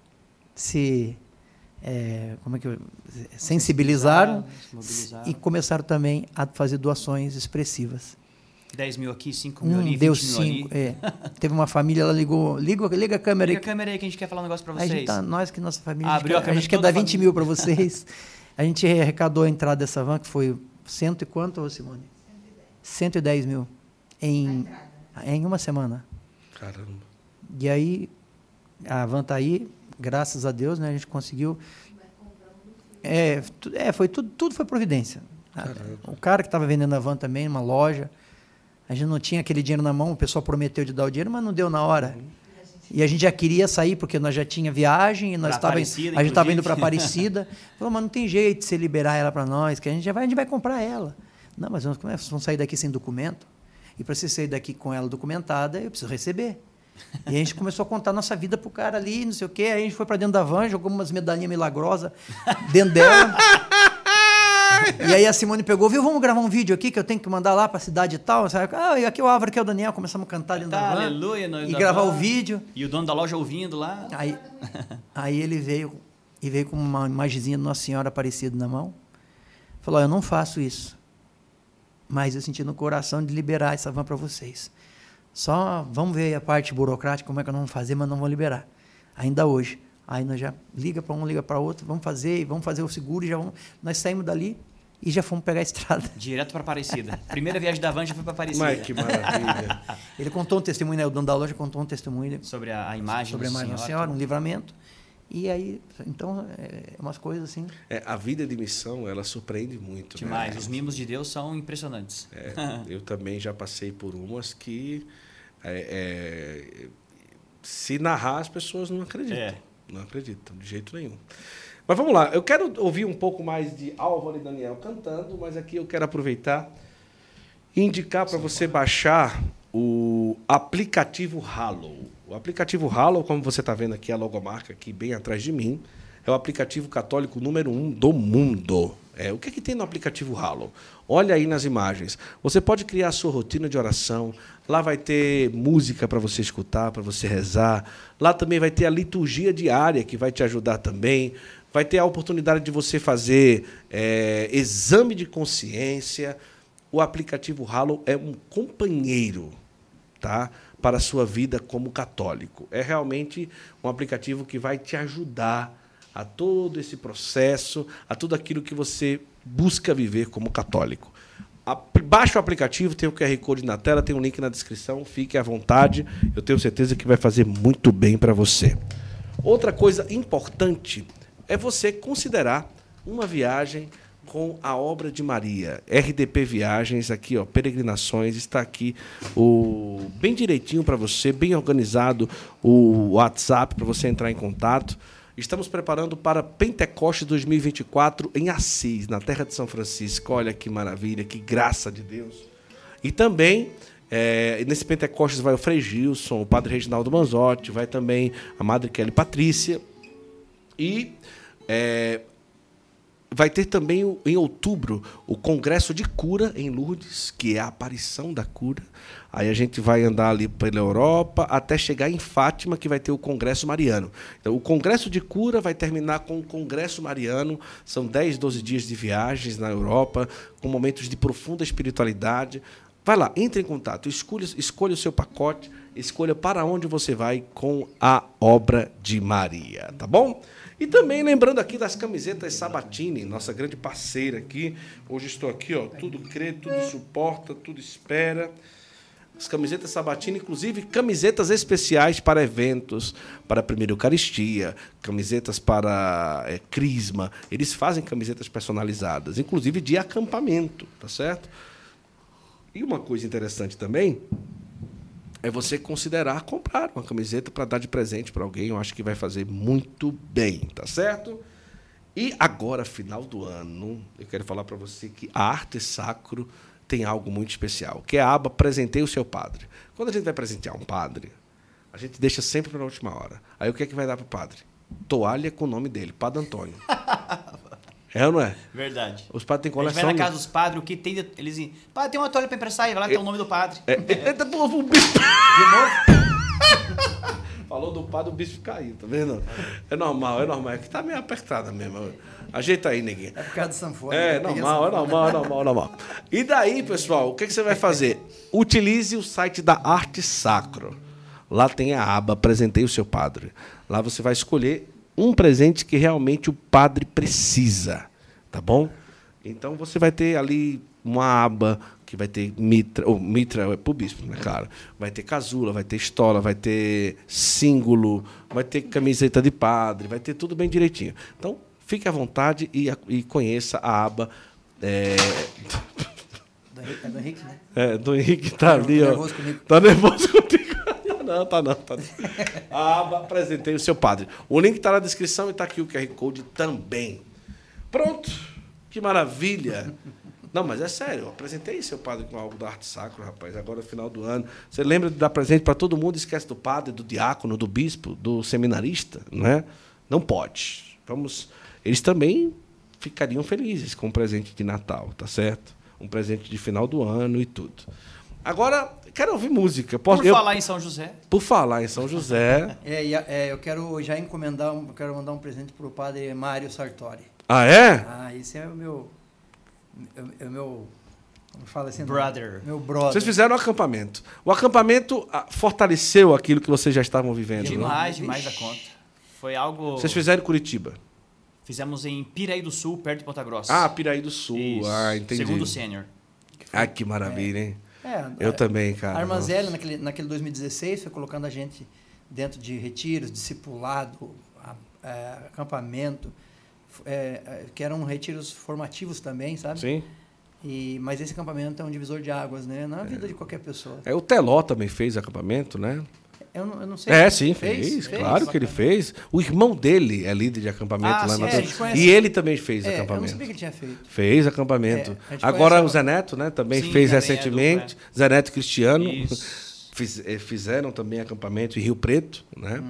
sensibilizaram Se mobilizaram. e começaram também a fazer doações expressivas. 10 mil aqui, 5 mil ali, 20 Deu mil 5. ali. Teve uma família, ela liga a câmera Liga aí. a câmera aí que a gente quer falar um negócio pra A gente vocês. nós que nossa família, Abriu a a câmera gente quer toda dar a 20 família. mil para vocês. A gente arrecadou a entrada dessa van, que foi cento e quanto, Simone? 110 mil em uma semana. Caramba. E aí, a van está aí, graças a Deus, né, a gente conseguiu. Tudo foi providência. Caramba. O cara que estava vendendo a van também, numa loja, a gente não tinha aquele dinheiro na mão, o pessoal prometeu de dar o dinheiro, mas não deu na hora. E a gente já queria sair, porque nós já tinha viagem, e a gente estava indo para Aparecida. Falou, mas não tem jeito de você liberar ela para nós, que a gente vai comprar ela. Não, mas vocês vão sair daqui sem documento? E para você sair daqui com ela documentada, eu preciso receber. E a gente começou a contar a nossa vida pro cara ali, não sei o quê. Aí a gente foi para dentro da van, jogou umas medalhinhas milagrosas dentro dela. E aí a Simone pegou, viu, vamos gravar um vídeo aqui que eu tenho que mandar lá para a cidade e tal. E aqui é o Álvaro, aqui é o Daniel. Começamos a cantar dentro da van. Aleluia, e gravar o vídeo. E o dono da loja ouvindo lá. Aí ele veio com uma imagenzinha de Nossa Senhora Aparecida na mão. Falou, eu não faço isso. Mas eu senti no coração de liberar essa van para vocês. Só vamos ver a parte burocrática, como é que nós vamos fazer, mas não vamos liberar. Ainda hoje. Aí nós já liga para um, liga para outro, vamos fazer o seguro, e nós saímos dali e já fomos pegar a estrada. Direto para Aparecida. Primeira viagem da van já foi para Aparecida. Mas que maravilha. Ele contou um testemunho, né? O dono da loja contou um testemunho Sobre a imagem sobre a imagem da Senhora, um livramento. E aí, então, umas coisas assim. A vida de missão, ela surpreende muito. Demais. Né? Os mimos de Deus são impressionantes. Eu também já passei por umas que se narrar as pessoas não acreditam. Não acreditam, de jeito nenhum. Mas vamos lá, eu quero ouvir um pouco mais de Álvaro e Daniel cantando, mas aqui eu quero aproveitar e indicar para você baixar o aplicativo Hallow. O aplicativo Hallow, como você está vendo aqui, a logomarca aqui bem atrás de mim, é o aplicativo católico número 1 do mundo. O que tem no aplicativo Hallow? Olha aí nas imagens. Você pode criar a sua rotina de oração. Lá vai ter música para você escutar, para você rezar. Lá também vai ter a liturgia diária, que vai te ajudar também. Vai ter a oportunidade de você fazer exame de consciência. O aplicativo Hallow é um companheiro, tá, para a sua vida como católico. É realmente um aplicativo que vai te ajudar a todo esse processo, a tudo aquilo que você busca viver como católico. Baixa o aplicativo, tem o QR Code na tela, tem um link na descrição, fique à vontade, eu tenho certeza que vai fazer muito bem para você. Outra coisa importante é você considerar uma viagem com a obra de Maria. RDP Viagens, aqui, ó, Peregrinações, está aqui bem direitinho para você, bem organizado o WhatsApp para você entrar em contato. Estamos preparando para Pentecostes 2024 em Assis, na terra de São Francisco. Olha que maravilha, que graça de Deus. E também, nesse Pentecostes vai o Frei Gilson, o Padre Reginaldo Manzotti, vai também a Madre Kelly Patrícia. E vai ter também, em outubro, o Congresso de Cura em Lourdes, que é a aparição da cura. Aí a gente vai andar ali pela Europa até chegar em Fátima, que vai ter o Congresso Mariano. Então, o Congresso de Cura vai terminar com o Congresso Mariano. São 10, 12 dias de viagens na Europa, com momentos de profunda espiritualidade. Vai lá, entre em contato, escolha o seu pacote, escolha para onde você vai com a obra de Maria, tá bom? E também lembrando aqui das camisetas Sabatini, nossa grande parceira aqui. Hoje estou aqui, ó, tudo crê, tudo suporta, tudo espera. As camisetas Sabatini, inclusive camisetas especiais para eventos, para a primeira Eucaristia, camisetas para crisma. Eles fazem camisetas personalizadas, inclusive de acampamento, tá certo? E uma coisa interessante também é você considerar comprar uma camiseta para dar de presente para alguém. Eu acho que vai fazer muito bem, tá certo? E agora, final do ano, eu quero falar para você que a Arte Sacro tem algo muito especial, que é a aba Presenteie o seu padre. Quando a gente vai presentear um padre, a gente deixa sempre para a última hora. Aí o que é que vai dar para o padre? Toalha com o nome dele, Padre Antônio. É ou não é? Verdade. Os padres têm A gente coleção. vai na casa dos padres, o que tem... Eles dizem, padre, tem uma toalha para emprestar, e vai lá, tem o nome do padre. O bispo... De novo? Falou do padre, o bispo caiu, tá vendo? É normal. É que tá meio apertada mesmo. Ajeita aí, neguinho. É por causa do sanfona. É normal. E daí, pessoal, o que você vai fazer? Utilize o site da Arte Sacro. Lá tem a aba Presenteie o seu padre. Lá você vai escolher um presente que realmente o padre precisa, tá bom? Então você vai ter ali uma aba que vai ter mitra é pro bispo, né, claro. Vai ter casula, vai ter estola, vai ter símbolo, vai ter camiseta de padre, vai ter tudo bem direitinho. Então, fique à vontade e conheça a aba. É do Henrique, né? É, do Henrique tá ali, ó. Nervoso comigo. Tá nervoso comigo. Tá não. A aba Presenteie o seu padre. O link está na descrição e está aqui o QR Code também. Pronto. Que maravilha. Não, mas é sério. Eu apresentei seu padre com algo da Arte Sacro, rapaz. Agora, no final do ano. Você lembra de dar presente para todo mundo, esquece do padre, do diácono, do bispo, do seminarista, não é? Não pode. Eles também ficariam felizes com um presente de Natal, tá certo? Um presente de final do ano e tudo. Agora, quero ouvir música. Falar em São José. Por falar em São José. Eu quero já encomendar, quero mandar um presente para o padre Mário Sartori. Ah, é? Esse é o meu, como fala assim? Brother. Meu brother. Vocês fizeram um acampamento. O acampamento fortaleceu aquilo que vocês já estavam vivendo, Demais né? a conta. Foi algo... Vocês fizeram em Curitiba? Fizemos em Piraí do Sul, perto de Ponta Grossa. Piraí do Sul. Isso. Entendi. Segundo sênior. Que maravilha, hein? Eu também, cara. A Irmã Zélia, naquele 2016, foi colocando a gente dentro de retiros, discipulado, acampamento, que eram retiros formativos também, sabe? Sim. Mas esse acampamento é um divisor de águas, né? Na vida de qualquer pessoa. O Teló também fez acampamento, né? Eu não sei. Sim, fez. Claro que ele fez. O irmão dele é líder de acampamento lá sim, na E ele também fez acampamento. Eu não sabia que ele tinha feito. Fez acampamento. Agora o Zé Neto, né? Também fez recentemente. Zé Neto e Cristiano fizeram também acampamento em Rio Preto, né?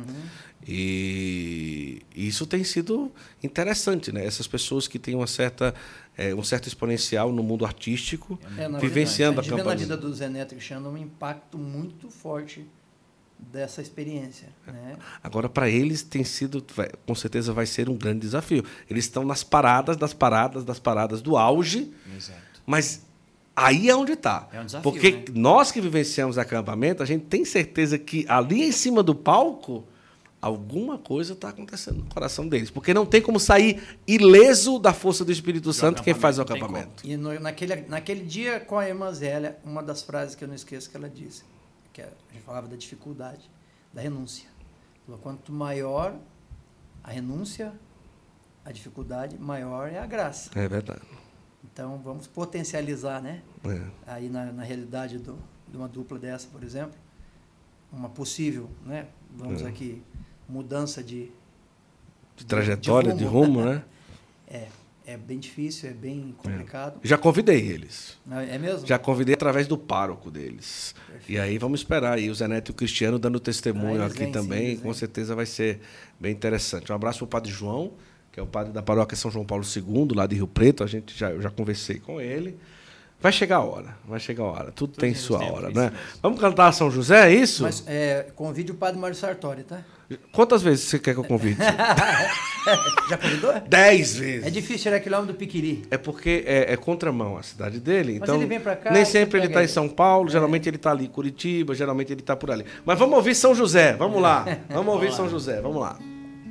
E isso tem sido interessante, né? Essas pessoas que têm um certo exponencial no mundo artístico, vivenciando acampamento. A gente vê na vida do Zé Neto e Cristiano um impacto muito forte dessa experiência, né? Agora, para eles tem sido, com certeza vai ser um grande desafio. Eles estão nas paradas do auge. Exato. Mas aí é onde está. É um desafio, porque né? nós que vivenciamos acampamento, a gente tem certeza que ali em cima do palco alguma coisa está acontecendo no coração deles, porque não tem como sair ileso da força do Espírito Santo quem faz o acampamento. E naquele dia com a irmã Zélia, uma das frases que eu não esqueço que ela disse, que a gente falava da dificuldade, da renúncia. Falou, quanto maior a renúncia, a dificuldade, maior é a graça. É verdade. Então, vamos potencializar, né? Aí na realidade de uma dupla dessa, por exemplo, uma possível, né? Vamos aqui, mudança de trajetória, de rumo, né? É bem difícil, é bem complicado. Já convidei eles. É mesmo? Já convidei através do pároco deles. Perfeito. E aí vamos esperar aí o Zé Neto e o Cristiano dando testemunho aqui também. Com certeza vai ser bem interessante. Um abraço para o Padre João, que que é o padre da paróquia São João Paulo II, lá de Rio Preto. Eu já conversei com ele. Vai chegar a hora, vai chegar a hora. Tudo tem sua hora, né? Vamos cantar São José, é isso? Mas convide o padre Mário Sartori, tá? Quantas vezes você quer que eu convide? Já convidou? 10 vezes. É difícil tirar quilômetro do Piquiri. É porque é contramão a cidade dele. Mas então ele vem pra cá, nem você sempre ele pega está em ele. São Paulo, geralmente ele está ali em Curitiba, geralmente ele está por ali. Mas vamos ouvir São José, vamos lá. Vamos ouvir São José, vamos lá.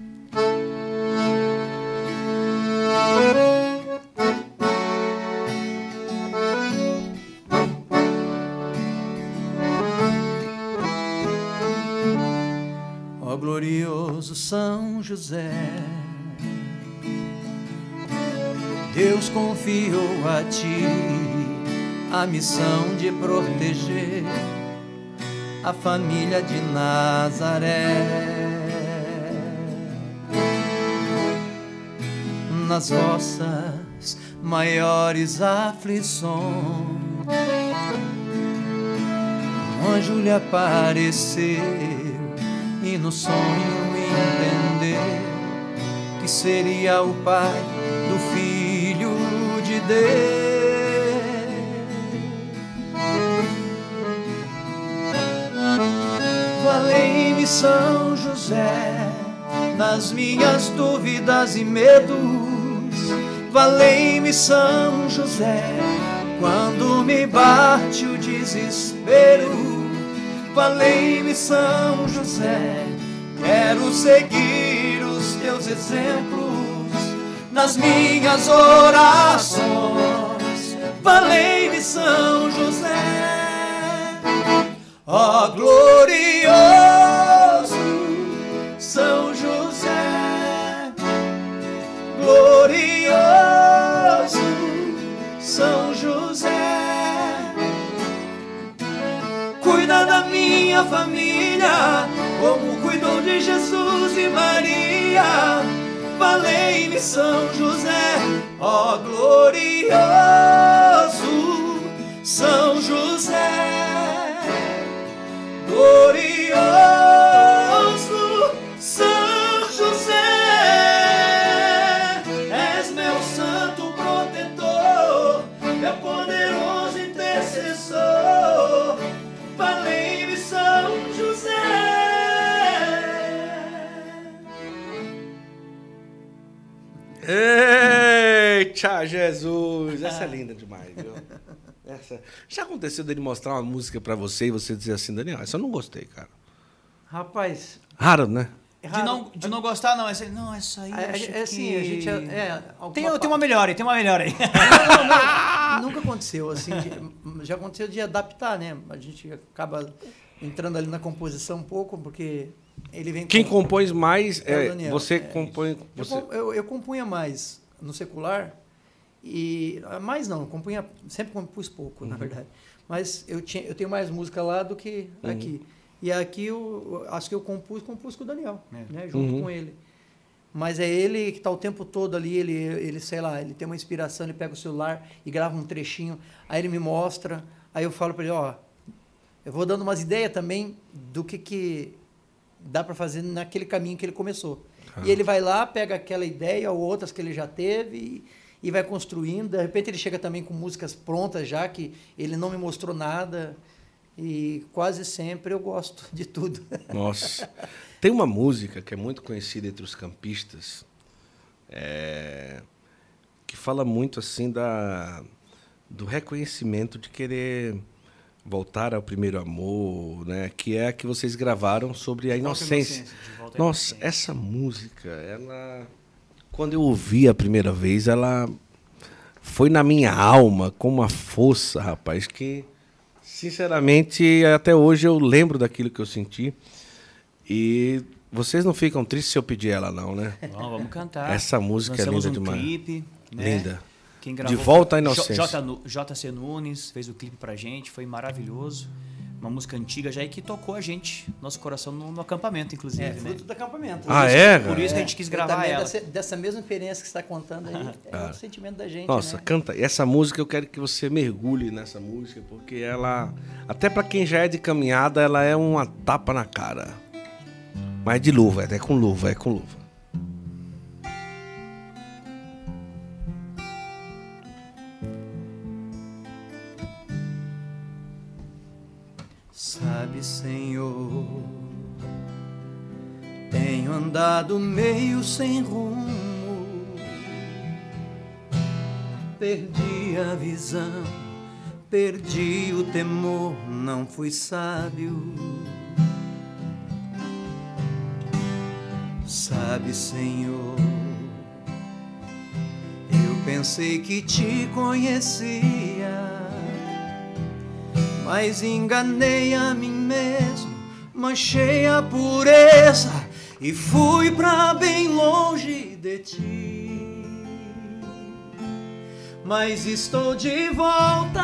Ó glorioso São José, Deus confiou a ti a missão de proteger a família de Nazaré. Nas vossas maiores aflições, um anjo lhe apareceu e no sonho entender que seria o pai do Filho de Deus. Valei-me São José nas minhas dúvidas e medos. Valei-me São José quando me bate o desespero. Valei-me São José, quero seguir os teus exemplos nas minhas orações. Valei-me São José, ó glorioso São José, glorioso São José, cuida da minha família, como cuidou de Jesus e Maria. Valei-me São José, ó glorioso São José, glorioso São José, és meu santo protetor, meu poderoso intercessor. Valei-me São José. Eita, Jesus! Essa é linda demais, viu? Já aconteceu dele mostrar uma música pra você e você dizer assim, Daniel, essa eu não gostei, cara. Rapaz, Raro, né? De não gostar, não. Não, essa aí. é assim, a gente Tem uma melhor aí, tem uma melhor aí. Nunca aconteceu assim, já aconteceu de adaptar, né? A gente acaba entrando ali na composição um pouco, porque ele vem Quem compôs mais o Daniel. você compõe. Você... Eu compunha mais no secular, e mais não, compunha, sempre compus pouco, na verdade. Mas eu tenho mais música lá do que aqui. E aqui acho que eu compus com o Daniel, né? Junto com ele. Mas é ele que está o tempo todo ali, ele, sei lá, ele tem uma inspiração, ele pega o celular e grava um trechinho, aí ele me mostra, aí eu falo para ele, ó, eu vou dando umas ideias também do que dá para fazer naquele caminho que ele começou. E ele vai lá, pega aquela ideia ou outras que ele já teve e vai construindo. De repente ele chega também com músicas prontas já, que ele não me mostrou nada. E quase sempre eu gosto de tudo. Nossa. Tem uma música que é muito conhecida entre os campistas, que fala muito assim do reconhecimento de querer voltar ao primeiro amor, né? Que é a que vocês gravaram sobre a inocência. Nossa, essa música, quando eu ouvi a primeira vez, ela foi na minha alma com uma força, rapaz, que sinceramente até hoje eu lembro daquilo que eu senti. E vocês não ficam tristes se eu pedir ela, não, né? Não, vamos cantar. Essa música é linda demais. Clipe, né? Linda. Quem gravou, De Volta à Inocência. JC Nunes fez o clipe pra gente, foi maravilhoso. Uma música antiga já que tocou a gente, nosso coração no acampamento, inclusive. Fruto do acampamento. Por isso que a gente quis gravar ela. Dessa mesma experiência que você está contando aí, o sentimento da gente. Nossa, né? canta. Essa música, eu quero que você mergulhe nessa música, porque ela, até para quem já é de caminhada, ela é uma tapa na cara. Mas de luva, é com luva, é com luva. Tenho andado meio sem rumo, perdi a visão, perdi o temor, não fui sábio. Sabe, Senhor, eu pensei que te conhecia, mas enganei a mim mesmo, manchei a pureza e fui pra bem longe de ti. Mas estou de volta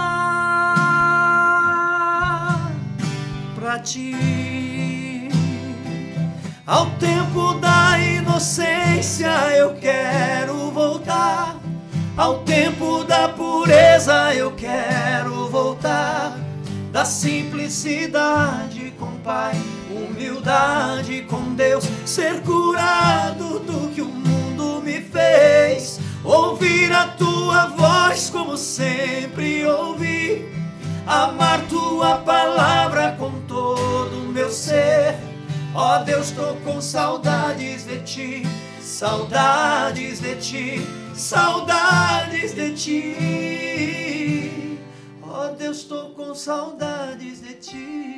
pra ti. Ao tempo da inocência eu quero voltar, ao tempo da pureza eu quero voltar, da simplicidade com o Pai, humildade com Deus, ser curado do que o mundo me fez, ouvir a tua voz como sempre ouvi, amar tua palavra com todo o meu ser. Ó Deus, tô com saudades de ti, saudades de ti, saudades de ti. Ó Deus, tô com saudades de ti.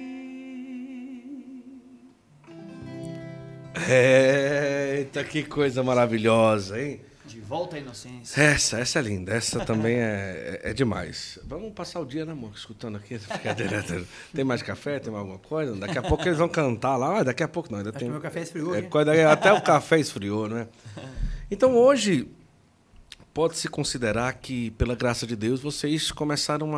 Eita, que coisa maravilhosa, hein? De volta à inocência. Essa é linda, essa também é demais. Vamos passar o dia, né, amor, escutando aqui. Tem mais café, tem mais alguma coisa? Daqui a pouco eles vão cantar lá. Daqui a pouco não, ainda Acho tem. que meu café esfriou, né? Até o café esfriou, né? Então hoje pode-se considerar que, pela graça de Deus, vocês começaram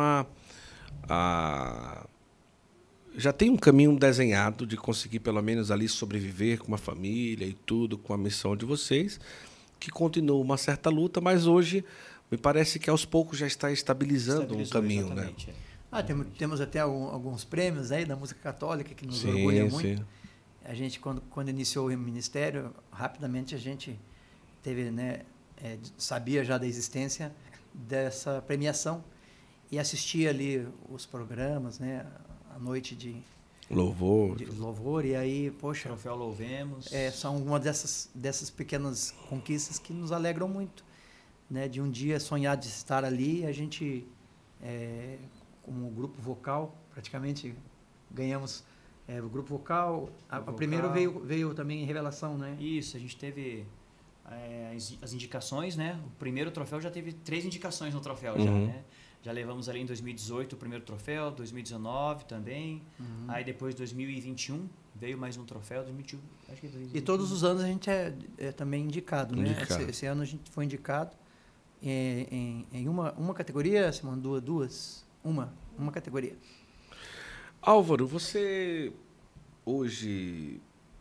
já tem um caminho desenhado de conseguir pelo menos ali sobreviver com uma família e tudo, com a missão de vocês, que continua uma certa luta, mas hoje me parece que aos poucos já está estabilizando um caminho, né? Temos até alguns prêmios aí da música católica que nos orgulha muito. Sim. A gente, quando iniciou o ministério, rapidamente a gente teve, né, sabia já da existência dessa premiação e assistia ali os programas, né, a noite de louvor, e aí, poxa... Troféu Louvemos. São uma dessas pequenas conquistas que nos alegram muito, né? De um dia sonhar de estar ali, a gente, como grupo vocal, praticamente ganhamos o grupo vocal. Primeiro veio também Revelação, né? Isso, a gente teve as indicações, né? O primeiro troféu já teve 3 indicações no troféu, já, né? Já levamos ali em 2018 o primeiro troféu, 2019 também. Aí depois 2021 veio mais um troféu, 2021, acho que 2021. E todos os anos a gente é também indicado, né? Esse ano a gente foi indicado em uma categoria, Simone, duas? Uma categoria. Álvaro, você hoje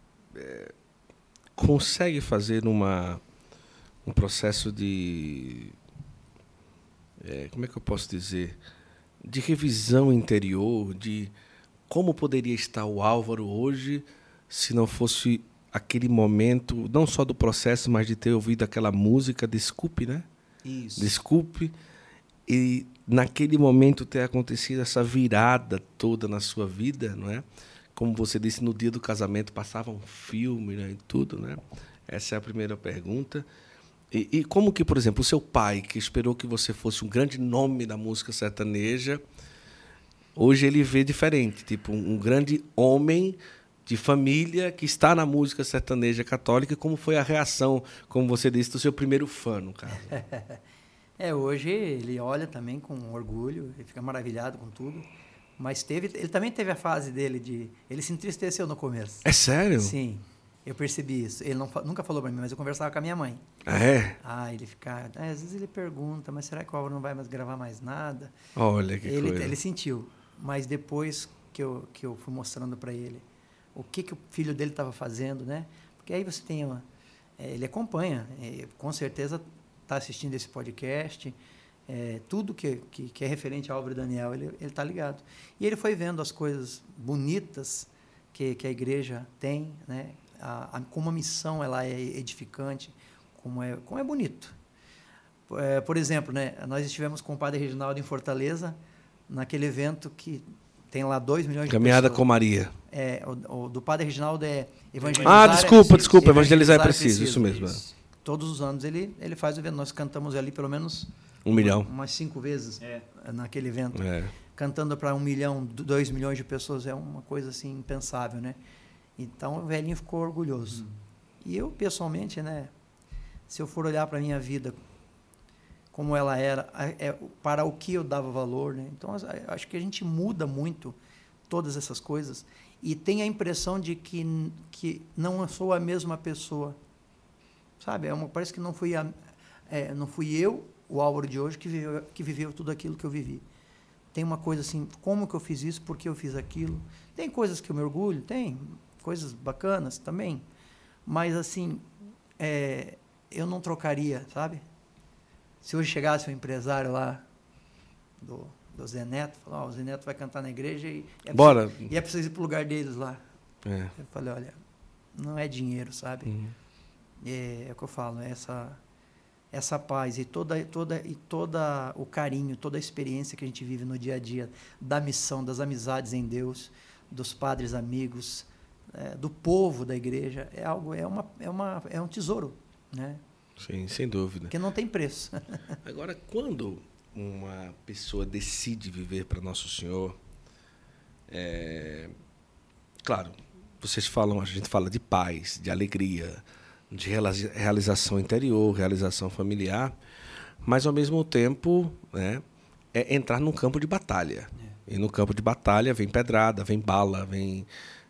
consegue fazer um processo de... como é que eu posso dizer? De revisão interior, de como poderia estar o Álvaro hoje se não fosse aquele momento, não só do processo, mas de ter ouvido aquela música Desculpe, né? Isso. Desculpe. E naquele momento ter acontecido essa virada toda na sua vida, não é? Como você disse, no dia do casamento passava um filme, né, e tudo, né? Essa é a primeira pergunta. E como que, por exemplo, o seu pai, que esperou que você fosse um grande nome da música sertaneja, hoje ele vê diferente, tipo um grande homem de família que está na música sertaneja católica, como foi a reação, como você disse, do seu primeiro fã, no caso? Hoje ele olha também com orgulho, ele fica maravilhado com tudo, mas ele também teve a fase dele ele se entristeceu no começo. É sério? Sim. Eu percebi isso. Ele nunca falou para mim, mas eu conversava com a minha mãe. Ele ficava... às vezes ele pergunta, mas será que o Álvaro não vai mais gravar mais nada? Olha que coisa. Ele sentiu. Mas depois que eu fui mostrando para ele o que o filho dele estava fazendo, né? Porque aí você tem ele acompanha, com certeza está assistindo esse podcast, tudo que é referente ao Álvaro e Daniel, ele está ligado. E ele foi vendo as coisas bonitas que a igreja tem, né? Como a missão ela é edificante, como é bonito. Por exemplo, né, nós estivemos com o padre Reginaldo em Fortaleza, naquele evento que tem lá 2 milhões de Caminhada pessoas. com Maria. O do Padre Reginaldo é evangelizar. Desculpa, evangelizar é preciso, isso mesmo. Isso. Todos os anos ele faz o evento. Nós cantamos ali pelo menos 1 milhão. umas 5 vezes naquele evento. É. Cantando para 1 milhão, 2 milhões de pessoas é uma coisa assim impensável, né? Então o velhinho ficou orgulhoso. E eu, pessoalmente, né, se eu for olhar para a minha vida como ela era, para o que eu dava valor, né? Então acho que a gente muda muito todas essas coisas e tem a impressão de que não sou a mesma pessoa, sabe? Parece que não fui eu, o Álvaro de hoje, que viveu tudo aquilo que eu vivi. Tem uma coisa assim, como que eu fiz isso, por que eu fiz aquilo? Tem coisas que eu me orgulho, tem coisas bacanas também, mas assim, eu não trocaria, sabe? Se hoje chegasse um empresário lá do Zé Neto, falar, o Zé Neto vai cantar na igreja e Bora. É preciso ir para o lugar deles lá. É. Eu falei, olha, não é dinheiro, sabe? É o que eu falo, essa paz e toda o carinho, toda a experiência que a gente vive no dia a dia, da missão, das amizades em Deus, dos padres amigos, do povo da igreja, é um tesouro, né? Sim, sem dúvida. Que não tem preço. Agora, quando uma pessoa decide viver para Nosso Senhor, claro, a gente fala de paz, de alegria, de realização interior, realização familiar, mas ao mesmo tempo, né, é entrar num campo de batalha. E no campo de batalha vem pedrada, vem bala, vem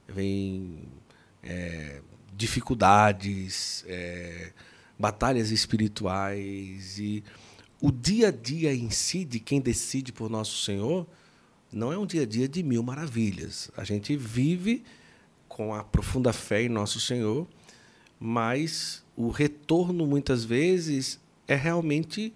dificuldades, batalhas espirituais. E o dia a dia em si de quem decide por Nosso Senhor não é um dia a dia de mil maravilhas. A gente vive com a profunda fé em Nosso Senhor, mas o retorno, muitas vezes, é realmente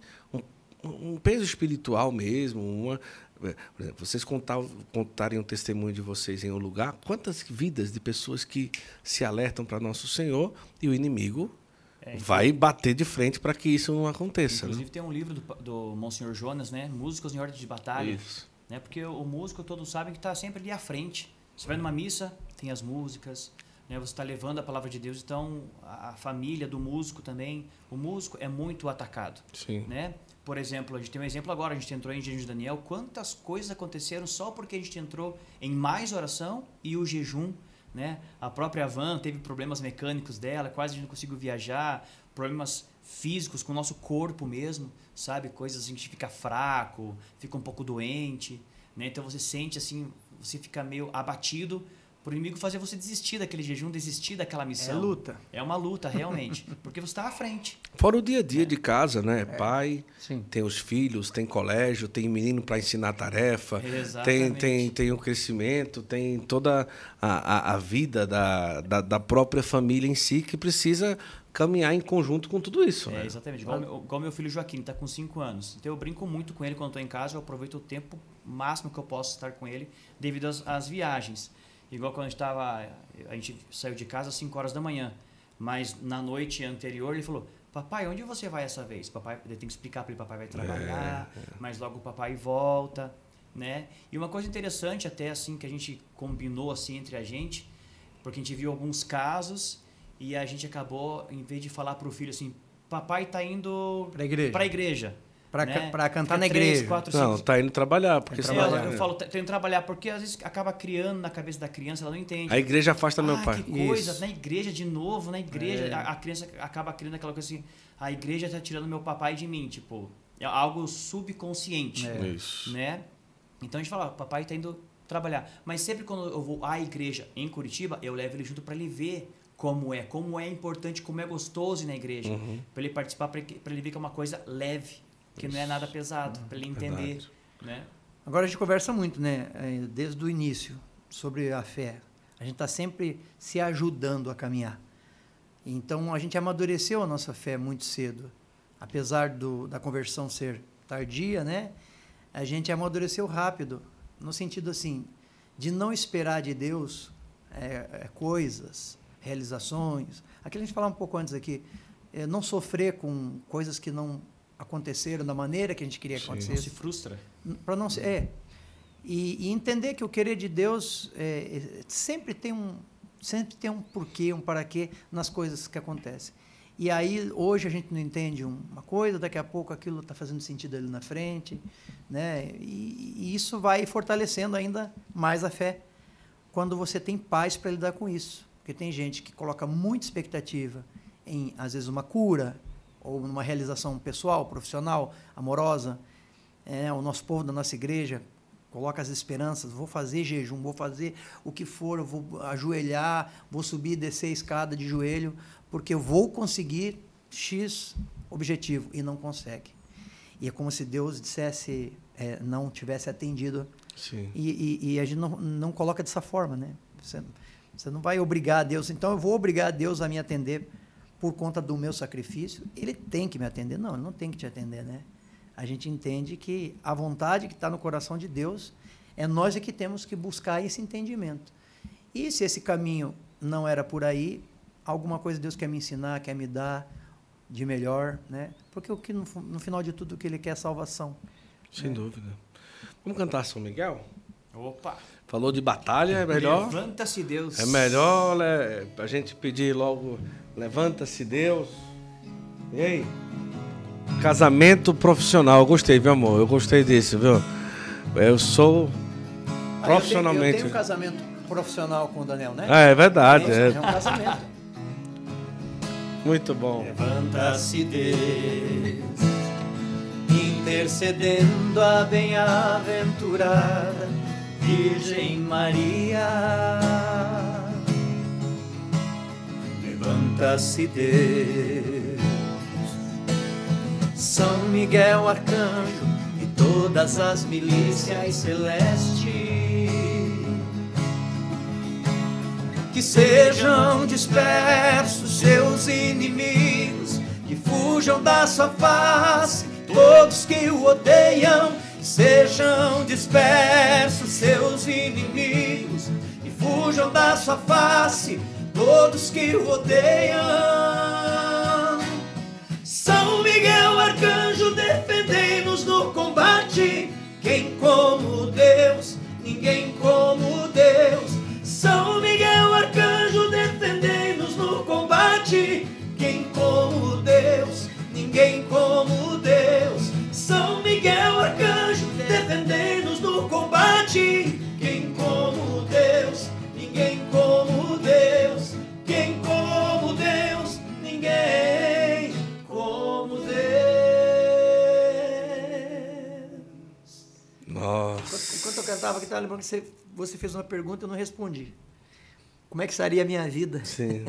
um peso espiritual mesmo. Por exemplo, vocês contarem o testemunho de vocês em um lugar, quantas vidas de pessoas que se alertam para Nosso Senhor e o inimigo vai bater de frente para que isso não aconteça. Inclusive, né? tem um livro do Monsenhor Jonas, né? Músicos em Ordem de Batalha. Isso. Né? Porque o músico, todos sabem que está sempre ali à frente. Você vai numa missa, tem as músicas, né? Você está levando a palavra de Deus, então a família do músico também. O músico é muito atacado. Sim. Né? Por exemplo, a gente tem um exemplo agora, a gente entrou em jejum de Daniel, quantas coisas aconteceram só porque a gente entrou em mais oração e o jejum, né? A própria van teve problemas mecânicos dela, quase a gente não conseguiu viajar, problemas físicos com o nosso corpo mesmo, sabe? Coisas assim que a gente fica fraco, fica um pouco doente, né? Então você sente assim, você fica meio abatido, para o inimigo fazer você desistir daquele jejum, desistir daquela missão. É luta. É uma luta, realmente, porque você está à frente. Fora o dia a dia de casa, né? Pai, Sim. tem os filhos, tem colégio, tem menino para ensinar tarefa, tem o crescimento, tem toda a vida da própria família em si que precisa caminhar em conjunto com tudo isso. Né? Exatamente. Igual meu filho Joaquim, está com 5 anos. Então eu brinco muito com ele quando estou em casa, eu aproveito o tempo máximo que eu posso estar com ele devido às viagens. Igual quando a gente saiu de casa às 5 horas da manhã, mas na noite anterior ele falou, papai, onde você vai essa vez? Papai, eu tenho que explicar para ele, papai vai trabalhar, mas logo o papai volta, né? E uma coisa interessante até assim que a gente combinou assim entre a gente, porque a gente viu alguns casos e a gente acabou, em vez de falar para o filho assim, papai está indo para a igreja. Para cantar na igreja. 4, 5. Não, tá indo trabalhar. Porque Eu falo, tô indo trabalhar, porque às vezes acaba criando na cabeça da criança, ela não entende. A igreja afasta meu pai. Que coisa, na igreja de novo, na igreja. A criança acaba criando aquela coisa assim, a igreja está tirando meu papai de mim, tipo, é algo subconsciente. Isso. Né? Então a gente fala, papai está indo trabalhar. Mas sempre quando eu vou à igreja em Curitiba, eu levo ele junto para ele ver como é importante, como é gostoso ir na igreja. Para ele participar, para ele ver que é uma coisa leve. Que não é nada pesado, para ele entender. Né? Agora a gente conversa muito, né, desde o início, sobre a fé. A gente está sempre se ajudando a caminhar. Então a gente amadureceu a nossa fé muito cedo. Apesar da conversão ser tardia, né, a gente amadureceu rápido, no sentido assim, de não esperar de Deus coisas, realizações. Aquilo a gente falava um pouco antes aqui, não sofrer com coisas que não aconteceram da maneira que a gente queria que acontecesse. Não se frustra. Para não ser, E entender que o querer de Deus sempre tem um porquê, um para quê nas coisas que acontecem. E aí, hoje, a gente não entende uma coisa, daqui a pouco aquilo está fazendo sentido ali na frente, né? E isso vai fortalecendo ainda mais a fé quando você tem paz para lidar com isso. Porque tem gente que coloca muita expectativa em, às vezes, uma cura, ou numa realização pessoal, profissional, amorosa. O nosso povo da nossa igreja coloca as esperanças, vou fazer jejum, vou fazer o que for, eu vou ajoelhar, vou subir e descer a escada de joelho, porque eu vou conseguir X objetivo, e não consegue. E é como se Deus dissesse, não tivesse atendido. Sim. E a gente não coloca dessa forma, né? Você não vai obrigar a Deus, então eu vou obrigar a Deus a me atender por conta do meu sacrifício. Ele tem que me atender. Não, ele não tem que te atender, né? A gente entende que a vontade que está no coração de Deus é nós que temos que buscar esse entendimento. E se esse caminho não era por aí, alguma coisa Deus quer me ensinar, quer me dar de melhor, né? Porque o que no final de tudo o que Ele quer é salvação. Sem dúvida. Vamos cantar São Miguel? Opa! Falou de batalha, é melhor... Levanta-se Deus. É melhor a gente pedir logo, levanta-se Deus. E aí? Casamento profissional. Eu gostei, viu, amor? Eu gostei disso, viu? Eu sou profissionalmente... Eu tenho um casamento profissional com o Daniel, né? É verdade. É um casamento. Muito bom. Levanta-se Deus, intercedendo a bem-aventurada Virgem Maria. Levanta-se Deus, São Miguel Arcanjo e todas as milícias celestes, que sejam dispersos seus inimigos, que fujam da sua face todos que o odeiam, que sejam dispersos seus inimigos, que fujam da sua face todos que o odeiam. São Miguel Arcanjo, defendei-nos no combate, quem como Deus, ninguém como Deus. São Miguel Arcanjo, defendei-nos no combate, quem como Deus, ninguém como Deus. São Miguel Arcanjo, defendei-nos no combate, quem como Deus, ninguém como Deus. Quem como Deus, ninguém como Deus. Nossa. Enquanto eu cantava aqui, estava lembrando que você fez uma pergunta e eu não respondi. Como é que seria a minha vida? Sim.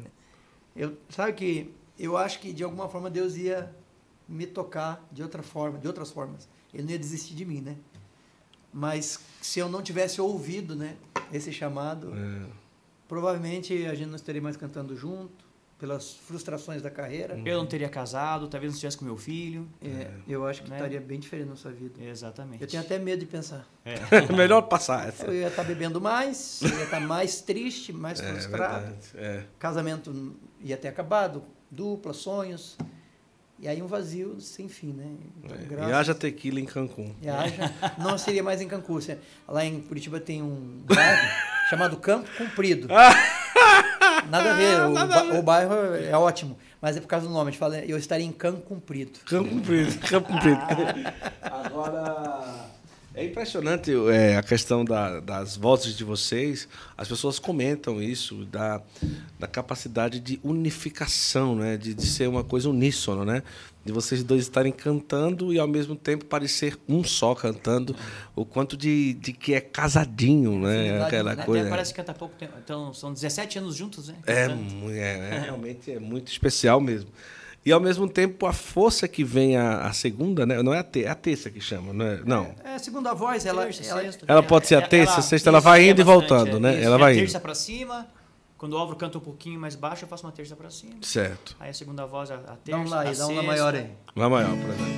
Sabe que eu acho que de alguma forma Deus ia me tocar de outra forma, de outras formas. Ele não ia desistir de mim, né? Mas se eu não tivesse ouvido, né, esse chamado, provavelmente a gente não estaria mais cantando junto, pelas frustrações da carreira. Eu não teria casado, talvez não estivesse com meu filho. Eu acho que né? estaria bem diferente na sua vida. Exatamente. Eu tenho até medo de pensar. É melhor passar essa. Eu ia estar bebendo mais, eu ia estar mais triste, mais frustrado. Casamento ia ter acabado, dupla, sonhos. E aí um vazio sem fim, né? Então, E haja tequila em Cancún. Não seria mais em Cancún. Lá em Curitiba tem um bairro chamado Campo Comprido. Nada a ver, o bairro é ótimo, mas é por causa do nome. A gente fala, eu estaria em Campo Comprido. Campo Comprido, Campo Comprido. Agora, é impressionante a questão das vozes de vocês. As pessoas comentam isso, da capacidade de unificação, né? De ser uma coisa uníssona, né? De vocês dois estarem cantando e, ao mesmo tempo, parecer um só cantando. O quanto de que é casadinho, né? Aquela coisa. Até parece que canta pouco tempo. Então, são 17 anos juntos, né? Realmente é muito especial mesmo. E, ao mesmo tempo, a força que vem a segunda, né? Não é a terça que chama, não é? Não. É a segunda voz, Ela pode ser a terça, a sexta, ela vai indo e voltando, né? Ela vai indo. Terça para cima. Quando o Álvaro canta um pouquinho mais baixo, eu faço uma terça para cima. Certo. Aí a segunda voz, a terça, dá um lá maior aí. Lá maior, por exemplo.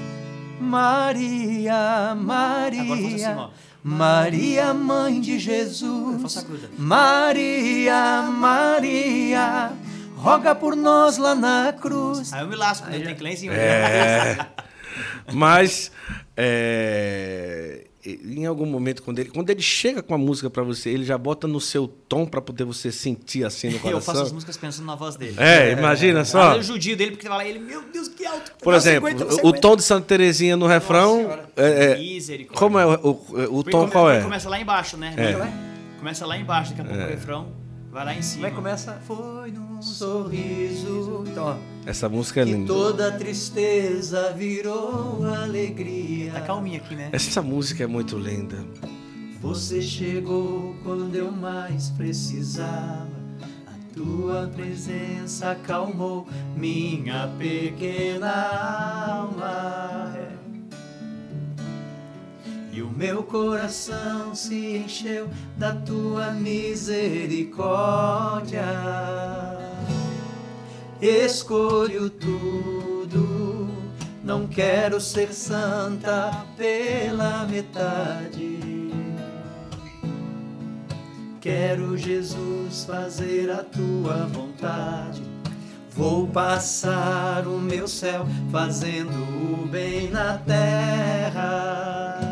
Maria, Maria, agora faz assim, ó. Maria, mãe de Jesus. Faça aguda. Maria, Maria, roga por nós lá na cruz. Aí eu me lasco, né? Tem que ir lá em cima. Mas em algum momento, quando ele chega com a música para você, ele já bota no seu tom para poder você sentir assim no coração? Eu faço as músicas pensando na voz dele. Imagina só. Eu judio dele porque fala ele, meu Deus, que alto. Por exemplo, o tom de Santa Terezinha no refrão... Misericórdia. Como é o tom, qual é? Começa lá embaixo, né? Começa lá embaixo, daqui a pouco o refrão vai lá em cima. Vai começa. Foi num sorriso. Então, ó. Essa música é Que linda. toda tristeza virou alegria. Tá calminha aqui, né? Essa música é muito linda. Você chegou quando eu mais precisava. A tua presença acalmou minha pequena alma. E o meu coração se encheu da tua misericórdia. Escolho tudo, não quero ser santa pela metade. Quero, Jesus, fazer a tua vontade. Vou passar o meu céu fazendo o bem na terra.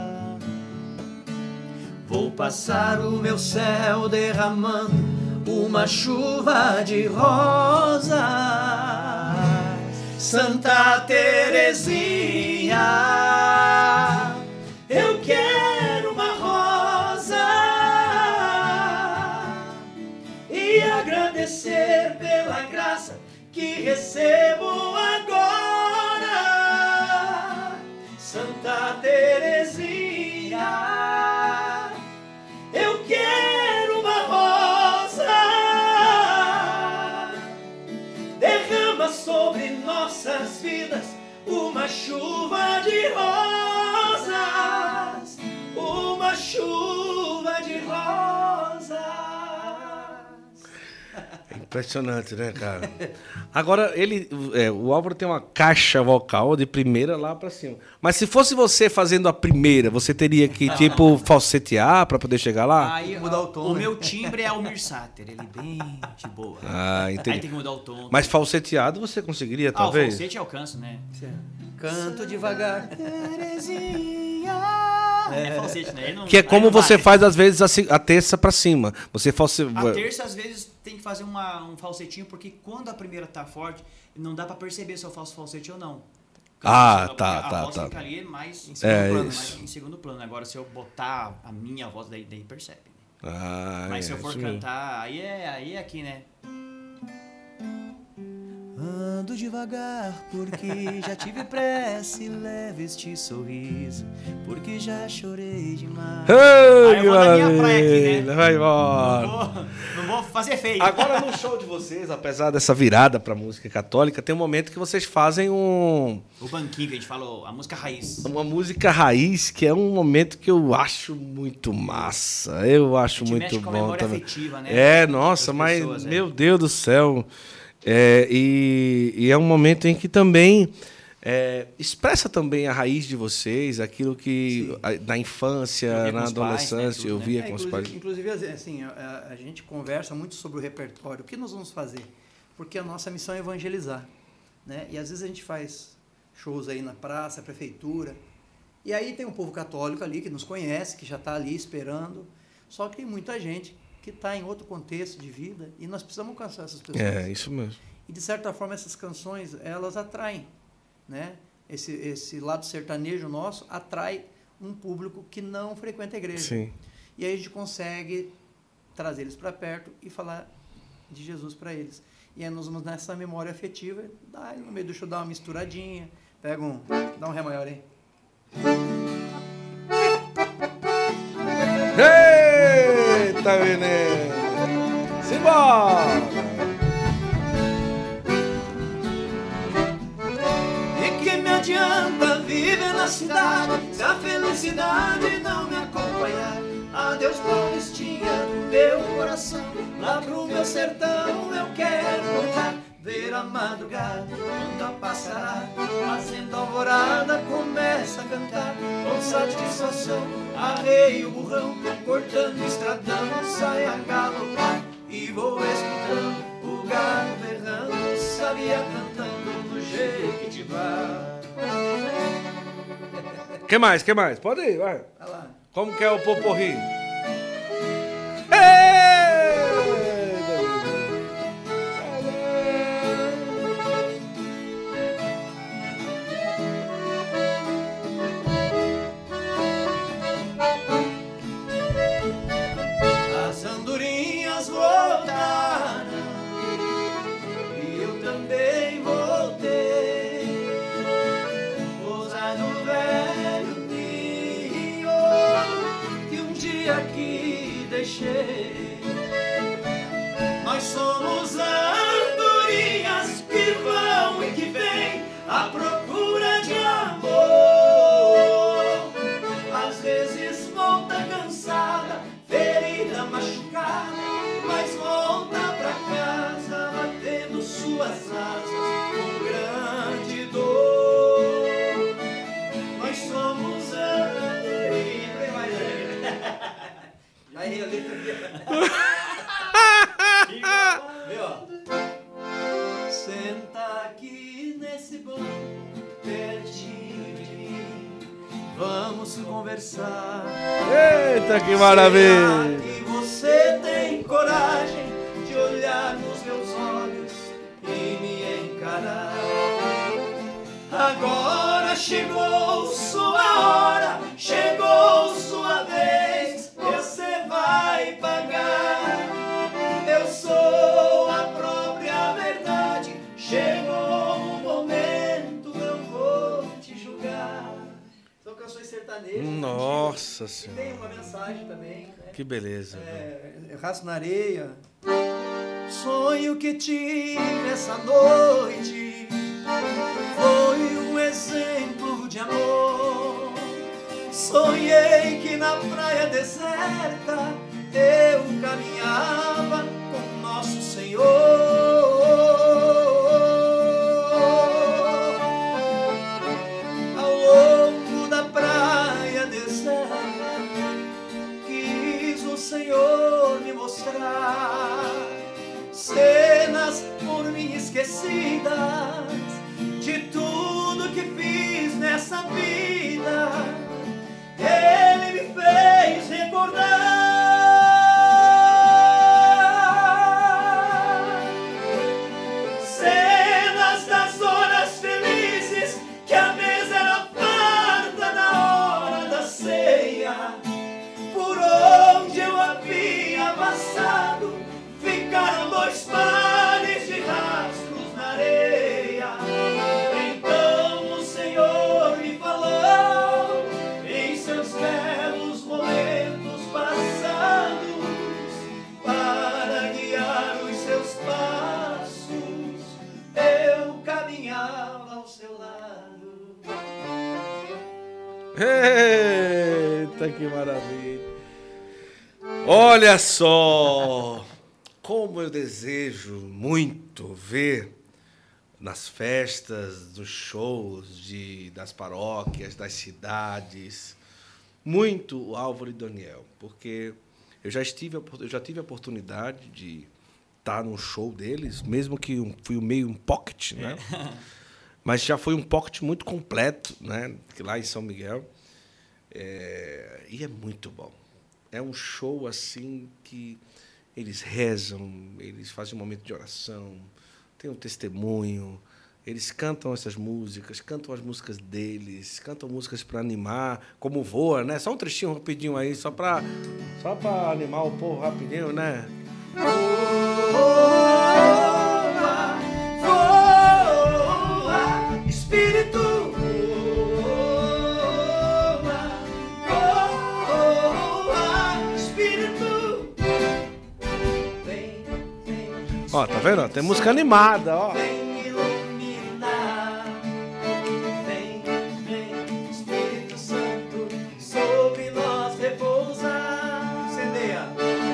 Vou passar o meu céu derramando uma chuva de rosas. Santa Terezinha, eu quero uma rosa e agradecer pela graça que recebo agora. Santa Terezinha, eu quero uma rosa, derrama sobre nossas vidas uma chuva de rosas, uma chuva de rosas. Impressionante, né, cara? Agora, o Álvaro tem uma caixa vocal de primeira lá pra cima. Mas se fosse você fazendo a primeira, você teria que, tipo, falsetear pra poder chegar lá? Aí, Mudar o tom, o né? meu timbre é o Mir Sater, ele bem de boa. Ah, entendi. Aí tem que mudar o tom. Mas falseteado você conseguiria, o talvez? falsete eu alcanço, né? Canto devagar. É falsete, né? Ele não, Que é como aí não você vai. faz, às vezes, a terça pra cima. Você A terça, às vezes, tem que fazer um falsetinho, porque quando a primeira tá forte, não dá pra perceber se eu faço falsete ou não. Ah, Porque a voz tá. fica ali mais em segundo plano, isso. mais em segundo plano. Agora, se eu botar a minha voz, daí percebe. Né? Ah, Mas se eu for isso mesmo. cantar, aí é aqui, né? Ando devagar porque já tive pressa e leve este sorriso, porque já chorei demais. Ai, Aí eu vou na minha praia aqui, né? maravilha, vai embora. Não vou fazer feio. Agora, no show de vocês, apesar dessa virada pra música católica, tem um momento que vocês fazem O banquinho que a gente falou, a música raiz. uma música raiz, que é um momento que eu acho muito massa. Eu acho A gente muito mexe com a bom memória também. afetiva, né? Nossa, Das mas, pessoas, meu Deus do céu. E é um momento em que também expressa também a raiz de vocês, aquilo que na infância, Eu via na com os pais, né, adolescência, tudo, eu né? via com os pais. Inclusive, assim, a gente conversa muito sobre o repertório. O que nós vamos fazer? Porque a nossa missão é evangelizar, né? E às vezes a gente faz shows aí na praça, prefeitura, e aí tem um povo católico ali que nos conhece, que já está ali esperando, só que tem muita gente que está em outro contexto de vida e nós precisamos alcançar essas pessoas. É, isso mesmo. E, de certa forma, essas canções, elas atraem, né? Esse lado sertanejo nosso atrai um público que não frequenta a igreja. Sim. E aí a gente consegue trazer eles para perto e falar de Jesus para eles. E aí nós vamos nessa memória afetiva, no meio do show dá uma misturadinha, dá um ré maior aí. Eita, menino! Simbora! E que me adianta viver na cidade se a felicidade não me acompanhar? Adeus, Paulistinha do meu coração, lá pro meu sertão eu quero voltar. Ver a madrugada, quando a passará, fazendo alvorada, começa a cantar. Com satisfação, arreio o burrão, cortando o estradão, sai a galopar. E vou escutando o galo berrando, sabia cantando no Jequitibá. Que mais? Pode ir, vai. Olha lá. Como que é o poporri? As andorinhas voltaram e eu também voltei. Pousar no velho ninho que um dia aqui deixei. Nós somos andorinhas que vão e que vêm à procura de amor. Às vezes volta cansada, ferida, machucada, mas volta pra casa batendo suas asas com grande dor. Nós somos andorinhas. Já errei a letra. Viu, ó? Senta aqui nesse banco pertinho de mim, vamos conversar. Eita, que maravilha! Será que você tem coragem de olhar nos meus olhos e me encarar? Agora chegou sua hora, chegou sua vez, você vai pagar. Eu sou a própria verdade, chegou o momento, eu vou te julgar. São canções sertanejas. Nossa E Senhora. tem uma mensagem também, né? Que beleza. Raço na areia. Sonho que tive essa noite foi um exemplo de amor. Sonhei que na praia deserta eu caminhava com Nosso Senhor. Ao longo da praia deserta quis o Senhor me mostrar cenas por mim esquecidas de tudo que fiz nessa vida. Ele me fez recordar cenas das horas felizes que a mesa era farta na hora da ceia. Por onde eu havia passado ficaram 2 pares de rastros na areia. Então o Senhor me falou em seus belos momentos passados para guiar os seus passos. Eu caminhava ao seu lado. Eita, que maravilha. Olha só, como eu desejo muito ver nas festas, nos shows das paróquias, das cidades, muito o Álvaro e Daniel, porque eu já tive a oportunidade de estar num show deles, mesmo que fui meio um pocket, né? Mas já foi um pocket muito completo, né? Lá em São Miguel. E é muito bom. É um show assim que eles rezam, eles fazem um momento de oração, tem um testemunho, eles cantam essas músicas, cantam as músicas deles, cantam músicas para animar, como Voa, né? Só um trechinho rapidinho aí, só para animar o povo rapidinho, né? Voa, Espírito. Ó, tá vendo? Tem música animada, ó. Vem iluminar, vem, Espírito Santo, sobre nós repousar. Incendeia,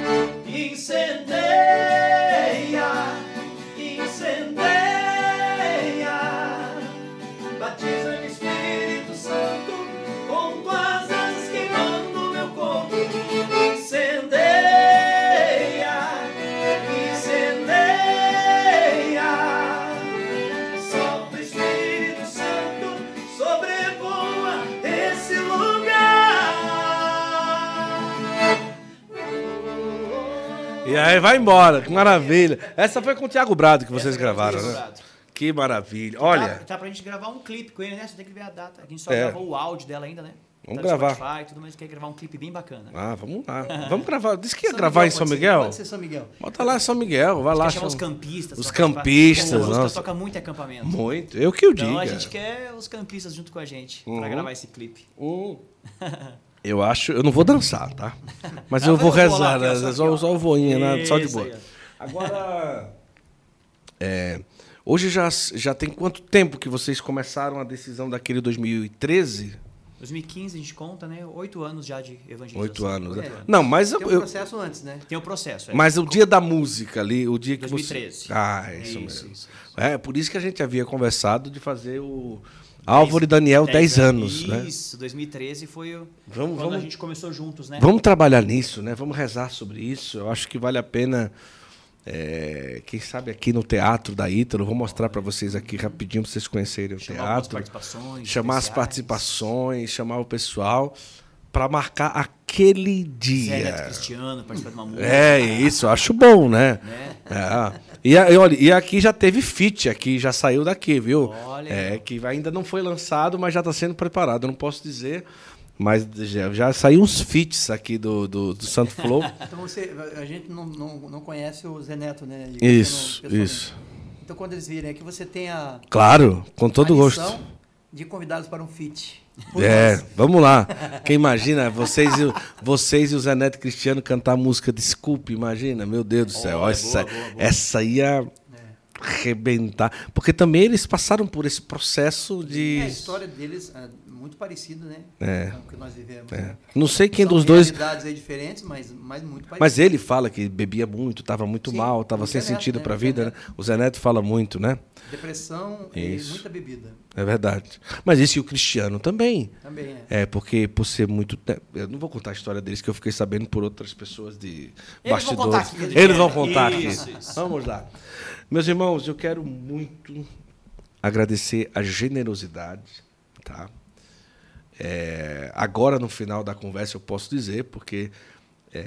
batiza no Espírito Santo, com tuas asas queimando meu corpo. Incendeia. E aí vai embora, que maravilha. Essa foi com o Thiago Brado que vocês gravaram, Thiago né? Brado. Que maravilha. Olha, Tá pra gente gravar um clipe com ele, né? Você tem que ver a data. A gente só É. gravou o áudio dela ainda, né? Vamos Tá no gravar. Spotify e tudo, mas quer gravar um clipe bem bacana. vamos lá. Vamos gravar. Disse que ia gravar em São Miguel? Pode ser São Miguel. Bota lá São Miguel, vai lá. Quer chamar os chama- campistas. Os pra participar. campistas, Como o Oscar nossa. toca muito em acampamento. Muito. Eu que o diga. Então a gente quer os campistas junto com a gente pra gravar esse clipe. Eu acho. Eu não vou dançar, tá? Mas Ah, eu vou eu vou rezar, lá aqui, ó, né? só aqui, Só ó. o voinha, né? Só de Isso boa. aí, ó. Agora. Hoje já tem quanto tempo que vocês começaram a decisão daquele 2013? 2015 a gente conta, né? 8 anos já de evangelização. 8 anos, né? É. Não, mas Tem um eu, processo antes, né? Tem o processo. É. mas o dia da música ali, o dia que 2013. você... Ah, é isso Isso, mesmo. isso. É, por isso que a gente havia conversado de fazer o Álvaro e Daniel 10 anos, né? Isso, 2013 foi Vamos- quando vamos- a gente começou juntos, né? Vamos trabalhar nisso, né? Vamos rezar sobre isso. Eu acho que vale a pena, quem sabe aqui no Teatro da Ítalo, vou mostrar para vocês aqui rapidinho para vocês conhecerem o Chamar algumas teatro. participações. Chamar as especiais. participações, chamar o pessoal para marcar aquele Zé Neto dia. Cristiano, participar de uma música. É isso, eu acho bom, né? Né? Olha, e aqui já teve feat, aqui já saiu daqui, viu? Olha. Que ainda não foi lançado, mas já está sendo preparado. Eu não posso dizer, mas já saiu uns feats aqui do Santo Flow. Então a gente não conhece o Zé Neto, né? E Isso, você não- pessoalmente. isso. Então quando eles virem aqui, você tem a Claro, com todo a gosto. missão de convidados para um feat. Por É, nós. vamos lá. Quem imagina vocês e o Zé Neto Cristiano cantar a música Desculpe, imagina, meu Deus do céu. Olha, essa, boa, boa, boa. essa ia arrebentar. Porque também eles passaram por esse processo de. A história deles é muito parecida, né? É. Com o que nós vivemos. É. Né? Não sei quem São dos dois. realidades aí diferentes, mas muito parecidas. Mas ele fala que bebia muito, estava muito Sim, mal, estava o sem Zé Neto, sentido né? para a O Zé vida. Né? Neto. O Zé Neto fala muito, né? Depressão Isso. e muita bebida. É verdade. Mas isso e o Cristiano também. Também é. É, porque por ser muito. Eu não vou contar a história deles, que eu fiquei sabendo por outras pessoas de Eles vão bastidores. contar aqui, que Eles vão contar Isso, aqui. isso. Vamos lá. Meus irmãos, eu quero muito agradecer a generosidade, tá? Agora, no final da conversa, eu posso dizer, porque é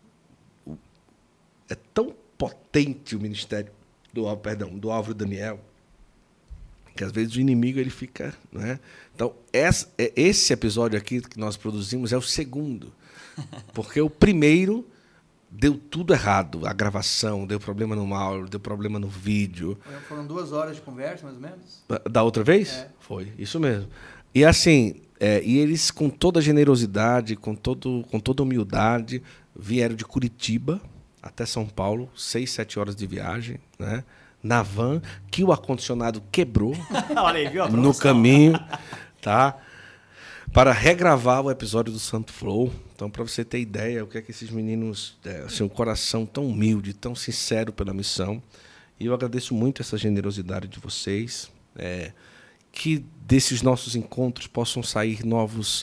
tão potente o ministério do Álvaro Daniel, que às vezes o inimigo ele fica, né? Então esse episódio aqui que nós produzimos é o segundo, porque o primeiro deu tudo errado, a gravação deu problema no áudio, deu problema no vídeo. Foram 2 horas de conversa, mais ou menos. Da outra vez? É. Foi, isso mesmo. E assim, e eles com toda generosidade, com toda humildade, vieram de Curitiba até São Paulo, 6, 7 horas de viagem, né? Na van, que o ar-condicionado quebrou Olha aí, viu? a no promoção. caminho, tá? Para regravar o episódio do Santo Flow. Então, para você ter ideia, o que é que esses meninos, assim, um coração tão humilde, tão sincero pela missão. E eu agradeço muito essa generosidade de vocês. Que desses nossos encontros possam sair novos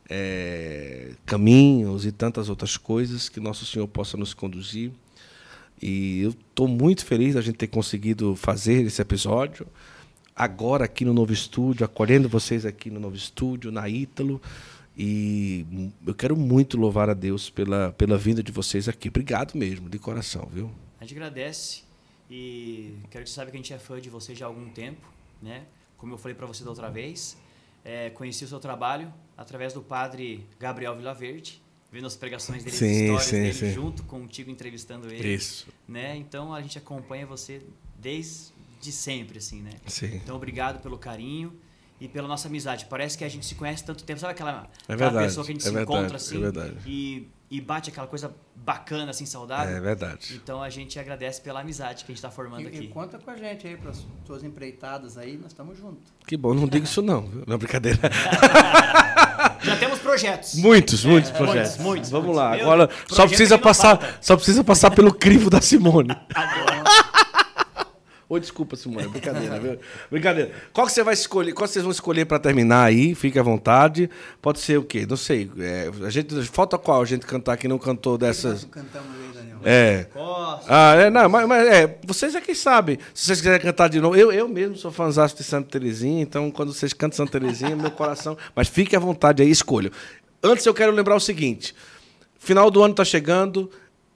caminhos e tantas outras coisas, que Nosso Senhor possa nos conduzir. E eu estou muito feliz da gente ter conseguido fazer esse episódio. Agora aqui no novo estúdio, acolhendo vocês aqui no novo estúdio, na Ítalo. E eu quero muito louvar a Deus pela vinda de vocês aqui. Obrigado mesmo, de coração, viu? A gente agradece e quero que você saiba que a gente é fã de você já há algum tempo, né? Como eu falei para você da outra vez, conheci o seu trabalho através do padre Gabriel Vilaverde, vendo as pregações dele, as histórias dele, junto contigo entrevistando ele. Isso. Né? Então a gente acompanha você desde sempre, assim, né? Sim. Então obrigado pelo carinho e pela nossa amizade. Parece que a gente se conhece há tanto tempo, sabe aquela verdade, pessoa que a gente é se verdade, encontra assim é verdade. e bate aquela coisa bacana, assim, saudável. É verdade. Então a gente agradece pela amizade que a gente está formando aqui. E conta com a gente aí, para as suas empreitadas aí, nós estamos juntos. Que bom, não digo isso não, viu? Não é brincadeira. Já temos projetos. Muitos projetos. muitos. Vamos lá. Meu, Agora só projeto precisa que não falta. só precisa passar pelo crivo da Simone. Agora. Ô, desculpa, Simone, brincadeira, viu? Brincadeira. Qual que você vai escolher? Qual que vocês vão escolher para terminar aí? Fique à vontade. Pode ser o quê? Não sei. Falta qual a gente cantar que não cantou dessas? Nós cantamos aí, Daniel. Costa. Não, mas vocês é quem sabem. Se vocês quiserem cantar de novo, eu mesmo sou fãzão de Santa Terezinha, então quando vocês cantam Santa Terezinha, meu coração. Mas fique à vontade aí, escolham. Antes eu quero lembrar o seguinte: final do ano está chegando.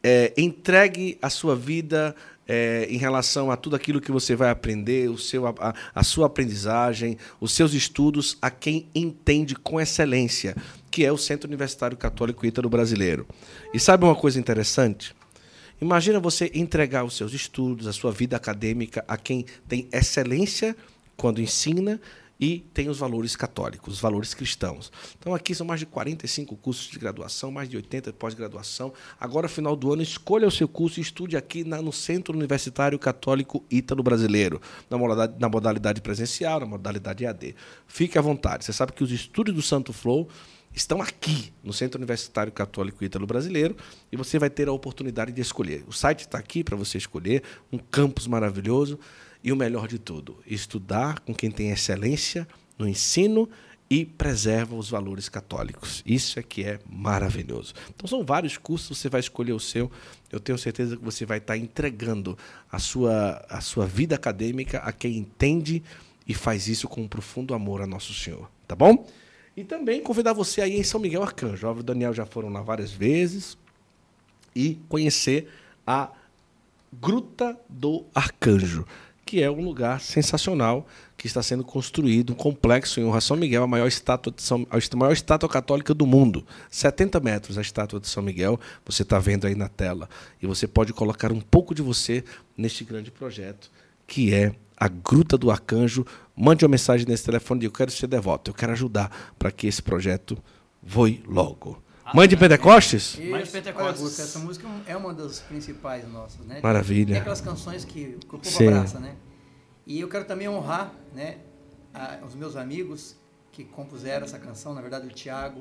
entregue a sua vida em relação a tudo aquilo que você vai aprender, a sua aprendizagem, os seus estudos, a quem entende com excelência, que é o Centro Universitário Católico Ítalo Brasileiro. E sabe uma coisa interessante? Imagina você entregar os seus estudos, a sua vida acadêmica a quem tem excelência quando ensina e tem os valores católicos, os valores cristãos. Então, aqui são mais de 45 cursos de graduação, mais de 80 de pós-graduação. Agora, final do ano, escolha o seu curso e estude aqui no Centro Universitário Católico Ítalo Brasileiro, na modalidade presencial, na modalidade EAD. Fique à vontade. Você sabe que os estúdios do Santo Flow estão aqui, no Centro Universitário Católico Ítalo Brasileiro, e você vai ter a oportunidade de escolher. O site está aqui para você escolher, um campus maravilhoso. E o melhor de tudo, estudar com quem tem excelência no ensino e preserva os valores católicos. Isso é que é maravilhoso. Então, são vários cursos, você vai escolher o seu. Eu tenho certeza que você vai estar entregando a sua vida acadêmica a quem entende e faz isso com um profundo amor a Nosso Senhor. Tá bom? E também convidar você aí em São Miguel Arcanjo. O Daniel já foram lá várias vezes. E conhecer a Gruta do Arcanjo, que é um lugar sensacional que está sendo construído, um complexo em honra a São Miguel, a maior estátua católica do mundo. 70 metros a estátua de São Miguel, você está vendo aí na tela. E você pode colocar um pouco de você neste grande projeto, que é a Gruta do Arcanjo. Mande uma mensagem nesse telefone de eu quero ser devoto, eu quero ajudar para que esse projeto voe logo. Mãe de Pentecostes? Mãe de Pentecostes. Essa música é uma das principais nossas, né? Maravilha. Tem aquelas canções que o povo abraça, né? E eu quero também honrar, né, os meus amigos que compuseram essa canção. Na verdade, o Tiago,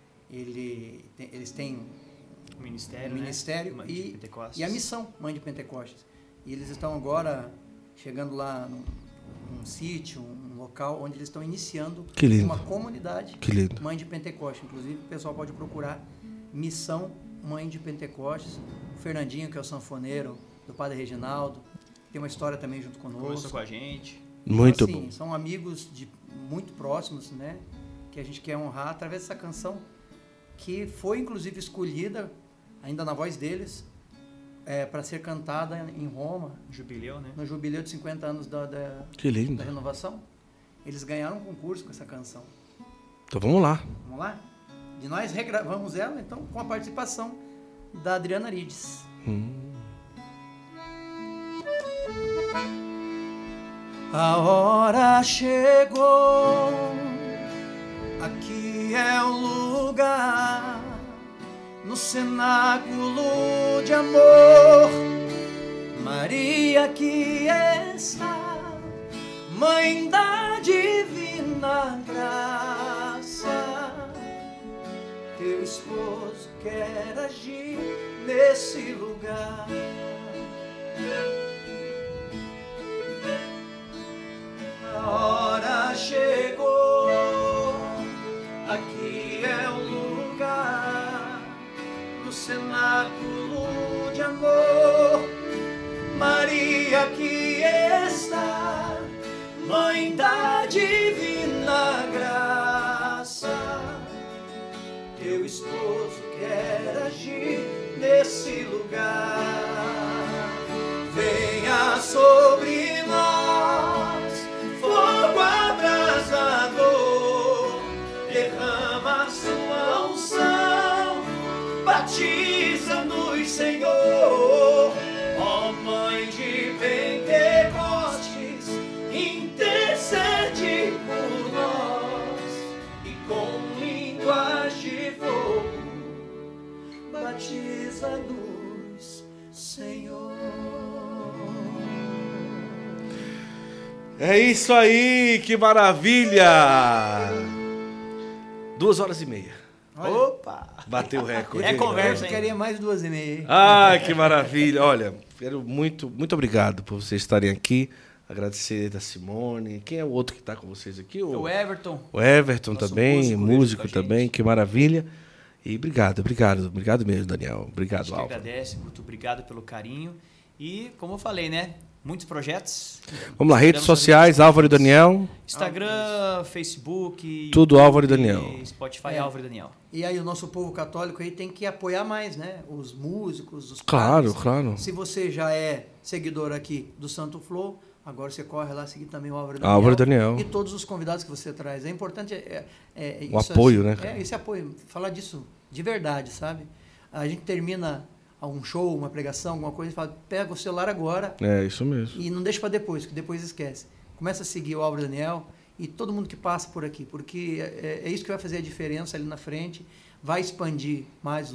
eles têm o ministério, né? e a missão Mãe de Pentecostes. E eles estão agora chegando lá num sítio, um local onde eles estão iniciando uma comunidade Mãe de Pentecostes. Inclusive, o pessoal pode procurar Missão Mãe de Pentecostes. O Fernandinho, que é o sanfoneiro do Padre Reginaldo, tem uma história também junto conosco. Conversou com a gente. Muito então, assim, bom. São amigos muito próximos, né? Que a gente quer honrar através dessa canção, que foi, inclusive, escolhida, ainda na voz deles, para ser cantada em Roma. Jubileu, né? No jubileu de 50 anos da renovação. Eles ganharam um concurso com essa canção. Então vamos lá. Vamos lá? E nós regravamos ela, então, com a participação da Adriana Arides. A hora chegou, aqui é o lugar, no cenáculo de amor, Maria aqui está, Mãe da divina graça. Teu esposo quer agir nesse lugar. A hora chegou, aqui é o lugar, no cenáculo de amor, Maria aqui está, Mãe da divina graça. Teu esposo quer agir nesse lugar. Venha sobre nós, fogo abrasador, derrama sua unção, batiza-nos, Senhor. Ó Mãe de Pentecostes, intercede por nós, e com línguas de fogo, batiza-nos, Senhor. É isso aí, que maravilha! 2h30. Olha. Opa! Bateu o recorde. É conversa, Eu queria mais 2h30. Ah, que maravilha! Olha, quero muito obrigado por vocês estarem aqui. Agradecer a Simone. Quem é o outro que está com vocês aqui? O Everton. O Everton Nosso também, músico com a também, gente. que maravilha. E obrigado mesmo, Daniel. Obrigado, A gente Álvaro. agradece, muito obrigado pelo carinho. E, como eu falei, né? muitos projetos. Vamos lá, redes sociais, Álvaro e Daniel. Instagram, Facebook, Tudo YouTube, Álvaro e Daniel. Spotify, Álvaro e Daniel. E aí o nosso povo católico aí tem que apoiar mais, né? Os músicos, os Claro, padres. claro. Se você já é seguidor aqui do Santo Flow, agora você corre lá seguir também o Álvaro e Daniel. Álvaro e Daniel. E todos os convidados que você traz. É importante O isso, apoio, assim, né, cara? esse apoio, falar disso de verdade, sabe? A gente termina um show, uma pregação, alguma coisa, e fala, pega o celular agora É, isso mesmo. e não deixa para depois, que depois esquece. Começa a seguir o Álvaro e Daniel e todo mundo que passa por aqui, porque é isso que vai fazer a diferença ali na frente, vai expandir mais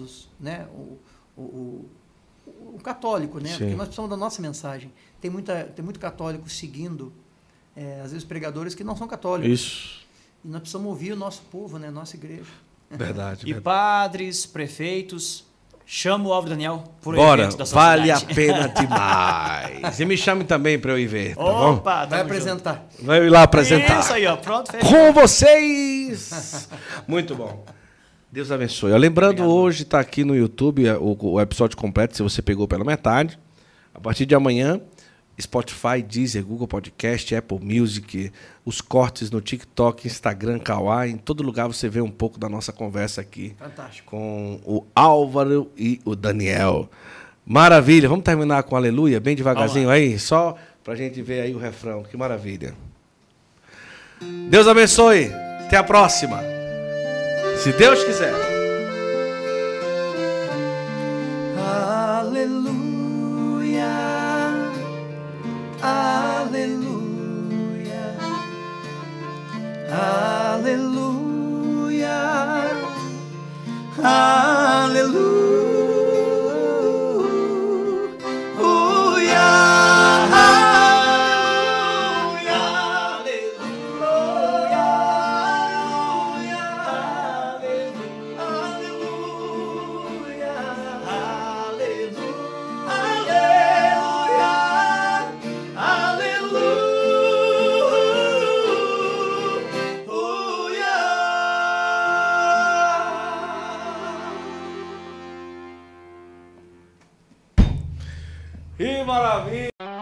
o católico, né? Sim. Porque nós precisamos da nossa mensagem. Tem muito católico seguindo, às vezes, pregadores que não são católicos. Isso. E nós precisamos ouvir o nosso povo, né? Nossa igreja. Verdade. E verdade. padres, prefeitos, chama o Álvaro e Daniel por Bora, eventos da sua vale a cidade. pena demais. E me chame também para eu ir ver, tá bom? Opa, Vai tamo apresentar. Vai ir lá apresentar. Isso aí, ó, pronto, fechou. Com vocês! Muito bom. Deus abençoe. Ó, lembrando, Obrigado. hoje está aqui no YouTube o episódio completo, se você pegou pela metade. A partir de amanhã, Spotify, Deezer, Google Podcast, Apple Music, os cortes no TikTok, Instagram, Kawaii, em todo lugar você vê um pouco da nossa conversa aqui Fantástico. com o Álvaro e o Daniel. Maravilha. Vamos terminar com aleluia, bem devagarzinho aí, só pra gente ver aí o refrão. Que maravilha. Deus abençoe. Até a próxima. Se Deus quiser. Aleluia, aleluia, aleluia, Que maravilha.